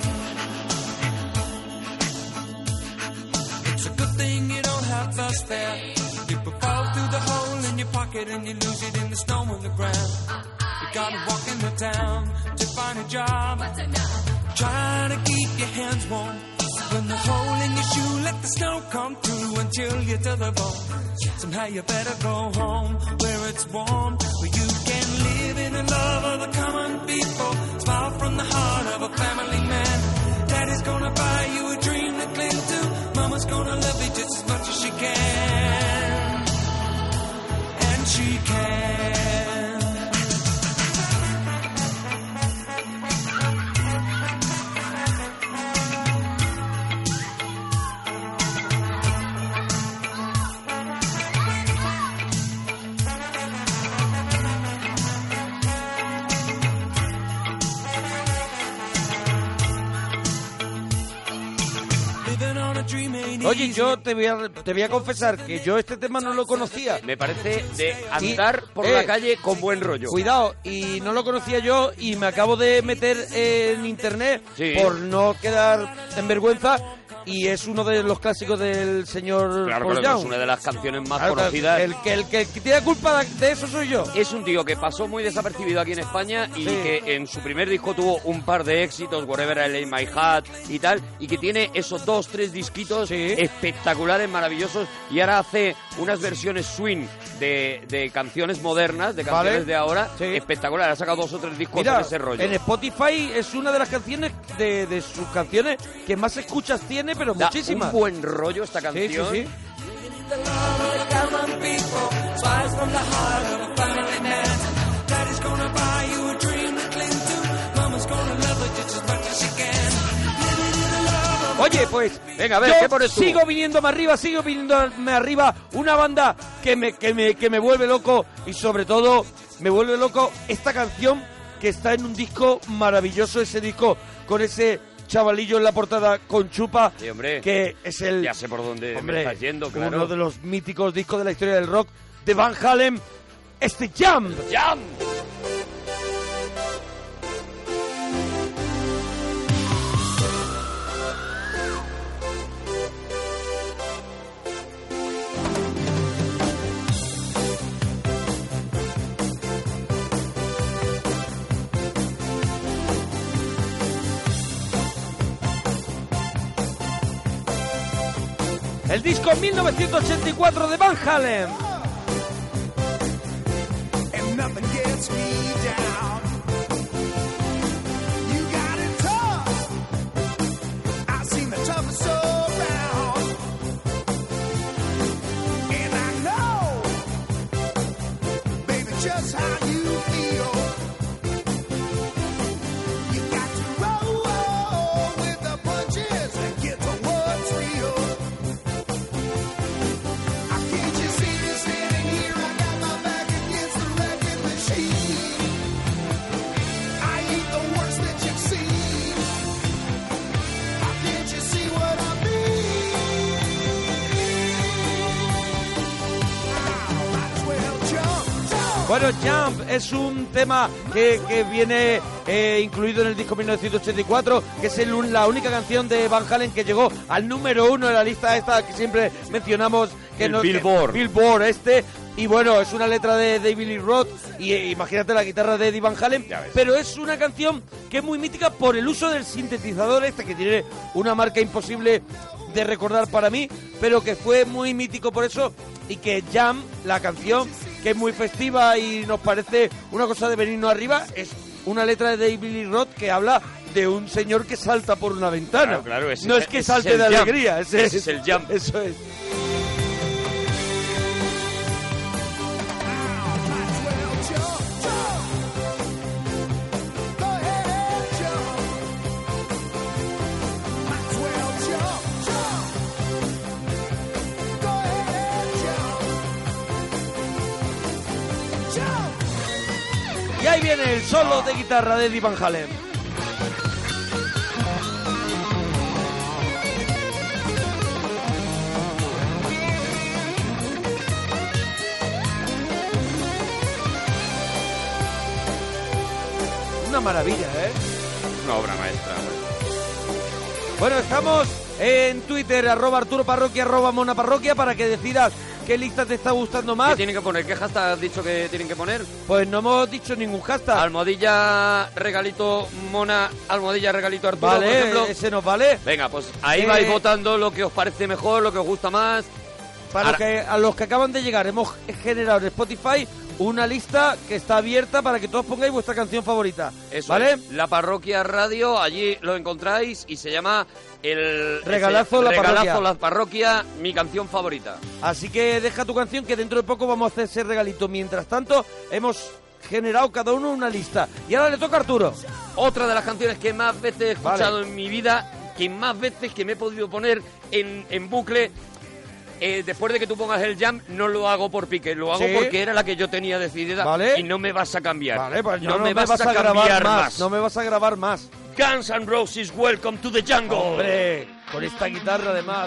[SPEAKER 1] It's a good thing you don't have thus there. People fall through the hole in your pocket and you lose it in the snow on the ground. You gotta walk in the town to find a job. Try to keep your hands warm. When the hole in your shoe, let the snow come through until you're to the bone. Somehow you better go home where it's warm, where you can live in the love of the common people. Smile from the heart of a family man. Daddy's gonna buy you a dream to cling to. Mama's gonna love you just as much as she can. And she can.
[SPEAKER 2] Oye, yo te voy, a, te voy a confesar que yo este tema no lo conocía.
[SPEAKER 3] Me parece de andar
[SPEAKER 2] Y,
[SPEAKER 3] por
[SPEAKER 2] eh,
[SPEAKER 3] la calle con buen rollo.
[SPEAKER 2] Cuidado, y no lo conocía yo y me acabo de meter en internet
[SPEAKER 3] Sí.
[SPEAKER 2] por no quedar en vergüenza. Y es uno de los clásicos del señor
[SPEAKER 3] Claro,
[SPEAKER 2] Paul
[SPEAKER 3] claro,
[SPEAKER 2] Young.
[SPEAKER 3] es una de las canciones más
[SPEAKER 2] Claro,
[SPEAKER 3] conocidas.
[SPEAKER 2] El que, el que tiene culpa de eso soy yo.
[SPEAKER 3] Es un tío que pasó muy desapercibido aquí en España y
[SPEAKER 2] Sí.
[SPEAKER 3] que en su primer disco tuvo un par de éxitos, Wherever I Lay My Hat y tal, y que tiene esos dos, tres disquitos espectaculares, maravillosos, y ahora hace unas versiones swing de, de canciones modernas, de canciones
[SPEAKER 2] Vale.
[SPEAKER 3] de ahora, espectacular. Ha sacado dos o tres discos
[SPEAKER 2] Mira,
[SPEAKER 3] de ese rollo.
[SPEAKER 2] en Spotify es una de las canciones de, de sus canciones que más escuchas tiene, pero
[SPEAKER 3] Da
[SPEAKER 2] muchísimas.
[SPEAKER 3] un buen rollo esta canción.
[SPEAKER 2] Sí, sí, sí. Oye, pues
[SPEAKER 3] venga, a ver,
[SPEAKER 2] yo
[SPEAKER 3] ¿qué pones tú?
[SPEAKER 2] sigo viniéndome arriba, sigo viniéndome arriba, una banda que me, que me, que me vuelve loco y sobre todo me vuelve loco esta canción que está en un disco maravilloso, ese disco con ese chavalillo en la portada con chupa,
[SPEAKER 3] Sí, hombre.
[SPEAKER 2] que es el
[SPEAKER 3] Ya sé por dónde
[SPEAKER 2] hombre,
[SPEAKER 3] me estás yendo, claro.
[SPEAKER 2] uno de los míticos discos de la historia del rock de Van Halen, este Jump.
[SPEAKER 3] Jump.
[SPEAKER 2] El disco mil novecientos ochenta y cuatro de Van Halen.
[SPEAKER 1] And nothing gets me down. You got it tough. I've seen the toughest around. And I know, baby, just how you feel. You got to roll with the punches and get to what's real. Can't you see this
[SPEAKER 2] Bueno, Jump es un tema que, que viene eh, incluido en el disco mil novecientos ochenta y cuatro, que es el, la única canción de Van Halen que llegó al número uno de la lista esta que siempre mencionamos. Que
[SPEAKER 3] el
[SPEAKER 2] no,
[SPEAKER 3] Billboard.
[SPEAKER 2] Que, Billboard este. Y bueno, es una letra de David Lee Roth y eh, imagínate la guitarra de Eddie Van Halen. Pero es una canción que es muy mítica por el uso del sintetizador este, que tiene una marca imposible de recordar para mí, pero que fue muy mítico por eso. Y que Jam, la canción, que es muy festiva y nos parece una cosa de venirnos arriba, es una letra de David Lee Roth que habla de un señor que salta por una ventana.
[SPEAKER 3] Claro, claro, ese,
[SPEAKER 2] no es que
[SPEAKER 3] ese
[SPEAKER 2] salte
[SPEAKER 3] es
[SPEAKER 2] de
[SPEAKER 3] jump.
[SPEAKER 2] alegría, ese,
[SPEAKER 3] ese es el Jam.
[SPEAKER 2] Eso es. Y ahí viene el solo de guitarra de Eddie Van Halen. Una maravilla, ¿eh?
[SPEAKER 3] Una obra maestra.
[SPEAKER 2] Bueno, estamos en Twitter, arroba Arturo Parroquia, arroba Mona Parroquia, para que decidas qué lista te está gustando más.
[SPEAKER 3] ¿Qué tienen que poner? ¿Qué hashtag has dicho que tienen que poner?
[SPEAKER 2] Pues no hemos dicho ningún hashtag.
[SPEAKER 3] Almohadilla regalito Mona, almohadilla regalito Arturo,
[SPEAKER 2] Vale,
[SPEAKER 3] por ejemplo.
[SPEAKER 2] ese nos vale.
[SPEAKER 3] Venga, pues ahí
[SPEAKER 2] Eh,
[SPEAKER 3] vais votando lo que os parece mejor, lo que os gusta más.
[SPEAKER 2] Para
[SPEAKER 3] Ahora-
[SPEAKER 2] que, a los que acaban de llegar, hemos generado en Spotify una lista que está abierta para que todos pongáis vuestra canción favorita.
[SPEAKER 3] Eso
[SPEAKER 2] ¿Vale?
[SPEAKER 3] es. La Parroquia Radio, allí lo encontráis y se llama el
[SPEAKER 2] Regalazo
[SPEAKER 3] ese-
[SPEAKER 2] La
[SPEAKER 3] Regalazo
[SPEAKER 2] Parroquia.
[SPEAKER 3] La Parroquia, mi canción favorita.
[SPEAKER 2] Así que deja tu canción, que dentro de poco vamos a hacer ese regalito. Mientras tanto, hemos generado cada uno una lista. Y ahora le toca a Arturo.
[SPEAKER 3] Otra de las canciones que más veces he escuchado en mi vida, que más veces que me he podido poner en, en bucle. Eh, después de que tú pongas el Jam, no lo hago por pique, lo hago
[SPEAKER 2] ¿Sí?
[SPEAKER 3] porque era la que yo tenía decidida.
[SPEAKER 2] Vale.
[SPEAKER 3] Y no me vas a cambiar.
[SPEAKER 2] Vale, pues
[SPEAKER 3] no,
[SPEAKER 2] no,
[SPEAKER 3] me, vas, a
[SPEAKER 2] grabar
[SPEAKER 3] cambiar
[SPEAKER 2] más.
[SPEAKER 3] más.
[SPEAKER 2] No me vas a grabar más.
[SPEAKER 3] Guns N' Roses, Welcome to the Jungle.
[SPEAKER 2] Hombre, con esta guitarra además.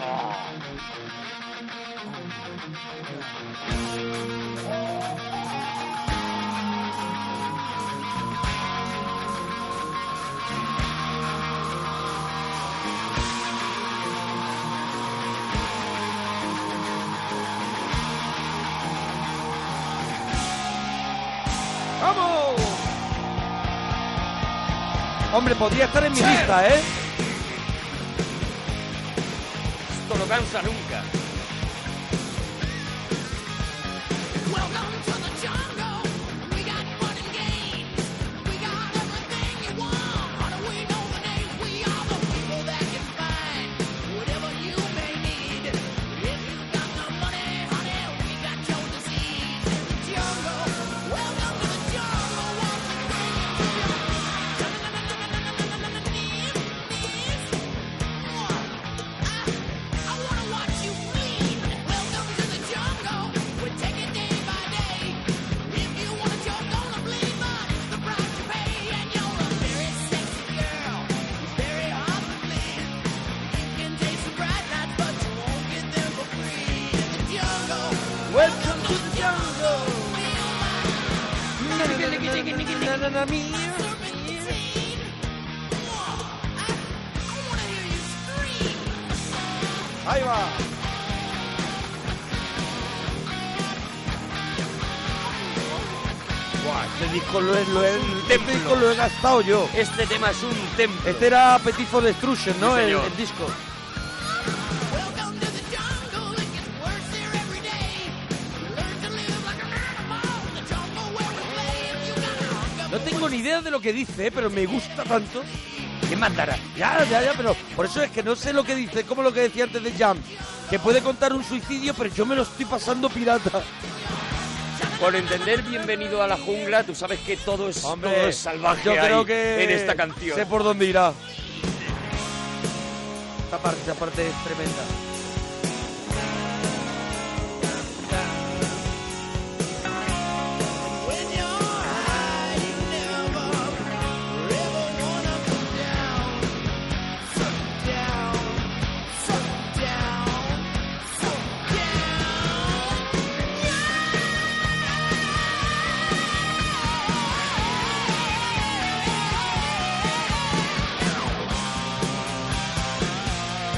[SPEAKER 2] ¡Vamos! Hombre, podría estar en mi lista, ¿eh?
[SPEAKER 3] Esto no cansa nunca.
[SPEAKER 2] Welcome to the jungle. Na, na, na, mía. Ahí va. Buah, este disco lo he, lo he, este disco lo he gastado yo.
[SPEAKER 3] Este tema es un templo.
[SPEAKER 2] Este era Appetite for Destruction, ¿no?
[SPEAKER 3] Sí,
[SPEAKER 2] el,
[SPEAKER 3] señor.
[SPEAKER 2] el disco. No tengo ni idea de lo que dice, ¿eh? Pero me gusta tanto. ¿Qué mandará? Ya, ya, ya, pero por eso es que no sé lo que dice, como lo que decía antes de Jam, que puede contar un suicidio, pero yo me lo estoy pasando pirata.
[SPEAKER 3] Por entender Bienvenido a la Jungla, tú sabes que todo es,
[SPEAKER 2] Hombre,
[SPEAKER 3] todo es salvaje
[SPEAKER 2] yo creo
[SPEAKER 3] ahí,
[SPEAKER 2] que
[SPEAKER 3] en esta canción.
[SPEAKER 2] sé por dónde irá. Esta parte, esta parte es tremenda.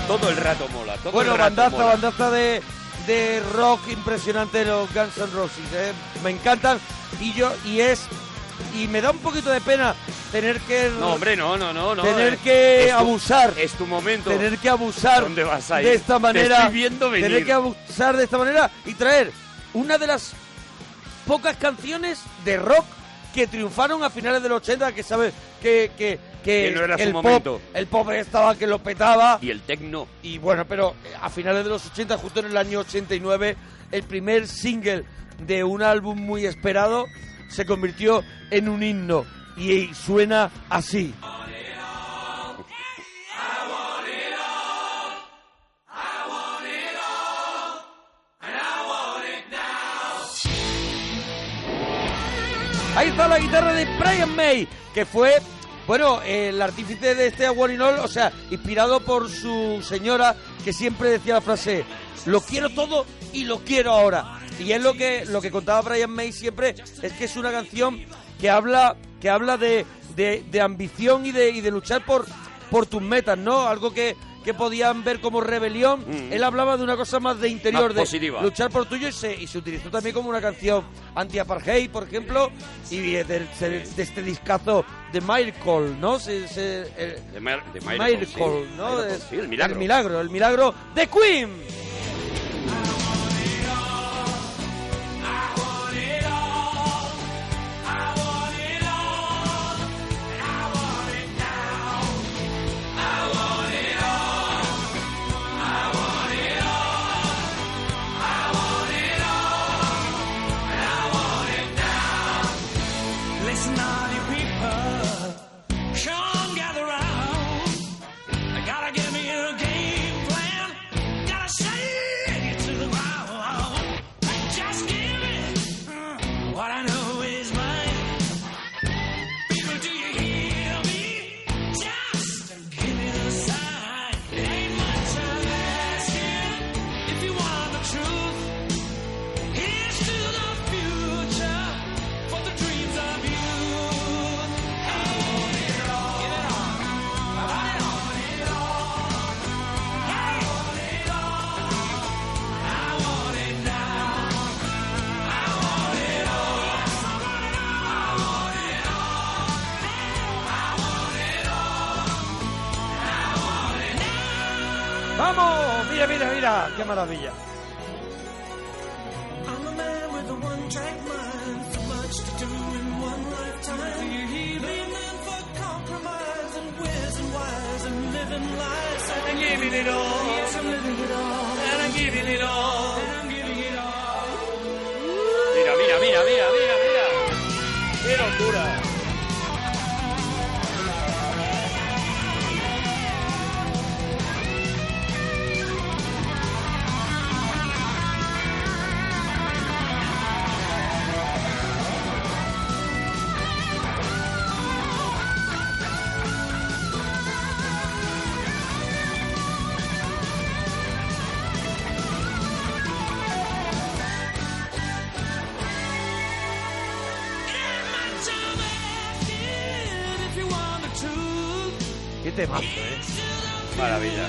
[SPEAKER 3] todo el rato mola. Todo
[SPEAKER 2] bueno,
[SPEAKER 3] el rato
[SPEAKER 2] bandaza,
[SPEAKER 3] mola.
[SPEAKER 2] bandaza de, de rock impresionante de los Guns N' Roses. ¿eh? Me encantan y yo y es y me da un poquito de pena tener que
[SPEAKER 3] No, hombre, no, no, no. no
[SPEAKER 2] tener
[SPEAKER 3] eh.
[SPEAKER 2] que
[SPEAKER 3] es tu,
[SPEAKER 2] abusar.
[SPEAKER 3] Es tu momento.
[SPEAKER 2] Tener que abusar
[SPEAKER 3] ¿Dónde vas a ir?
[SPEAKER 2] de esta manera.
[SPEAKER 3] Te estoy viendo venir.
[SPEAKER 2] Tener que abusar de esta manera y traer una de las pocas canciones de rock que triunfaron a finales de los ochenta, que sabes que, que, que,
[SPEAKER 3] Que no era
[SPEAKER 2] el
[SPEAKER 3] su
[SPEAKER 2] pop,
[SPEAKER 3] momento.
[SPEAKER 2] el pop estaba que lo petaba.
[SPEAKER 3] Y el techno.
[SPEAKER 2] Y bueno, pero a finales de los ochenta, justo en el año ochenta y nueve, el primer single de un álbum muy esperado se convirtió en un himno y suena así. Ahí está la guitarra de Brian May, que fue, bueno, el artífice de este I Want It All, o sea, inspirado por su señora, que siempre decía la frase, lo quiero todo y lo quiero ahora. Y es lo que lo que contaba Brian May siempre, es que es una canción que habla que habla de, de, de ambición y de, y de luchar por, por tus metas, ¿no? Algo que, que podían ver como rebelión. Mm. Él hablaba de una cosa más de interior, más de positiva. Luchar por tuyo, y se, y se utilizó también como una canción anti-apartheid, por ejemplo, y de, de, de este discazo de Miracle, ¿no? Se, se, el,
[SPEAKER 3] de, Mar, de Miracle,
[SPEAKER 2] Miracle,
[SPEAKER 3] sí.
[SPEAKER 2] ¿no?
[SPEAKER 3] Miracle, sí, el milagro.
[SPEAKER 2] El milagro, el milagro de Queen. ¡Vamos! Mira, mira, mira, qué maravilla.
[SPEAKER 3] Mira, mira, mira, mira, mira, mira. ¡Qué locura!
[SPEAKER 2] Qué temazo, ¿eh?
[SPEAKER 3] Maravilla.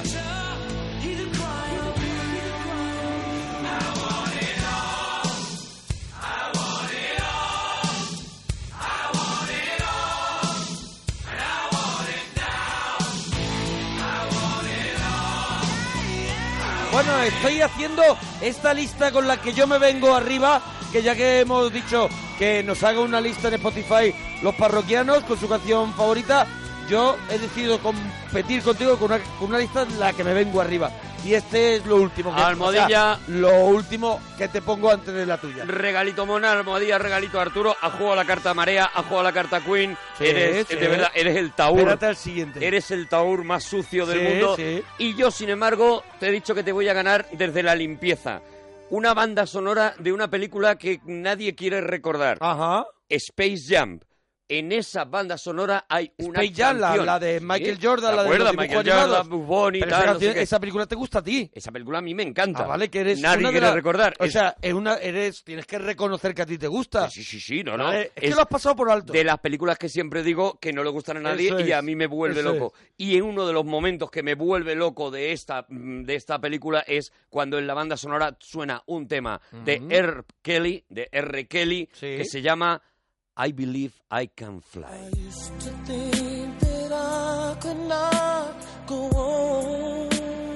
[SPEAKER 2] Bueno, estoy haciendo esta lista con la que yo me vengo arriba, que ya que hemos dicho que nos haga una lista en Spotify los parroquianos con su canción favorita, yo he decidido competir contigo con una, con una lista en la que me vengo arriba. Y este es lo último que
[SPEAKER 3] Almohadilla.
[SPEAKER 2] O sea, lo último que te pongo antes de la tuya.
[SPEAKER 3] Regalito Mona, Almohadilla, regalito Arturo. Ha jugado la carta Marea, ha jugado la carta Queen.
[SPEAKER 2] Sí,
[SPEAKER 3] eres,
[SPEAKER 2] sí.
[SPEAKER 3] de verdad, eres el taur.
[SPEAKER 2] Espérate al siguiente.
[SPEAKER 3] Eres el taur más sucio del
[SPEAKER 2] Sí,
[SPEAKER 3] mundo.
[SPEAKER 2] sí.
[SPEAKER 3] Y yo, sin embargo, te he dicho que te voy a ganar desde la limpieza. Una banda sonora de una película que nadie quiere recordar.
[SPEAKER 2] Ajá.
[SPEAKER 3] Space Jam. en esa banda sonora hay una
[SPEAKER 2] Space Jam, la,
[SPEAKER 3] canción.
[SPEAKER 2] la de Michael
[SPEAKER 3] ¿Sí?
[SPEAKER 2] Jordan,
[SPEAKER 3] ¿Te
[SPEAKER 2] la de
[SPEAKER 3] acuerdas?
[SPEAKER 2] los dibujos
[SPEAKER 3] Michael
[SPEAKER 2] animados.
[SPEAKER 3] Jordan, Bugs Bunny,
[SPEAKER 2] Pero
[SPEAKER 3] tal,
[SPEAKER 2] esa,
[SPEAKER 3] no sé
[SPEAKER 2] canción-
[SPEAKER 3] qué.
[SPEAKER 2] esa película te gusta a ti.
[SPEAKER 3] Esa película a mí me encanta.
[SPEAKER 2] Ah, vale, que eres
[SPEAKER 3] Nadie
[SPEAKER 2] una de
[SPEAKER 3] quiere
[SPEAKER 2] las-
[SPEAKER 3] recordar.
[SPEAKER 2] O
[SPEAKER 3] Es-
[SPEAKER 2] sea, es una, eres, tienes que reconocer que a ti te gusta.
[SPEAKER 3] Sí, sí, sí, no, no.
[SPEAKER 2] Vale, es que lo has pasado por alto.
[SPEAKER 3] De las películas que siempre digo que no le gustan a nadie
[SPEAKER 2] Eso
[SPEAKER 3] y a
[SPEAKER 2] es,
[SPEAKER 3] mí me vuelve
[SPEAKER 2] eso
[SPEAKER 3] loco. Y en uno de los momentos que me vuelve loco de esta, de esta película es cuando en la banda sonora suena un tema de
[SPEAKER 2] Ujú.
[SPEAKER 3] R. Kelly, de R. Kelly,
[SPEAKER 2] Sí.
[SPEAKER 3] que se llama I Believe I Can Fly.
[SPEAKER 1] To think that I could not go on.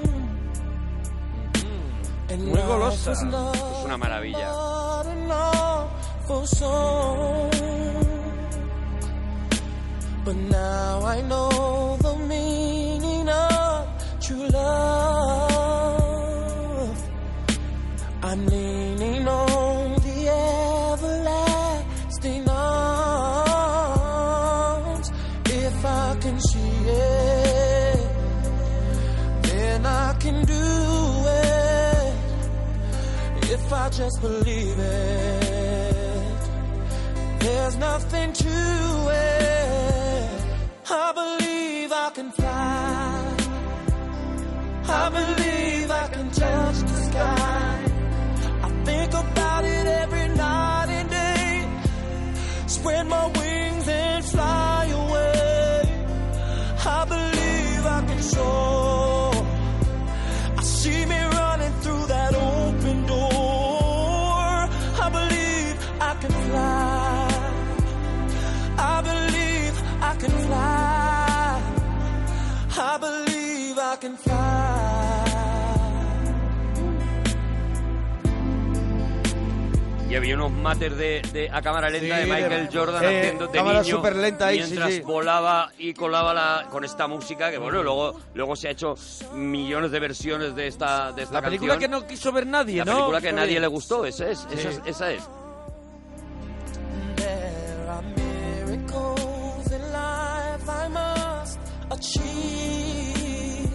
[SPEAKER 1] And
[SPEAKER 3] Muy golosa.
[SPEAKER 1] life was not
[SPEAKER 3] Es una maravilla.
[SPEAKER 1] an awful song. But now I know the meaning of true love. I'm leaning on the everlasting arms. If I can see it, then I can do it. If I just believe it, there's nothing to it. I believe I can fly. I believe I can touch the sky. I think about it every night and day. Spread my wings and fly away. I believe I can soar. I see me running through that open door. I believe I can fly. I believe I can fly. I believe I can fly.
[SPEAKER 3] Y había unos mates de, de- a cámara lenta
[SPEAKER 2] Sí,
[SPEAKER 3] de Michael
[SPEAKER 2] de-
[SPEAKER 3] Jordan
[SPEAKER 2] eh,
[SPEAKER 3] haciendo de
[SPEAKER 2] cámara
[SPEAKER 3] niño
[SPEAKER 2] superlenta ahí, sí,
[SPEAKER 3] mientras
[SPEAKER 2] sí.
[SPEAKER 3] volaba y colaba la, con esta música que bueno luego luego se ha hecho millones de versiones de esta de esta
[SPEAKER 2] La película que
[SPEAKER 3] canción.
[SPEAKER 2] no quiso ver nadie,
[SPEAKER 3] La
[SPEAKER 2] ¿no?
[SPEAKER 3] película que a
[SPEAKER 2] Muy
[SPEAKER 3] nadie
[SPEAKER 2] bien.
[SPEAKER 3] le gustó, esa es, esa
[SPEAKER 2] Sí.
[SPEAKER 3] es, esa es.
[SPEAKER 1] There are miracles in life I must achieve.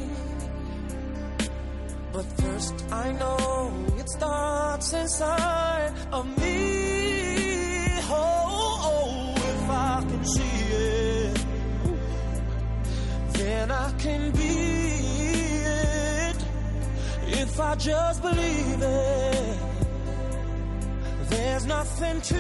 [SPEAKER 1] But first I know it starts inside of me. Oh, oh, if I can see it, then I can be it. If I just believe it, there's nothing to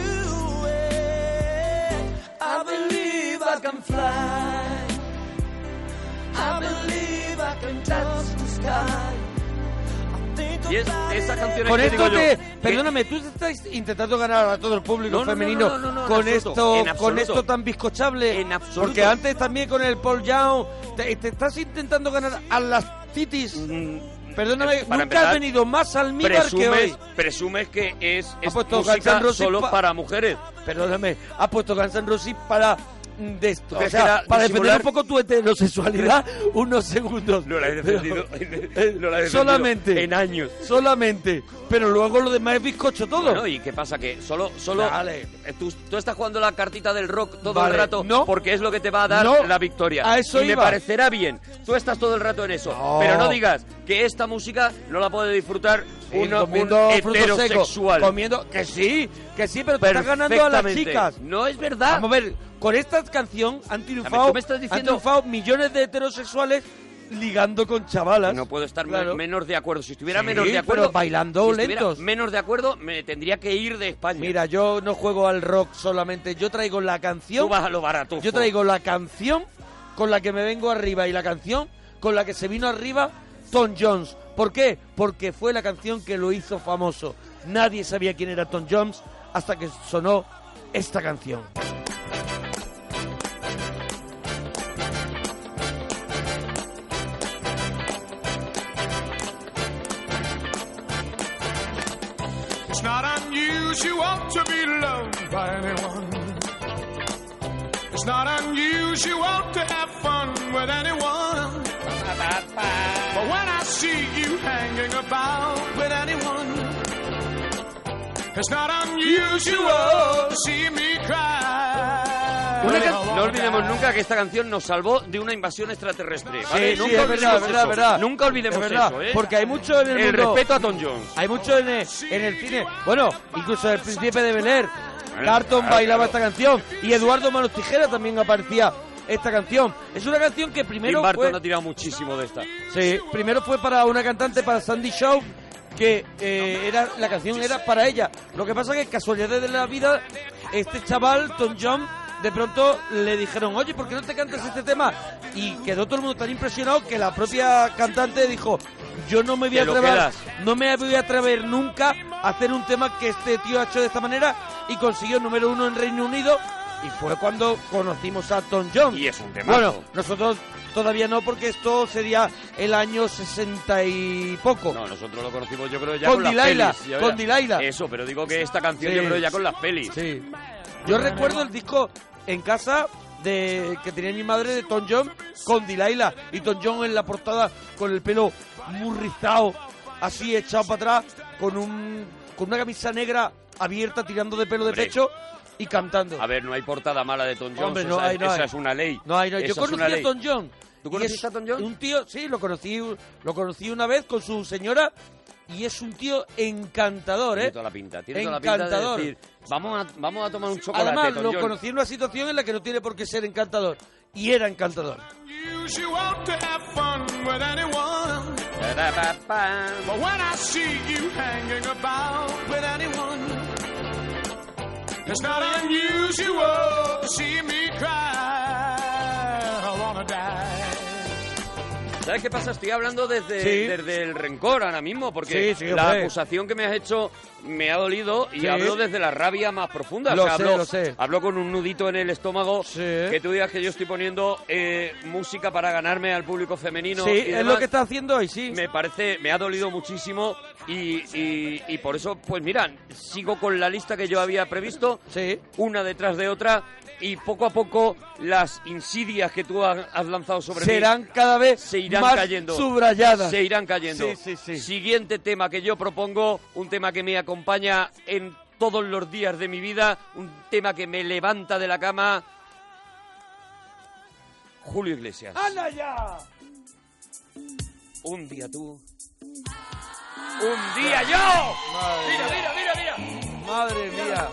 [SPEAKER 1] it. I believe I can fly. I believe I can touch the sky.
[SPEAKER 3] Y es esa canción
[SPEAKER 2] Con
[SPEAKER 3] que
[SPEAKER 2] esto
[SPEAKER 3] digo
[SPEAKER 2] te...
[SPEAKER 3] yo, que-
[SPEAKER 2] Perdóname, tú estás intentando ganar a todo el público
[SPEAKER 3] No, no, no,
[SPEAKER 2] femenino
[SPEAKER 3] no, no, no, en
[SPEAKER 2] con
[SPEAKER 3] absoluto,
[SPEAKER 2] esto
[SPEAKER 3] en
[SPEAKER 2] con
[SPEAKER 3] absoluto.
[SPEAKER 2] esto tan bizcochable.
[SPEAKER 3] En absoluto.
[SPEAKER 2] Porque antes también con el Paul Young te, te estás intentando ganar a las titis. Perdóname,
[SPEAKER 3] Mm, para
[SPEAKER 2] nunca has
[SPEAKER 3] empezar,
[SPEAKER 2] venido más almíbar que
[SPEAKER 3] presumes,
[SPEAKER 2] hoy.
[SPEAKER 3] presumes que es, es
[SPEAKER 2] puesto Guns
[SPEAKER 3] música
[SPEAKER 2] N' Roses
[SPEAKER 3] solo
[SPEAKER 2] pa-
[SPEAKER 3] para mujeres.
[SPEAKER 2] Perdóname, has puesto Guns N' Roses para mm, de esto,
[SPEAKER 3] ¿Tú
[SPEAKER 2] o
[SPEAKER 3] crees
[SPEAKER 2] sea,
[SPEAKER 3] que era
[SPEAKER 2] para defender
[SPEAKER 3] disimular?
[SPEAKER 2] un poco tu heterosexualidad unos segundos.
[SPEAKER 3] No la he defendido,
[SPEAKER 2] Pero-
[SPEAKER 3] no la he defendido
[SPEAKER 2] solamente
[SPEAKER 3] en años.
[SPEAKER 2] Solamente, pero luego lo demás es bizcocho todo.
[SPEAKER 3] Bueno, ¿y qué pasa? Que solo, solo
[SPEAKER 2] Dale.
[SPEAKER 3] eh, tú, tú estás jugando la cartita del rock todo
[SPEAKER 2] Vale,
[SPEAKER 3] el rato
[SPEAKER 2] no.
[SPEAKER 3] porque es lo que te va a dar
[SPEAKER 2] No.
[SPEAKER 3] la victoria.
[SPEAKER 2] A eso
[SPEAKER 3] y me
[SPEAKER 2] iba.
[SPEAKER 3] parecerá bien. Tú estás todo el rato en eso.
[SPEAKER 2] No.
[SPEAKER 3] Pero no digas que esta música no la puede disfrutar
[SPEAKER 2] Sí,
[SPEAKER 3] uno, un
[SPEAKER 2] comiendo frutos secos,
[SPEAKER 3] heterosexual.
[SPEAKER 2] comiendo que sí, que sí, pero te estás ganando a las
[SPEAKER 3] Perfectamente.
[SPEAKER 2] chicas.
[SPEAKER 3] No es verdad.
[SPEAKER 2] Vamos a ver, con esta canción han
[SPEAKER 3] A
[SPEAKER 2] triunfado,
[SPEAKER 3] ver, tú me estás
[SPEAKER 2] han
[SPEAKER 3] diciendo-
[SPEAKER 2] triunfado millones de heterosexuales ligando con chavalas.
[SPEAKER 3] No puedo estar me-
[SPEAKER 2] Claro.
[SPEAKER 3] menos de acuerdo. Si estuviera
[SPEAKER 2] Sí,
[SPEAKER 3] menos de acuerdo,
[SPEAKER 2] pero bailando
[SPEAKER 3] si estuviera
[SPEAKER 2] lentos.
[SPEAKER 3] menos de acuerdo, me tendría que ir de España.
[SPEAKER 2] Mira, yo no juego al rock solamente, yo traigo la canción.
[SPEAKER 3] Tú vas a lo barato.
[SPEAKER 2] Yo traigo la canción con la que me vengo arriba y la canción con la que se vino arriba Tom Jones. ¿Por qué? Porque fue la canción que lo hizo famoso. Nadie sabía quién era Tom Jones hasta que sonó esta canción.
[SPEAKER 1] It's not unusual to be loved by anyone. It's not unusual to have fun with anyone. But when I see you hanging about with anyone, it's not unusual to see me cry.
[SPEAKER 3] Una can- no olvidemos nunca que esta canción nos salvó de una invasión extraterrestre. ¿vale?
[SPEAKER 2] Sí, sí,
[SPEAKER 3] Nunca
[SPEAKER 2] es verdad,
[SPEAKER 3] olvidemos
[SPEAKER 2] verdad,
[SPEAKER 3] eso.
[SPEAKER 2] verdad.
[SPEAKER 3] Nunca olvidemos
[SPEAKER 2] Es verdad,
[SPEAKER 3] eso, ¿eh?
[SPEAKER 2] porque hay mucho en el,
[SPEAKER 3] El
[SPEAKER 2] mundo.
[SPEAKER 3] respeto a Tom Jones.
[SPEAKER 2] Hay mucho en el, en el cine. Bueno, incluso el Príncipe de Bel-Air. Carlton
[SPEAKER 3] claro,
[SPEAKER 2] bailaba
[SPEAKER 3] claro.
[SPEAKER 2] esta canción y Eduardo Manos Tijera también aparecía esta canción. Es una canción que primero
[SPEAKER 3] Tim Burton
[SPEAKER 2] fue...
[SPEAKER 3] ha tirado muchísimo de esta.
[SPEAKER 2] Sí, primero fue para una cantante, para Sandy Shaw, que eh, era la canción era para ella. Lo que pasa es que casualidades de la vida, este chaval, Tom John, de pronto le dijeron, oye, ¿por qué no te cantas este tema? Y quedó todo el mundo tan impresionado que la propia cantante dijo, yo no me voy a
[SPEAKER 3] Te lo
[SPEAKER 2] atrever,
[SPEAKER 3] quedas.
[SPEAKER 2] no me voy a atrever nunca a hacer un tema que este tío ha hecho de esta manera, y consiguió número uno en Reino Unido. Y fue cuando conocimos a Tom John.
[SPEAKER 3] Y es un temazo.
[SPEAKER 2] Bueno, nosotros todavía no, porque esto sería el año sesenta y poco.
[SPEAKER 3] No, nosotros lo conocimos yo creo ya
[SPEAKER 2] Con
[SPEAKER 3] con, las
[SPEAKER 2] Delilah,
[SPEAKER 3] pelis. ya
[SPEAKER 2] con
[SPEAKER 3] verás.
[SPEAKER 2] Delilah.
[SPEAKER 3] Eso, pero digo que esta canción
[SPEAKER 2] Sí.
[SPEAKER 3] yo creo ya con las pelis.
[SPEAKER 2] Sí. Yo recuerdo el disco en casa de que tenía mi madre de Tom John con Delilah. Y Tom John en la portada con el pelo muy rizado, así echado para atrás, con un con una camisa negra abierta tirando de pelo de
[SPEAKER 3] Hombre.
[SPEAKER 2] pecho y cantando.
[SPEAKER 3] A ver, no hay portada mala de Tom Jones.
[SPEAKER 2] Hombre, no
[SPEAKER 3] esa,
[SPEAKER 2] hay, no
[SPEAKER 3] esa
[SPEAKER 2] hay.
[SPEAKER 3] es una ley.
[SPEAKER 2] No hay, no hay. Yo
[SPEAKER 3] Esa es
[SPEAKER 2] conocí
[SPEAKER 3] una
[SPEAKER 2] a
[SPEAKER 3] ley.
[SPEAKER 2] Tom John.
[SPEAKER 3] ¿Tú
[SPEAKER 2] Y
[SPEAKER 3] conociste
[SPEAKER 2] es
[SPEAKER 3] a Tom John?
[SPEAKER 2] Un tío, sí, lo conocí, lo conocí una vez con su señora y es un tío encantador,
[SPEAKER 3] Tiene
[SPEAKER 2] ¿eh?
[SPEAKER 3] toda la pinta. Tiene toda la pinta de
[SPEAKER 2] Encantador.
[SPEAKER 3] decir, vamos a, vamos a tomar un chocolate,
[SPEAKER 2] Además,
[SPEAKER 3] Tom
[SPEAKER 2] lo
[SPEAKER 3] John.
[SPEAKER 2] conocí en una situación en la que no tiene por qué ser encantador. Y era encantador.
[SPEAKER 1] Use you out to have fun with anyone. But when I see you hanging about with anyone, it's not unusual to see me cry. I wanna die.
[SPEAKER 3] ¿Sabes qué pasa? Estoy hablando desde,
[SPEAKER 2] Sí.
[SPEAKER 3] desde el rencor ahora mismo, porque
[SPEAKER 2] Sí, sí,
[SPEAKER 3] la
[SPEAKER 2] hombre.
[SPEAKER 3] acusación que me has hecho me ha dolido y
[SPEAKER 2] Sí.
[SPEAKER 3] hablo desde la rabia más profunda.
[SPEAKER 2] Lo
[SPEAKER 3] O sea,
[SPEAKER 2] sé,
[SPEAKER 3] hablo,
[SPEAKER 2] lo sé.
[SPEAKER 3] hablo con un nudito en el estómago, que tú digas que yo estoy poniendo eh, música para ganarme al público femenino.
[SPEAKER 2] Sí,
[SPEAKER 3] y
[SPEAKER 2] es
[SPEAKER 3] demás.
[SPEAKER 2] lo que está haciendo hoy, sí.
[SPEAKER 3] Me parece, me ha dolido muchísimo y, y, y por eso, pues mira, sigo con la lista que yo había previsto, una detrás de otra, y poco a poco las insidias que tú has, has lanzado sobre mí
[SPEAKER 2] Serán cada vez
[SPEAKER 3] se irán
[SPEAKER 2] más
[SPEAKER 3] cayendo.
[SPEAKER 2] subrayadas.
[SPEAKER 3] Se irán cayendo.
[SPEAKER 2] Sí, sí, sí.
[SPEAKER 3] Siguiente tema que yo propongo, un tema que me acompaña en todos los días de mi vida, un tema que me levanta de la cama. Julio Iglesias.
[SPEAKER 2] ¡Anda ya!
[SPEAKER 3] Un día tú. Un día yo.
[SPEAKER 2] Madre
[SPEAKER 3] Mira,
[SPEAKER 2] mía.
[SPEAKER 3] mira, mira, mira.
[SPEAKER 2] Madre mía.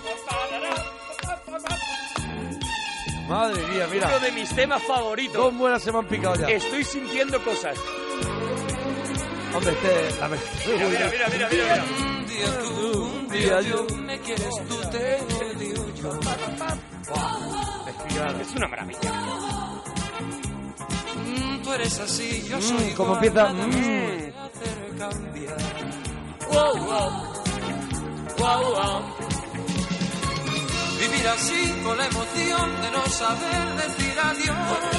[SPEAKER 2] Madre mía, mira.
[SPEAKER 3] Uno de mis temas favoritos.
[SPEAKER 2] Dos buenas se me han picado ya.
[SPEAKER 3] Estoy sintiendo cosas.
[SPEAKER 2] Hombre, este... La...
[SPEAKER 3] Mira, mira, mira, mira, mira.
[SPEAKER 1] Un día tú, un día yo, me quieres tú, te odio yo.
[SPEAKER 3] Es una maravilla.
[SPEAKER 1] Mm, tú eres así, yo
[SPEAKER 2] Mm,
[SPEAKER 1] soy
[SPEAKER 2] como
[SPEAKER 1] igual,
[SPEAKER 2] empieza,
[SPEAKER 1] nada
[SPEAKER 2] mm.
[SPEAKER 1] me hace cambiar. Wow, wow. Wow, wow. Vivir así con la emoción de no saber decir adiós.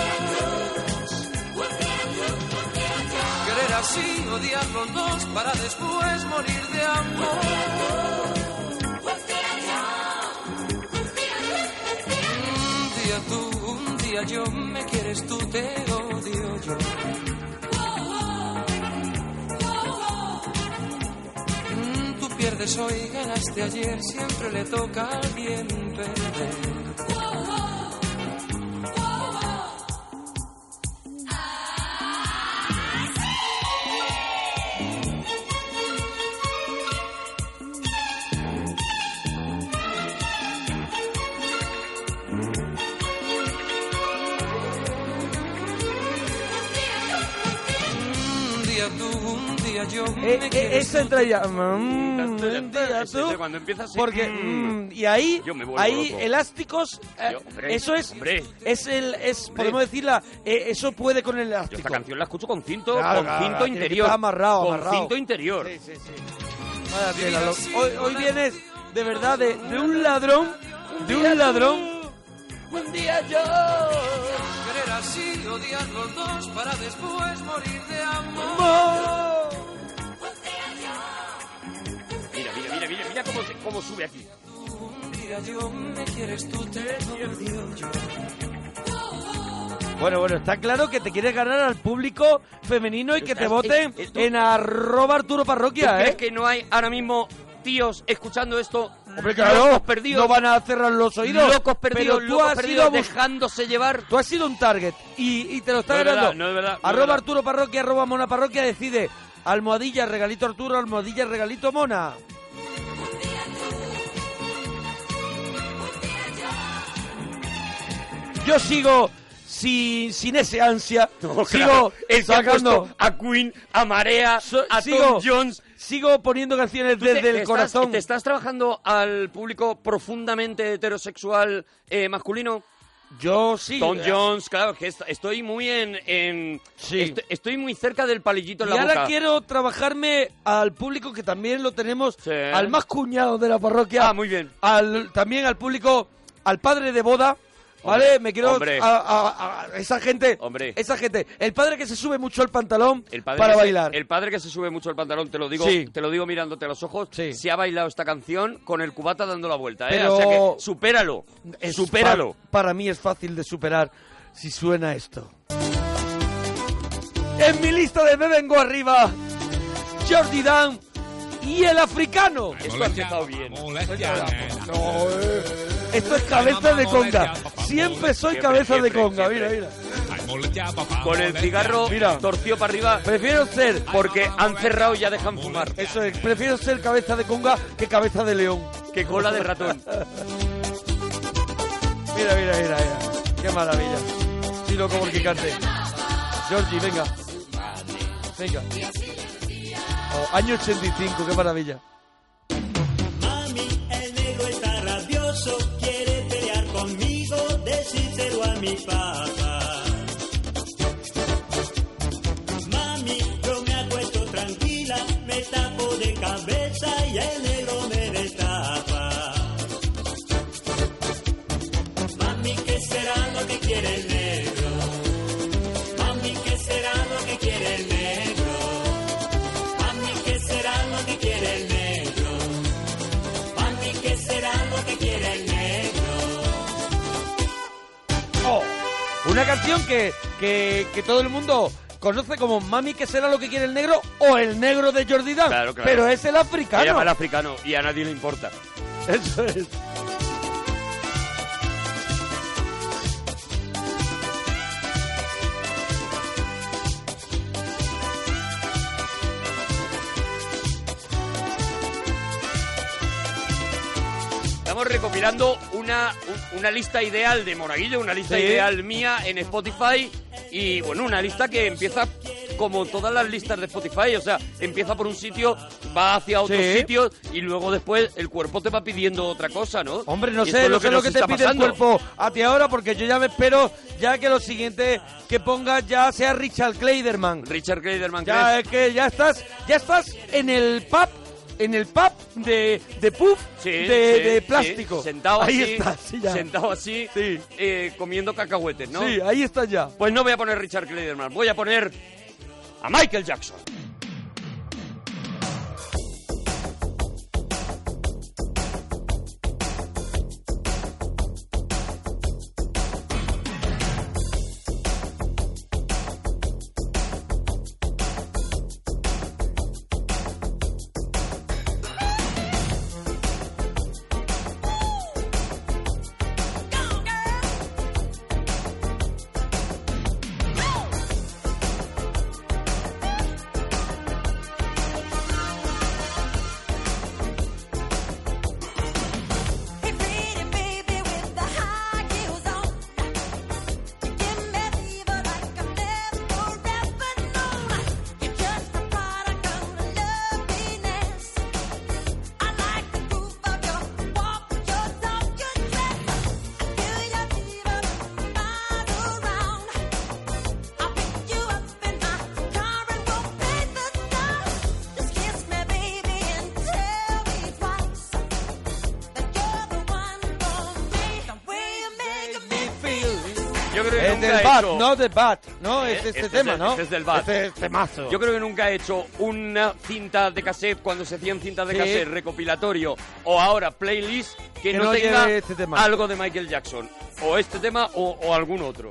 [SPEAKER 1] Querer así, odiar los dos para después morir de amor. Un día tú, un día yo, me quieres tú, te odio yo. Mm, Tú pierdes hoy, ganaste ayer, siempre le toca a alguien perder. Un día tú, un día yo,
[SPEAKER 2] Eh,
[SPEAKER 1] me
[SPEAKER 2] eh,
[SPEAKER 1] quieres
[SPEAKER 2] esa
[SPEAKER 1] tú,
[SPEAKER 2] entraría. Mm, un día
[SPEAKER 3] Ese-
[SPEAKER 2] tú.
[SPEAKER 3] ese cuando empieza así,
[SPEAKER 2] Porque
[SPEAKER 3] mm.
[SPEAKER 2] mm, y ahí,
[SPEAKER 3] Yo me vuelvo
[SPEAKER 2] ahí
[SPEAKER 3] loco.
[SPEAKER 2] elásticos. eh,
[SPEAKER 3] Yo, hombre,
[SPEAKER 2] eso es,
[SPEAKER 3] hombre.
[SPEAKER 2] es el, es
[SPEAKER 3] Hombre.
[SPEAKER 2] podemos decirla. eh, eso puede con el
[SPEAKER 3] Yo
[SPEAKER 2] elástico.
[SPEAKER 3] esta canción la escucho con cinto,
[SPEAKER 2] Claro,
[SPEAKER 3] con
[SPEAKER 2] claro,
[SPEAKER 3] cinto
[SPEAKER 2] tiene que
[SPEAKER 3] interior.
[SPEAKER 2] estar amarrado,
[SPEAKER 3] con
[SPEAKER 2] amarrado.
[SPEAKER 3] cinto interior.
[SPEAKER 2] Sí, sí, sí. Vaya tela, lo- hoy, hoy vienes de verdad de, de un ladrón, de un ladrón.
[SPEAKER 1] Un día yo. Querer así, odiar los dos para después morir de amor.
[SPEAKER 3] Mira, mira, mira, mira, mira cómo, se- cómo sube aquí.
[SPEAKER 1] Un día yo, me quieres tú, te odio yo.
[SPEAKER 2] Bueno, bueno, está claro que te quieres ganar al público femenino y que te
[SPEAKER 3] Estás-
[SPEAKER 2] voten
[SPEAKER 3] eh, eh, tú-
[SPEAKER 2] en arroba Arturo
[SPEAKER 3] ¿Tú
[SPEAKER 2] Parroquia,
[SPEAKER 3] crees
[SPEAKER 2] ¿eh?
[SPEAKER 3] que no hay ahora mismo tíos escuchando esto?
[SPEAKER 2] Hombre, claro,
[SPEAKER 3] locos perdidos.
[SPEAKER 2] no van a cerrar los oídos.
[SPEAKER 3] Locos perdidos,
[SPEAKER 2] pero tú
[SPEAKER 3] locos
[SPEAKER 2] has
[SPEAKER 3] perdidos,
[SPEAKER 2] sido bus-
[SPEAKER 3] dejándose llevar.
[SPEAKER 2] Tú has sido un target y, y te lo está
[SPEAKER 3] No es
[SPEAKER 2] ganando.
[SPEAKER 3] verdad, no es verdad, no es
[SPEAKER 2] arroba
[SPEAKER 3] verdad.
[SPEAKER 2] Arturo Parroquia, arroba Mona Parroquia, decide. Almohadilla, regalito Arturo, almohadilla, regalito Mona. yo sigo sin, sin ese ansia.
[SPEAKER 3] No,
[SPEAKER 2] sigo
[SPEAKER 3] claro, él se ha
[SPEAKER 2] sacando
[SPEAKER 3] puesto a Queen, a Marea,
[SPEAKER 2] So-
[SPEAKER 3] a
[SPEAKER 2] sigo-
[SPEAKER 3] Tom Jones.
[SPEAKER 2] Sigo poniendo canciones
[SPEAKER 3] ¿Tú te-
[SPEAKER 2] desde el
[SPEAKER 3] te estás-
[SPEAKER 2] corazón.
[SPEAKER 3] ¿Te estás trabajando al público profundamente heterosexual eh, masculino?
[SPEAKER 2] Yo sí.
[SPEAKER 3] Tom Jones, claro, que est- estoy muy en... en est- estoy muy cerca del palillito en
[SPEAKER 2] Y
[SPEAKER 3] la
[SPEAKER 2] ahora
[SPEAKER 3] boca.
[SPEAKER 2] quiero trabajarme al público que también lo tenemos, al más cuñado de la parroquia.
[SPEAKER 3] Ah, muy bien.
[SPEAKER 2] Al, también al público, al padre de boda, ¿vale?
[SPEAKER 3] Hombre,
[SPEAKER 2] Me quiero
[SPEAKER 3] hombre.
[SPEAKER 2] a, a- a esa gente,
[SPEAKER 3] Hombre.
[SPEAKER 2] esa gente, el padre que se sube mucho el pantalón
[SPEAKER 3] El padre
[SPEAKER 2] para
[SPEAKER 3] que se-
[SPEAKER 2] bailar.
[SPEAKER 3] el padre que se sube mucho el pantalón, te lo digo,
[SPEAKER 2] Sí.
[SPEAKER 3] te lo digo mirándote a los ojos, se ha bailado esta canción con el cubata dando la vuelta, ¿eh?
[SPEAKER 2] Pero
[SPEAKER 3] O sea que supéralo,
[SPEAKER 2] Es
[SPEAKER 3] supéralo.
[SPEAKER 2] fa- para mí es fácil de superar si suena esto. En mi lista de Me Vengo Arriba, Jordi Dan y el africano.
[SPEAKER 3] Esto ha empezado bien.
[SPEAKER 2] No, eh. Esto es cabeza de conga. Siempre soy
[SPEAKER 3] Siempre,
[SPEAKER 2] cabeza de
[SPEAKER 3] siempre,
[SPEAKER 2] conga. Mira,
[SPEAKER 3] siempre.
[SPEAKER 2] mira.
[SPEAKER 3] Con el cigarro torcido para arriba.
[SPEAKER 2] Prefiero ser...
[SPEAKER 3] Porque han cerrado y ya dejan fumar.
[SPEAKER 2] Eso es, prefiero ser cabeza de conga que cabeza de león.
[SPEAKER 3] Que cola de ratón.
[SPEAKER 2] Mira, mira, mira, mira. Qué maravilla. Sí, loco porque cante. Georgie, venga. Venga. Oh, año ochenta y cinco, qué maravilla.
[SPEAKER 18] El negro está rabioso, quiere pelear conmigo, decírselo a mi papá. Mami, yo me acuesto tranquila, me tapo de cabeza y el negro me destapa. Mami, ¿qué será lo que quiere el negro? Mami, ¿qué será lo que quiere el negro? Mami, ¿qué será lo que quiere el negro? Mami, ¿qué será lo que quiere el negro?
[SPEAKER 2] Oh, una canción que, que, que todo el mundo conoce como Mami, ¿qué será lo que quiere el negro? O el negro de Jordi Dan.
[SPEAKER 3] Claro, claro.
[SPEAKER 2] Pero es el africano.
[SPEAKER 3] Se llama el africano y a nadie le importa.
[SPEAKER 2] Eso es.
[SPEAKER 3] Estamos recopilando una, un- una lista ideal de Monaguillo, una lista
[SPEAKER 2] Sí.
[SPEAKER 3] ideal mía en Spotify y, bueno, una lista que empieza como todas las listas de Spotify, o sea, empieza por un sitio, va hacia otros
[SPEAKER 2] Sí.
[SPEAKER 3] sitios y luego después el cuerpo te va pidiendo otra cosa, ¿no?
[SPEAKER 2] Hombre, no
[SPEAKER 3] Y esto
[SPEAKER 2] sé,
[SPEAKER 3] es
[SPEAKER 2] no sé lo
[SPEAKER 3] nos
[SPEAKER 2] que te
[SPEAKER 3] está
[SPEAKER 2] pide
[SPEAKER 3] pasando.
[SPEAKER 2] el cuerpo a ti ahora, porque yo ya me espero ya que lo siguiente que pongas ya sea Richard Kleiderman.
[SPEAKER 3] Richard Kleiderman,
[SPEAKER 2] Ya
[SPEAKER 3] ¿crees?
[SPEAKER 2] es que ya estás, ya estás en el pub, en el pub de, de puff
[SPEAKER 3] Sí,
[SPEAKER 2] de,
[SPEAKER 3] sí,
[SPEAKER 2] de
[SPEAKER 3] sí,
[SPEAKER 2] plástico.
[SPEAKER 3] sentado
[SPEAKER 2] ahí
[SPEAKER 3] así,
[SPEAKER 2] estás, sí, ya.
[SPEAKER 3] sentado así, eh, comiendo cacahuetes, ¿no?
[SPEAKER 2] Sí, ahí estás ya.
[SPEAKER 3] Pues no voy a poner Richard Kleiderman, voy a poner a Michael Jackson. Yo creo que
[SPEAKER 2] Es
[SPEAKER 3] nunca
[SPEAKER 2] del
[SPEAKER 3] he
[SPEAKER 2] Bat,
[SPEAKER 3] hecho-
[SPEAKER 2] no del Bat, ¿no? Es
[SPEAKER 3] Eh,
[SPEAKER 2] este
[SPEAKER 3] este
[SPEAKER 2] tema,
[SPEAKER 3] es el-
[SPEAKER 2] ¿no?
[SPEAKER 3] este es del Bat.
[SPEAKER 2] Este es temazo.
[SPEAKER 3] Yo creo que nunca he hecho una cinta de cassette cuando se hacían cintas de
[SPEAKER 2] Sí.
[SPEAKER 3] cassette recopilatorio o ahora playlist que,
[SPEAKER 2] Que
[SPEAKER 3] no,
[SPEAKER 2] no
[SPEAKER 3] tenga
[SPEAKER 2] lleve este tema.
[SPEAKER 3] algo de Michael Jackson. O este tema o, o algún otro.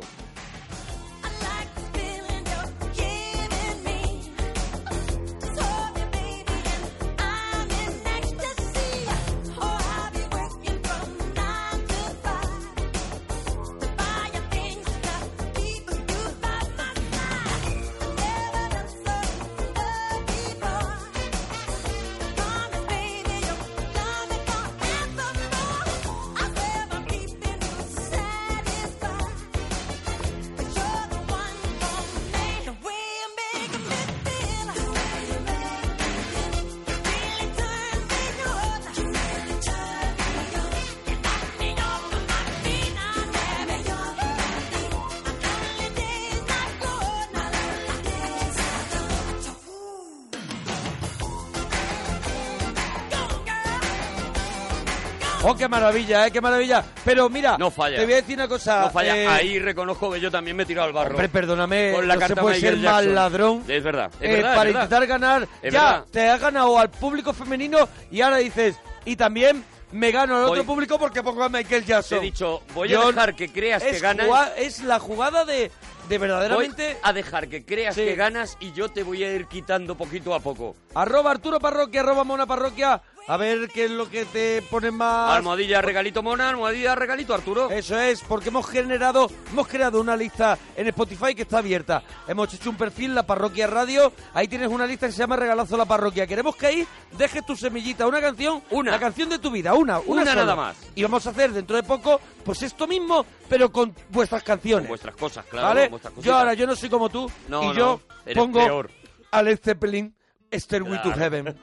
[SPEAKER 2] Oh, qué maravilla, ¿eh? Qué maravilla. Pero mira,
[SPEAKER 3] no falla.
[SPEAKER 2] Te voy a decir una cosa.
[SPEAKER 3] No falla.
[SPEAKER 2] eh,
[SPEAKER 3] Ahí reconozco que yo también me he tirado al barro.
[SPEAKER 2] Hombre, perdóname,
[SPEAKER 3] Con la
[SPEAKER 2] no se
[SPEAKER 3] carta
[SPEAKER 2] puede ser
[SPEAKER 3] Michael
[SPEAKER 2] más
[SPEAKER 3] Jackson.
[SPEAKER 2] ladrón.
[SPEAKER 3] Es verdad, es
[SPEAKER 2] eh,
[SPEAKER 3] verdad.
[SPEAKER 2] para
[SPEAKER 3] es verdad.
[SPEAKER 2] intentar ganar.
[SPEAKER 3] Es
[SPEAKER 2] ya,
[SPEAKER 3] verdad.
[SPEAKER 2] te has ganado al público femenino y ahora dices, y también me gano al
[SPEAKER 3] Voy-
[SPEAKER 2] otro público porque pongo a Michael Jackson.
[SPEAKER 3] Te he dicho, voy
[SPEAKER 2] Yo-
[SPEAKER 3] a dejar que creas que
[SPEAKER 2] es
[SPEAKER 3] ganas.
[SPEAKER 2] jugada- es la jugada de, de verdaderamente...
[SPEAKER 3] Voy a dejar que creas
[SPEAKER 2] Sí.
[SPEAKER 3] que ganas y yo te voy a ir quitando poquito a poco.
[SPEAKER 2] Arroba Arturo Parroquia, arroba Mona Parroquia. A ver qué es lo que te pone más...
[SPEAKER 3] Almohadilla, regalito Mona, almohadilla, regalito Arturo.
[SPEAKER 2] Eso es, porque hemos generado, hemos creado una lista en Spotify que está abierta. Hemos hecho un perfil, La Parroquia Radio. Ahí tienes una lista que se llama Regalazo La Parroquia. Queremos que ahí dejes tu semillita, una canción,
[SPEAKER 3] Una.
[SPEAKER 2] la canción de tu vida, una, una,
[SPEAKER 3] Una
[SPEAKER 2] sola.
[SPEAKER 3] nada más.
[SPEAKER 2] Y vamos a hacer dentro de poco, pues esto mismo, pero con vuestras canciones.
[SPEAKER 3] Con vuestras cosas, claro.
[SPEAKER 2] ¿Vale?
[SPEAKER 3] con vuestras
[SPEAKER 2] Yo
[SPEAKER 3] cositas.
[SPEAKER 2] ahora, yo no soy como tú,
[SPEAKER 3] No,
[SPEAKER 2] y
[SPEAKER 3] no,
[SPEAKER 2] yo
[SPEAKER 3] eres
[SPEAKER 2] pongo
[SPEAKER 3] peor.
[SPEAKER 2] a Led Zeppelin, Stairway to
[SPEAKER 3] Claro.
[SPEAKER 2] Heaven.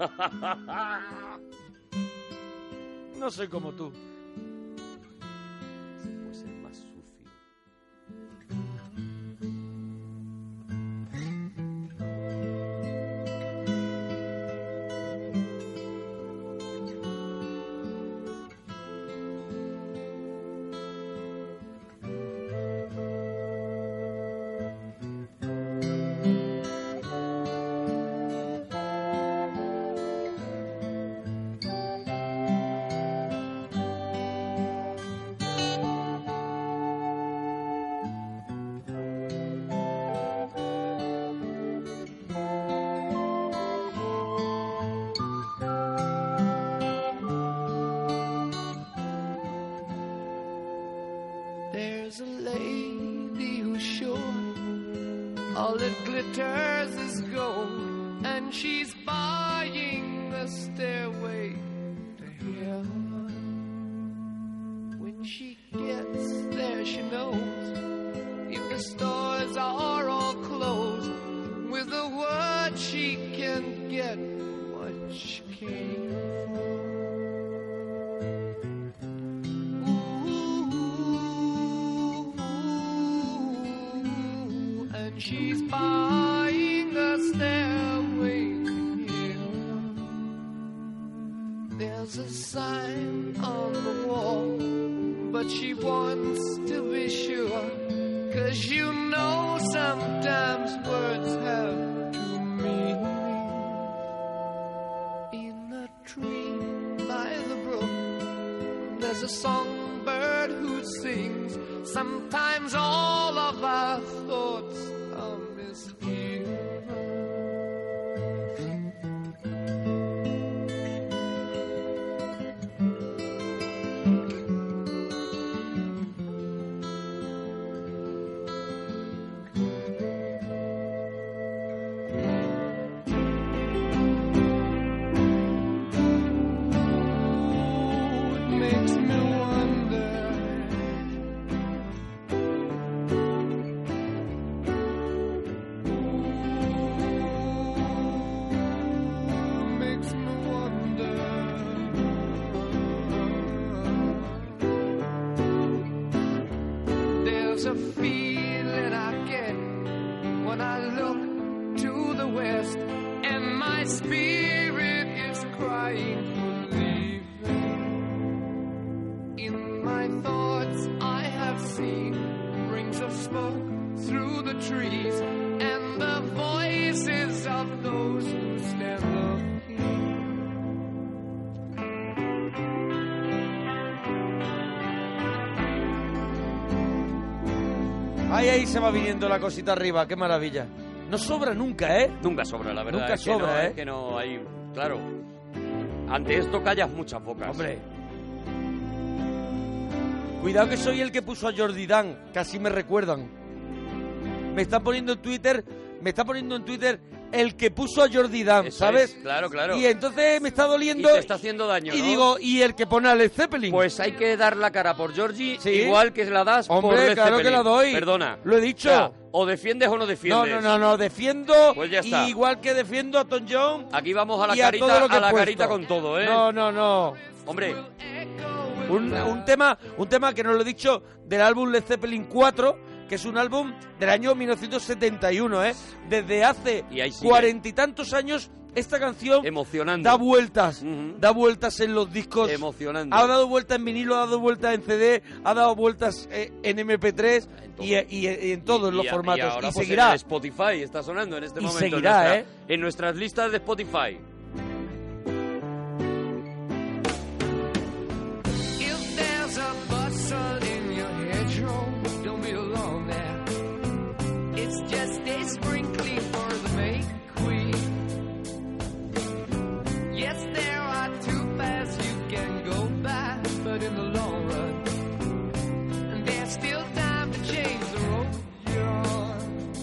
[SPEAKER 2] No soy como tú.
[SPEAKER 3] Puede ser más sucio.
[SPEAKER 8] There's a lady who's sure all that glitters is gold, and she's buying the stairway to heaven. When she gets there, she knows if the stores are all closed, with a word she can get what she came for. And she's buying a stairway to heaven. There's a sign on the wall, but she wants to be sure, 'cause you know sometimes words have two meanings. In a tree by the brook, there's a songbird who sings. Sometimes all of our thoughts are misgiven. It makes me wonder. Makes me wonder. There's a feeling I get when I look to the west, and my spirit is crying for leaving. In my thoughts I have seen rings of smoke through the trees, and the voices of those who's never been.
[SPEAKER 2] Ahí, ahí se va viniendo la cosita arriba, qué maravilla. No sobra nunca, ¿eh?
[SPEAKER 3] Nunca sobra, la verdad.
[SPEAKER 2] Nunca
[SPEAKER 3] es que
[SPEAKER 2] sobra,
[SPEAKER 3] no,
[SPEAKER 2] ¿eh?
[SPEAKER 3] Es que no hay... Claro. Ante esto callas muchas bocas.
[SPEAKER 2] Hombre. Cuidado que soy el que puso a Jordi Dan, casi me recuerdan. Me están poniendo en Twitter, me está poniendo en Twitter el que puso a Jordi Dan,
[SPEAKER 3] Eso
[SPEAKER 2] ¿sabes?
[SPEAKER 3] es, claro, claro.
[SPEAKER 2] Y entonces me está doliendo.
[SPEAKER 3] Y te está haciendo daño,
[SPEAKER 2] Y
[SPEAKER 3] ¿no?
[SPEAKER 2] digo, ¿y el que pone a Led Zeppelin?
[SPEAKER 3] Pues hay que dar la cara por Georgie,
[SPEAKER 2] Sí.
[SPEAKER 3] igual que la das
[SPEAKER 2] Hombre,
[SPEAKER 3] por Led
[SPEAKER 2] claro que
[SPEAKER 3] Zeppelin.
[SPEAKER 2] la doy.
[SPEAKER 3] Perdona.
[SPEAKER 2] Lo he dicho.
[SPEAKER 3] O sea, o defiendes o no
[SPEAKER 2] No,
[SPEAKER 3] defiendes.
[SPEAKER 2] no, no, no, defiendo,
[SPEAKER 3] Pues ya está.
[SPEAKER 2] igual que defiendo a Tom Jones.
[SPEAKER 3] Aquí vamos a la
[SPEAKER 2] y a todo
[SPEAKER 3] carita,
[SPEAKER 2] lo que
[SPEAKER 3] a
[SPEAKER 2] he
[SPEAKER 3] la
[SPEAKER 2] puesto.
[SPEAKER 3] carita con todo, ¿eh?
[SPEAKER 2] No, no, no.
[SPEAKER 3] Hombre,
[SPEAKER 2] Un, un tema, un tema que no lo he dicho, del álbum Led Zeppelin cuatro, que es un álbum del año mil novecientos setenta y uno, ¿eh? Desde hace
[SPEAKER 3] Y ahí sigue.
[SPEAKER 2] cuarenta y tantos años esta canción
[SPEAKER 3] emocionante,
[SPEAKER 2] da vueltas,
[SPEAKER 3] uh-huh.
[SPEAKER 2] da vueltas en los discos,
[SPEAKER 3] emocionante.
[SPEAKER 2] Ha dado vueltas en vinilo, ha dado vueltas en C D, ha dado vueltas eh, en eme pe tres y, y, y en todos
[SPEAKER 3] y,
[SPEAKER 2] los
[SPEAKER 3] y,
[SPEAKER 2] formatos.
[SPEAKER 3] Y, ahora,
[SPEAKER 2] y
[SPEAKER 3] pues,
[SPEAKER 2] seguirá.
[SPEAKER 3] En Spotify está sonando en este
[SPEAKER 2] y
[SPEAKER 3] momento.
[SPEAKER 2] Seguirá,
[SPEAKER 3] en, nuestra,
[SPEAKER 2] ¿eh?
[SPEAKER 3] en nuestras listas de Spotify.
[SPEAKER 1] If there's a bustle in your hedgerow, don't be alone there. It's just a sprinkling for the May Queen. Yes, there are two paths you can go by, but in the long run, and there's still time to change the road you're on.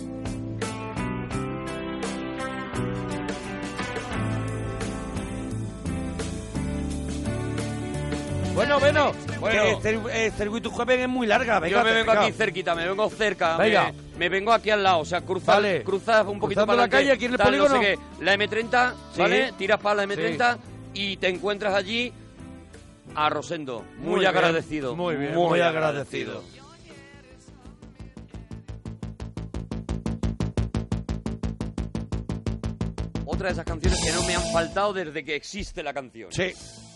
[SPEAKER 2] Bueno, bueno,
[SPEAKER 3] Bueno.
[SPEAKER 2] que este, el circuito jueves es muy larga. Venga,
[SPEAKER 3] Yo me vengo
[SPEAKER 2] venga.
[SPEAKER 3] aquí cerquita, me vengo cerca.
[SPEAKER 2] Venga.
[SPEAKER 3] Me, me vengo aquí al lado, o sea, cruzas,
[SPEAKER 2] Vale.
[SPEAKER 3] cruzas un poquito
[SPEAKER 2] Cruzando
[SPEAKER 3] para
[SPEAKER 2] la
[SPEAKER 3] adelante,
[SPEAKER 2] calle, aquí en el
[SPEAKER 3] tal,
[SPEAKER 2] polígono.
[SPEAKER 3] No sé qué, la eme treinta,
[SPEAKER 2] Sí.
[SPEAKER 3] ¿vale? Tiras para la eme treinta
[SPEAKER 2] Sí.
[SPEAKER 3] y te encuentras allí a Rosendo. Muy,
[SPEAKER 2] Muy bien,
[SPEAKER 3] agradecido.
[SPEAKER 2] muy bien, muy agradecido.
[SPEAKER 3] Otra de esas canciones que no me han faltado desde que existe la canción.
[SPEAKER 2] Sí.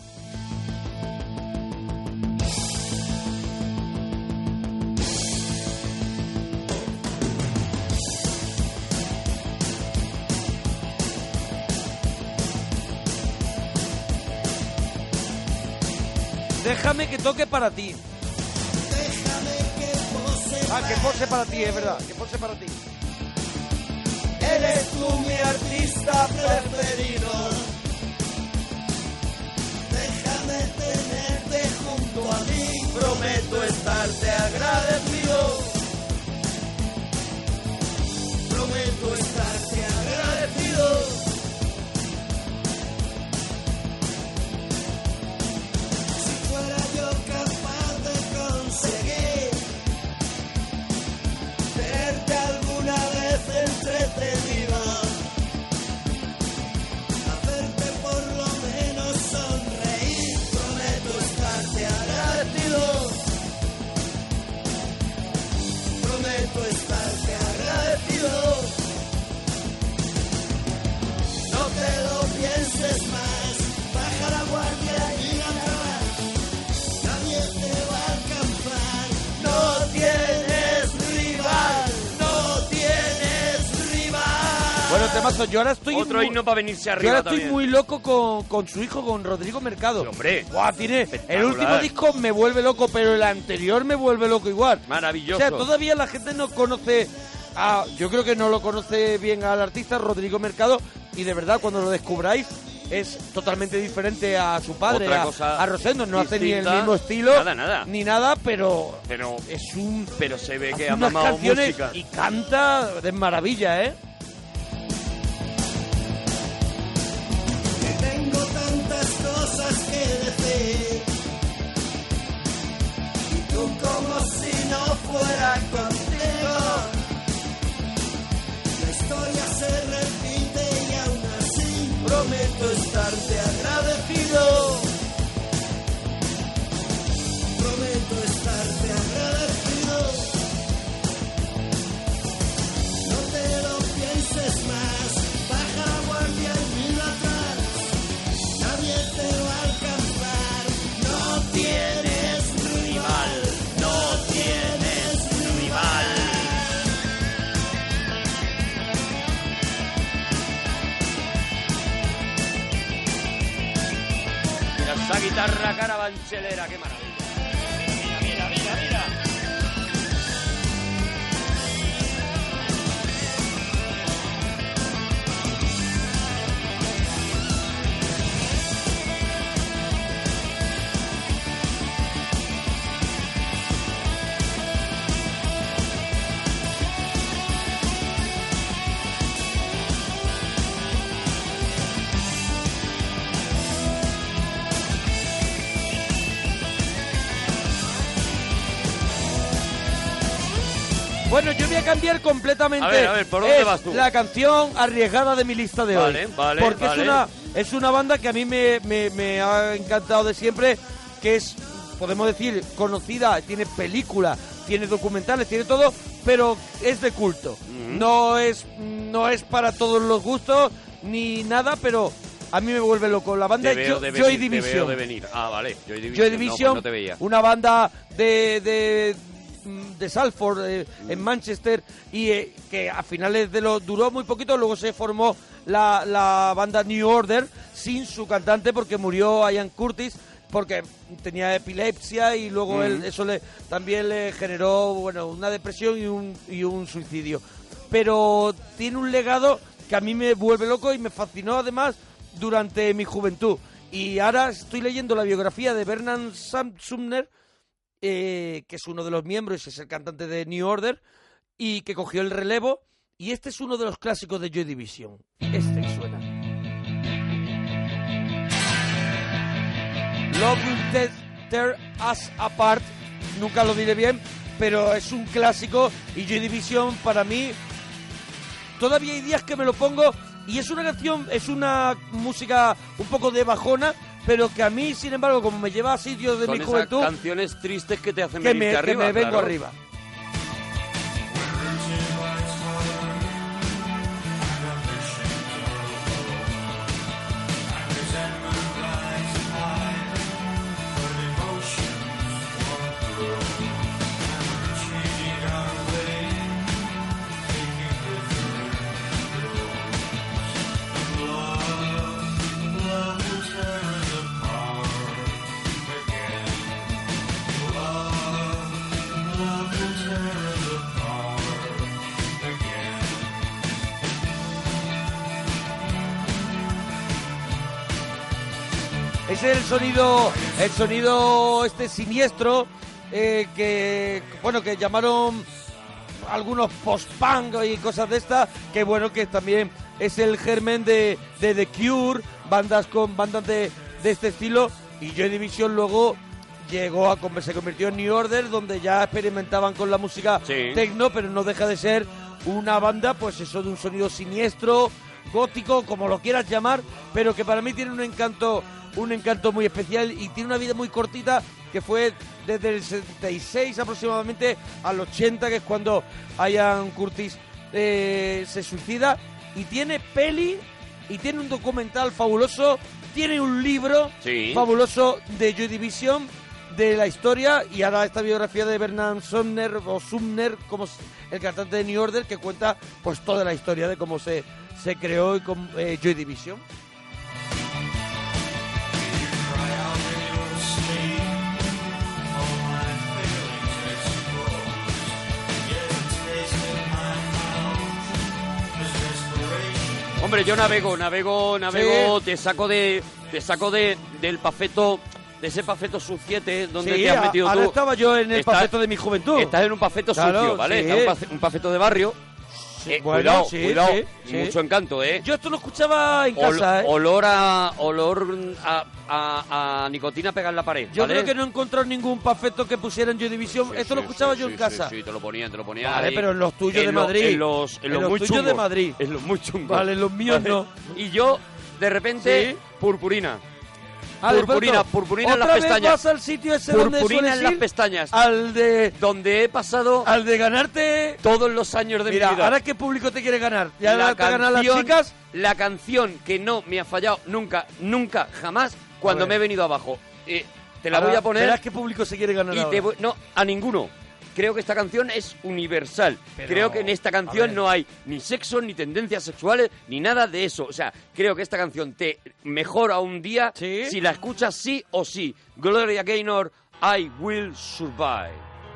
[SPEAKER 2] Déjame que toque para ti. Ah, que pose para ti, es verdad, que pose para ti.
[SPEAKER 1] Eres tú mi artista preferido. Déjame tenerte junto a mí. Prometo estarte agradecido. Prometo estarte agradecido. Si fuera yo capaz de conseguir tenerte alguna vez entretenido, hacerte por lo menos sonreír, prometo estarte agradecido, prometo estarte agradecido, no te lo pienses más, baja la guardia y mira atrás, nadie te va a alcanzar, no tienes rival, no tienes rival.
[SPEAKER 2] Bueno, temazo, yo ahora estoy...
[SPEAKER 3] Otro
[SPEAKER 2] muy-
[SPEAKER 3] himno para venirse
[SPEAKER 2] Yo
[SPEAKER 3] arriba
[SPEAKER 2] ahora estoy
[SPEAKER 3] también.
[SPEAKER 2] muy loco con, con su hijo, con Rodrigo Mercado.
[SPEAKER 3] hombre,
[SPEAKER 2] Buah, tiene, el último
[SPEAKER 3] espectacular.
[SPEAKER 2] disco me vuelve loco, pero el anterior me vuelve loco igual.
[SPEAKER 3] Maravilloso.
[SPEAKER 2] O sea, todavía la gente no conoce... A, yo creo que no lo conoce bien al artista Rodrigo Mercado, y de verdad cuando lo descubráis es totalmente diferente a su padre,
[SPEAKER 3] Otra
[SPEAKER 2] a,
[SPEAKER 3] cosa
[SPEAKER 2] a Rosendo. No hace ni el
[SPEAKER 3] distinta.
[SPEAKER 2] mismo estilo,
[SPEAKER 3] Nada, nada.
[SPEAKER 2] ni nada, pero,
[SPEAKER 3] Pero,
[SPEAKER 2] es un...
[SPEAKER 3] pero se ve que
[SPEAKER 2] hace
[SPEAKER 3] ha
[SPEAKER 2] unas
[SPEAKER 3] mamado
[SPEAKER 2] canciones
[SPEAKER 3] música.
[SPEAKER 2] y canta de maravilla, ¿eh?
[SPEAKER 1] Que tengo tantas cosas que decir y tú como si no fuera contigo. La historia se repite y aún así prometo estarte agradecido. Prometo estarte agradecido. No te lo pienses más, baja la guardia y mira atrás. Nadie te va a alcanzar, no tienes rival, no tienes rival.
[SPEAKER 3] Mira esa guitarra carabanchelera, qué maravilla. Mira, mira, mira, mira.
[SPEAKER 2] Bueno, yo voy a cambiar completamente.
[SPEAKER 3] A ver, a ver, ¿por dónde
[SPEAKER 2] Es
[SPEAKER 3] vas tú?
[SPEAKER 2] la canción arriesgada de mi lista de
[SPEAKER 3] Vale,
[SPEAKER 2] hoy.
[SPEAKER 3] vale,
[SPEAKER 2] Porque
[SPEAKER 3] vale.
[SPEAKER 2] es una es una banda que a mí me, me, me ha encantado de siempre, que es, podemos decir, conocida, tiene película, tiene documentales, tiene todo, pero es de culto. No es no es para todos los gustos ni nada, pero a mí me vuelve loco. La banda
[SPEAKER 3] Te veo
[SPEAKER 2] Jo-
[SPEAKER 3] de
[SPEAKER 2] Joy
[SPEAKER 3] venir, te
[SPEAKER 2] Division.
[SPEAKER 3] veo de venir. Ah, vale. Joy Division.
[SPEAKER 2] Joy
[SPEAKER 3] No,
[SPEAKER 2] Division,
[SPEAKER 3] pues no te veía.
[SPEAKER 2] una banda de, de, de Salford, eh, en Manchester, y eh, que a finales de los... Duró muy poquito, luego se formó la, la banda New Order sin su cantante porque murió Ian Curtis, porque tenía epilepsia y luego
[SPEAKER 3] Mm.
[SPEAKER 2] él, eso le también le generó, bueno, una depresión y un, y un suicidio. Pero tiene un legado que a mí me vuelve loco y me fascinó además durante mi juventud. Y ahora estoy leyendo la biografía de Bernard Sam- Sumner, eh, que es uno de los miembros, es el cantante de New Order, y que cogió el relevo. Y este es uno de los clásicos de Joy Division. Este que suena. Love Will Te- Tear Us Apart. Nunca lo diré bien, pero es un clásico. Y Joy Division, para mí, todavía hay días que me lo pongo. Y es una canción, es una música un poco de bajona, pero que a mí, sin embargo, como me lleva a sitios de
[SPEAKER 3] Son
[SPEAKER 2] mi
[SPEAKER 3] esas
[SPEAKER 2] juventud,
[SPEAKER 3] canciones tristes que te hacen
[SPEAKER 2] que
[SPEAKER 3] venirte
[SPEAKER 2] me, que
[SPEAKER 3] arriba.
[SPEAKER 2] me vengo
[SPEAKER 3] claro.
[SPEAKER 2] arriba. Es el sonido, el sonido este siniestro eh, que, bueno, que llamaron algunos post-punk y cosas de estas, que bueno, que también es el germen de, de The Cure, bandas con bandas de, de este estilo. Y Joy Division luego llegó a conver- se convirtió en New Order, donde ya experimentaban con la música
[SPEAKER 3] Sí.
[SPEAKER 2] techno, pero no deja de ser una banda, pues eso, de un sonido siniestro, gótico, como lo quieras llamar, pero que para mí tiene un encanto, un encanto muy especial y tiene una vida muy cortita, que fue desde el setenta y seis aproximadamente al ochenta, que es cuando Ian Curtis eh, se suicida, y tiene peli y tiene un documental fabuloso, tiene un libro
[SPEAKER 3] Sí.
[SPEAKER 2] fabuloso de Joy Division, de la historia, y ahora esta biografía de Bernard Sumner, o Sumner, como s- el cantante de New Order, que cuenta pues toda la historia de cómo se, se creó y con, eh, Joy Division.
[SPEAKER 3] Hombre, yo navego, navego, navego, te saco de, te saco de del pafeto, de ese pafeto suciete donde
[SPEAKER 2] Sí,
[SPEAKER 3] te has
[SPEAKER 2] a-
[SPEAKER 3] metido
[SPEAKER 2] ahora
[SPEAKER 3] tú.
[SPEAKER 2] estaba yo en el
[SPEAKER 3] Estás-
[SPEAKER 2] pafeto de mi juventud.
[SPEAKER 3] Estás en un pafeto
[SPEAKER 2] Claro,
[SPEAKER 3] sucio, ¿vale?
[SPEAKER 2] sí.
[SPEAKER 3] Estás un, pafe- un pafeto de barrio. Eh,
[SPEAKER 2] bueno,
[SPEAKER 3] cuidado,
[SPEAKER 2] sí,
[SPEAKER 3] cuidado,
[SPEAKER 2] sí, sí.
[SPEAKER 3] mucho encanto, ¿eh?
[SPEAKER 2] Yo esto lo escuchaba en
[SPEAKER 3] Ol-
[SPEAKER 2] casa, ¿eh?
[SPEAKER 3] Olor a olor a, a, a nicotina pegada en la pared.
[SPEAKER 2] Yo
[SPEAKER 3] ¿vale?
[SPEAKER 2] creo que no he encontrado ningún pafeto que pusiera en Joy Division.
[SPEAKER 3] Sí,
[SPEAKER 2] Esto
[SPEAKER 3] sí,
[SPEAKER 2] lo escuchaba
[SPEAKER 3] sí,
[SPEAKER 2] yo
[SPEAKER 3] sí,
[SPEAKER 2] en casa.
[SPEAKER 3] Sí, sí, te lo ponían, te lo ponían.
[SPEAKER 2] Vale,
[SPEAKER 3] ahí.
[SPEAKER 2] pero en los tuyos
[SPEAKER 3] En
[SPEAKER 2] de
[SPEAKER 3] lo-
[SPEAKER 2] Madrid.
[SPEAKER 3] En los, en
[SPEAKER 2] En
[SPEAKER 3] los
[SPEAKER 2] los
[SPEAKER 3] muy
[SPEAKER 2] tuyos de
[SPEAKER 3] chungos.
[SPEAKER 2] Madrid.
[SPEAKER 3] En los muy chungos.
[SPEAKER 2] Vale, los míos no.
[SPEAKER 3] Y yo, de repente,
[SPEAKER 2] Sí.
[SPEAKER 3] purpurina.
[SPEAKER 2] Ah, de
[SPEAKER 3] purpurina,
[SPEAKER 2] pronto,
[SPEAKER 3] purpurina en las
[SPEAKER 2] ¿otra vez
[SPEAKER 3] pestañas.
[SPEAKER 2] vas al sitio ese donde
[SPEAKER 3] Purpurina
[SPEAKER 2] sueles
[SPEAKER 3] en las
[SPEAKER 2] ir?
[SPEAKER 3] pestañas.
[SPEAKER 2] Al de...
[SPEAKER 3] Donde he pasado...
[SPEAKER 2] Al de ganarte...
[SPEAKER 3] Todos los años de
[SPEAKER 2] Mira,
[SPEAKER 3] mi vida.
[SPEAKER 2] ¿ahora qué público te quiere ganar? ¿Ya
[SPEAKER 3] la
[SPEAKER 2] te ganan las
[SPEAKER 3] canción-
[SPEAKER 2] chicas?
[SPEAKER 3] La canción que no me ha fallado nunca, nunca, jamás, cuando
[SPEAKER 2] ver.
[SPEAKER 3] me he venido abajo. Eh, te la
[SPEAKER 2] Ahora,
[SPEAKER 3] voy a poner...
[SPEAKER 2] verás qué público se quiere ganar
[SPEAKER 3] y te
[SPEAKER 2] ahora.
[SPEAKER 3] voy- No, a ninguno. Creo que esta canción es universal.
[SPEAKER 2] Pero,
[SPEAKER 3] creo que en esta
[SPEAKER 2] a
[SPEAKER 3] canción
[SPEAKER 2] ver.
[SPEAKER 3] no hay ni sexo, ni tendencias sexuales, ni nada de eso. O sea, creo que esta canción te mejora un día si la escuchas sí o sí. Gloria Gaynor, I Will Survive.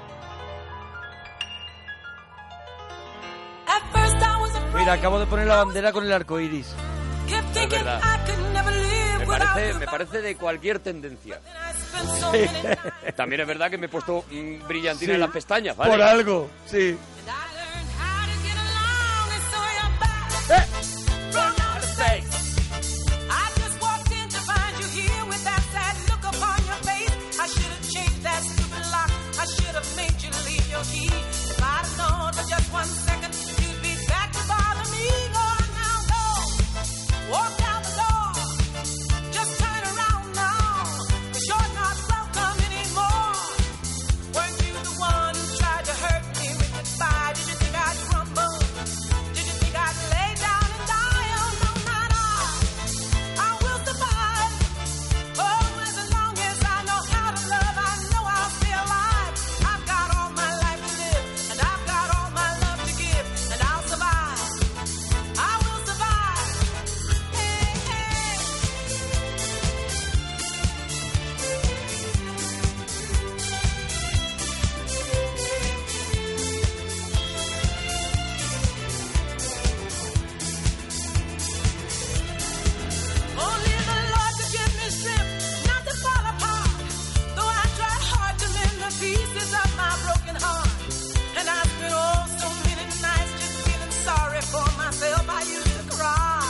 [SPEAKER 2] Mira, acabo de poner la bandera con el arco iris.
[SPEAKER 3] Es verdad. Me parece, me parece de cualquier tendencia. También es verdad que me he puesto mm, brillantina
[SPEAKER 2] Sí,
[SPEAKER 3] en las pestañas, ¿vale?
[SPEAKER 2] Por algo, sí.
[SPEAKER 1] Walk out the door, just turn around now, 'cause you're not welcome anymore. Weren't you the one who tried to hurt me with goodbye?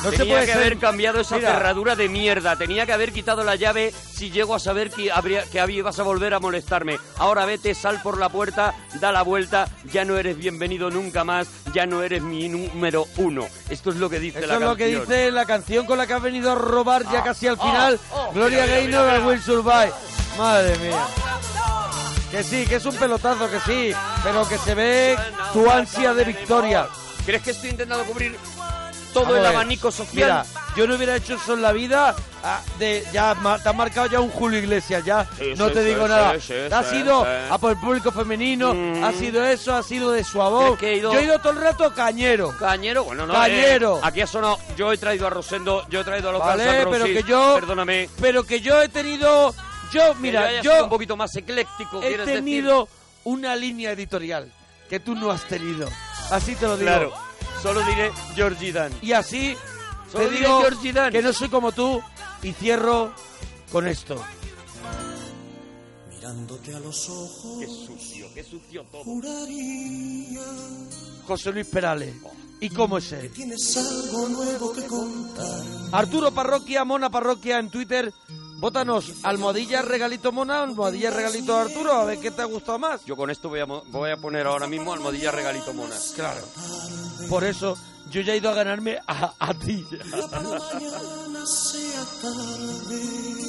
[SPEAKER 2] No
[SPEAKER 3] tenía
[SPEAKER 2] se puede
[SPEAKER 3] que
[SPEAKER 2] ser-
[SPEAKER 3] haber cambiado esa
[SPEAKER 2] Mira.
[SPEAKER 3] cerradura de mierda. Tenía que haber quitado la llave si llego a saber que, habría, que había- ibas a volver a molestarme. Ahora vete, sal por la puerta, da la vuelta, ya no eres bienvenido nunca más, ya no eres mi número uno. Esto es lo que dice
[SPEAKER 2] Eso
[SPEAKER 3] la
[SPEAKER 2] es
[SPEAKER 3] canción.
[SPEAKER 2] lo que dice la canción con la que has venido a robar ya
[SPEAKER 3] Ah,
[SPEAKER 2] casi al
[SPEAKER 3] ah,
[SPEAKER 2] final.
[SPEAKER 3] oh,
[SPEAKER 2] Gloria
[SPEAKER 3] mira, mira,
[SPEAKER 2] Gaynor
[SPEAKER 3] mira,
[SPEAKER 2] al Will Survive. Madre mía. Que sí, que es un pelotazo, que sí. Pero que se ve tu ansia de victoria.
[SPEAKER 3] ¿Crees que estoy intentando cubrir todo
[SPEAKER 2] Vamos
[SPEAKER 3] el
[SPEAKER 2] a ver.
[SPEAKER 3] abanico social?
[SPEAKER 2] Mira, yo no hubiera hecho eso en la vida. ah, de, ya ma- te ha marcado ya un Julio Iglesias, ya.
[SPEAKER 3] Sí,
[SPEAKER 2] no
[SPEAKER 3] sí,
[SPEAKER 2] te
[SPEAKER 3] sí,
[SPEAKER 2] digo
[SPEAKER 3] sí,
[SPEAKER 2] nada.
[SPEAKER 3] sí,
[SPEAKER 2] ha
[SPEAKER 3] sí,
[SPEAKER 2] sido
[SPEAKER 3] sí.
[SPEAKER 2] a por el público femenino,
[SPEAKER 3] Mm.
[SPEAKER 2] ha sido eso, ha sido de suavón.
[SPEAKER 3] ¿Crees que he ido-
[SPEAKER 2] Yo he ido todo el rato cañero.
[SPEAKER 3] Cañero, bueno, no.
[SPEAKER 2] Cañero.
[SPEAKER 3] eh, aquí ha sonado. Yo he traído a Rosendo, yo he traído a los
[SPEAKER 2] Vale,
[SPEAKER 3] Guns N'
[SPEAKER 2] pero
[SPEAKER 3] Roses,
[SPEAKER 2] que yo.
[SPEAKER 3] Perdóname.
[SPEAKER 2] Pero que yo he tenido. Yo,
[SPEAKER 3] Que
[SPEAKER 2] mira,
[SPEAKER 3] haya
[SPEAKER 2] yo.
[SPEAKER 3] sido un poquito más ecléctico,
[SPEAKER 2] he
[SPEAKER 3] ¿quieres
[SPEAKER 2] tenido una línea editorial que tú no has tenido. Así te lo digo.
[SPEAKER 3] Claro, solo diré Georgie Dan.
[SPEAKER 2] Y así
[SPEAKER 3] Solo
[SPEAKER 2] te
[SPEAKER 3] diré
[SPEAKER 2] digo
[SPEAKER 3] Georgie Dan.
[SPEAKER 2] que no soy como tú y cierro con esto.
[SPEAKER 18] Mirándote a los ojos.
[SPEAKER 3] Qué sucio, qué sucio todo.
[SPEAKER 18] Juraría
[SPEAKER 2] José Luis Perales. ¿Y cómo es él?
[SPEAKER 18] tienes algo nuevo que contar.
[SPEAKER 2] Arturo Parroquia, Mona Parroquia en Twitter. Vótanos, almohadilla regalito Mona, almohadilla regalito Arturo, a ver qué te ha gustado más.
[SPEAKER 3] Yo con esto voy a, mo- voy a poner ahora mismo almohadilla regalito mona.
[SPEAKER 2] Claro. Por eso yo ya he ido a ganarme a, a ti.
[SPEAKER 18] Mañana sea tarde.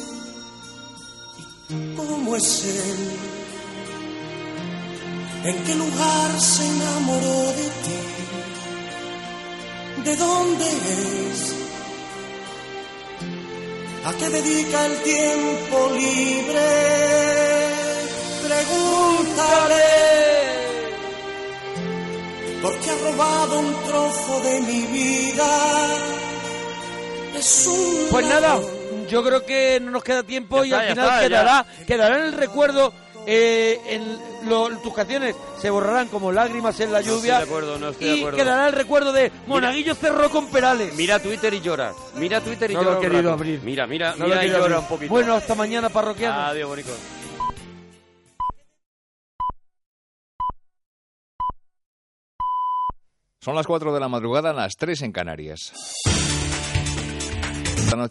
[SPEAKER 18] ¿Y cómo es él? ¿En qué lugar se enamoró de ti? ¿De dónde es? ¿A qué dedica el tiempo libre? Pregúntale. Porque ha robado un trozo de mi vida. Es un
[SPEAKER 2] Pues nada,
[SPEAKER 18] ladrón.
[SPEAKER 2] yo creo que no nos queda tiempo
[SPEAKER 3] Ya
[SPEAKER 2] y
[SPEAKER 3] está,
[SPEAKER 2] al
[SPEAKER 3] ya
[SPEAKER 2] final
[SPEAKER 3] está, ya.
[SPEAKER 2] quedará, quedará en el recuerdo. Eh, en lo- tus canciones se borrarán como lágrimas en la
[SPEAKER 3] No estoy
[SPEAKER 2] lluvia.
[SPEAKER 3] de acuerdo, no estoy
[SPEAKER 2] y
[SPEAKER 3] de acuerdo.
[SPEAKER 2] quedará el recuerdo de Monaguillo cerró con Perales.
[SPEAKER 3] Mira Twitter y llora. Mira Twitter y
[SPEAKER 2] No lo
[SPEAKER 3] llora.
[SPEAKER 2] he
[SPEAKER 3] un
[SPEAKER 2] querido
[SPEAKER 3] rato.
[SPEAKER 2] abrir.
[SPEAKER 3] Mira, mira,
[SPEAKER 2] No lo he
[SPEAKER 3] mira y
[SPEAKER 2] querido
[SPEAKER 3] llora
[SPEAKER 2] abrir.
[SPEAKER 3] un poquito.
[SPEAKER 2] Bueno, hasta mañana, parroquianos.
[SPEAKER 3] Adiós, bonito.
[SPEAKER 6] Son las cuatro de la madrugada, las tres en Canarias.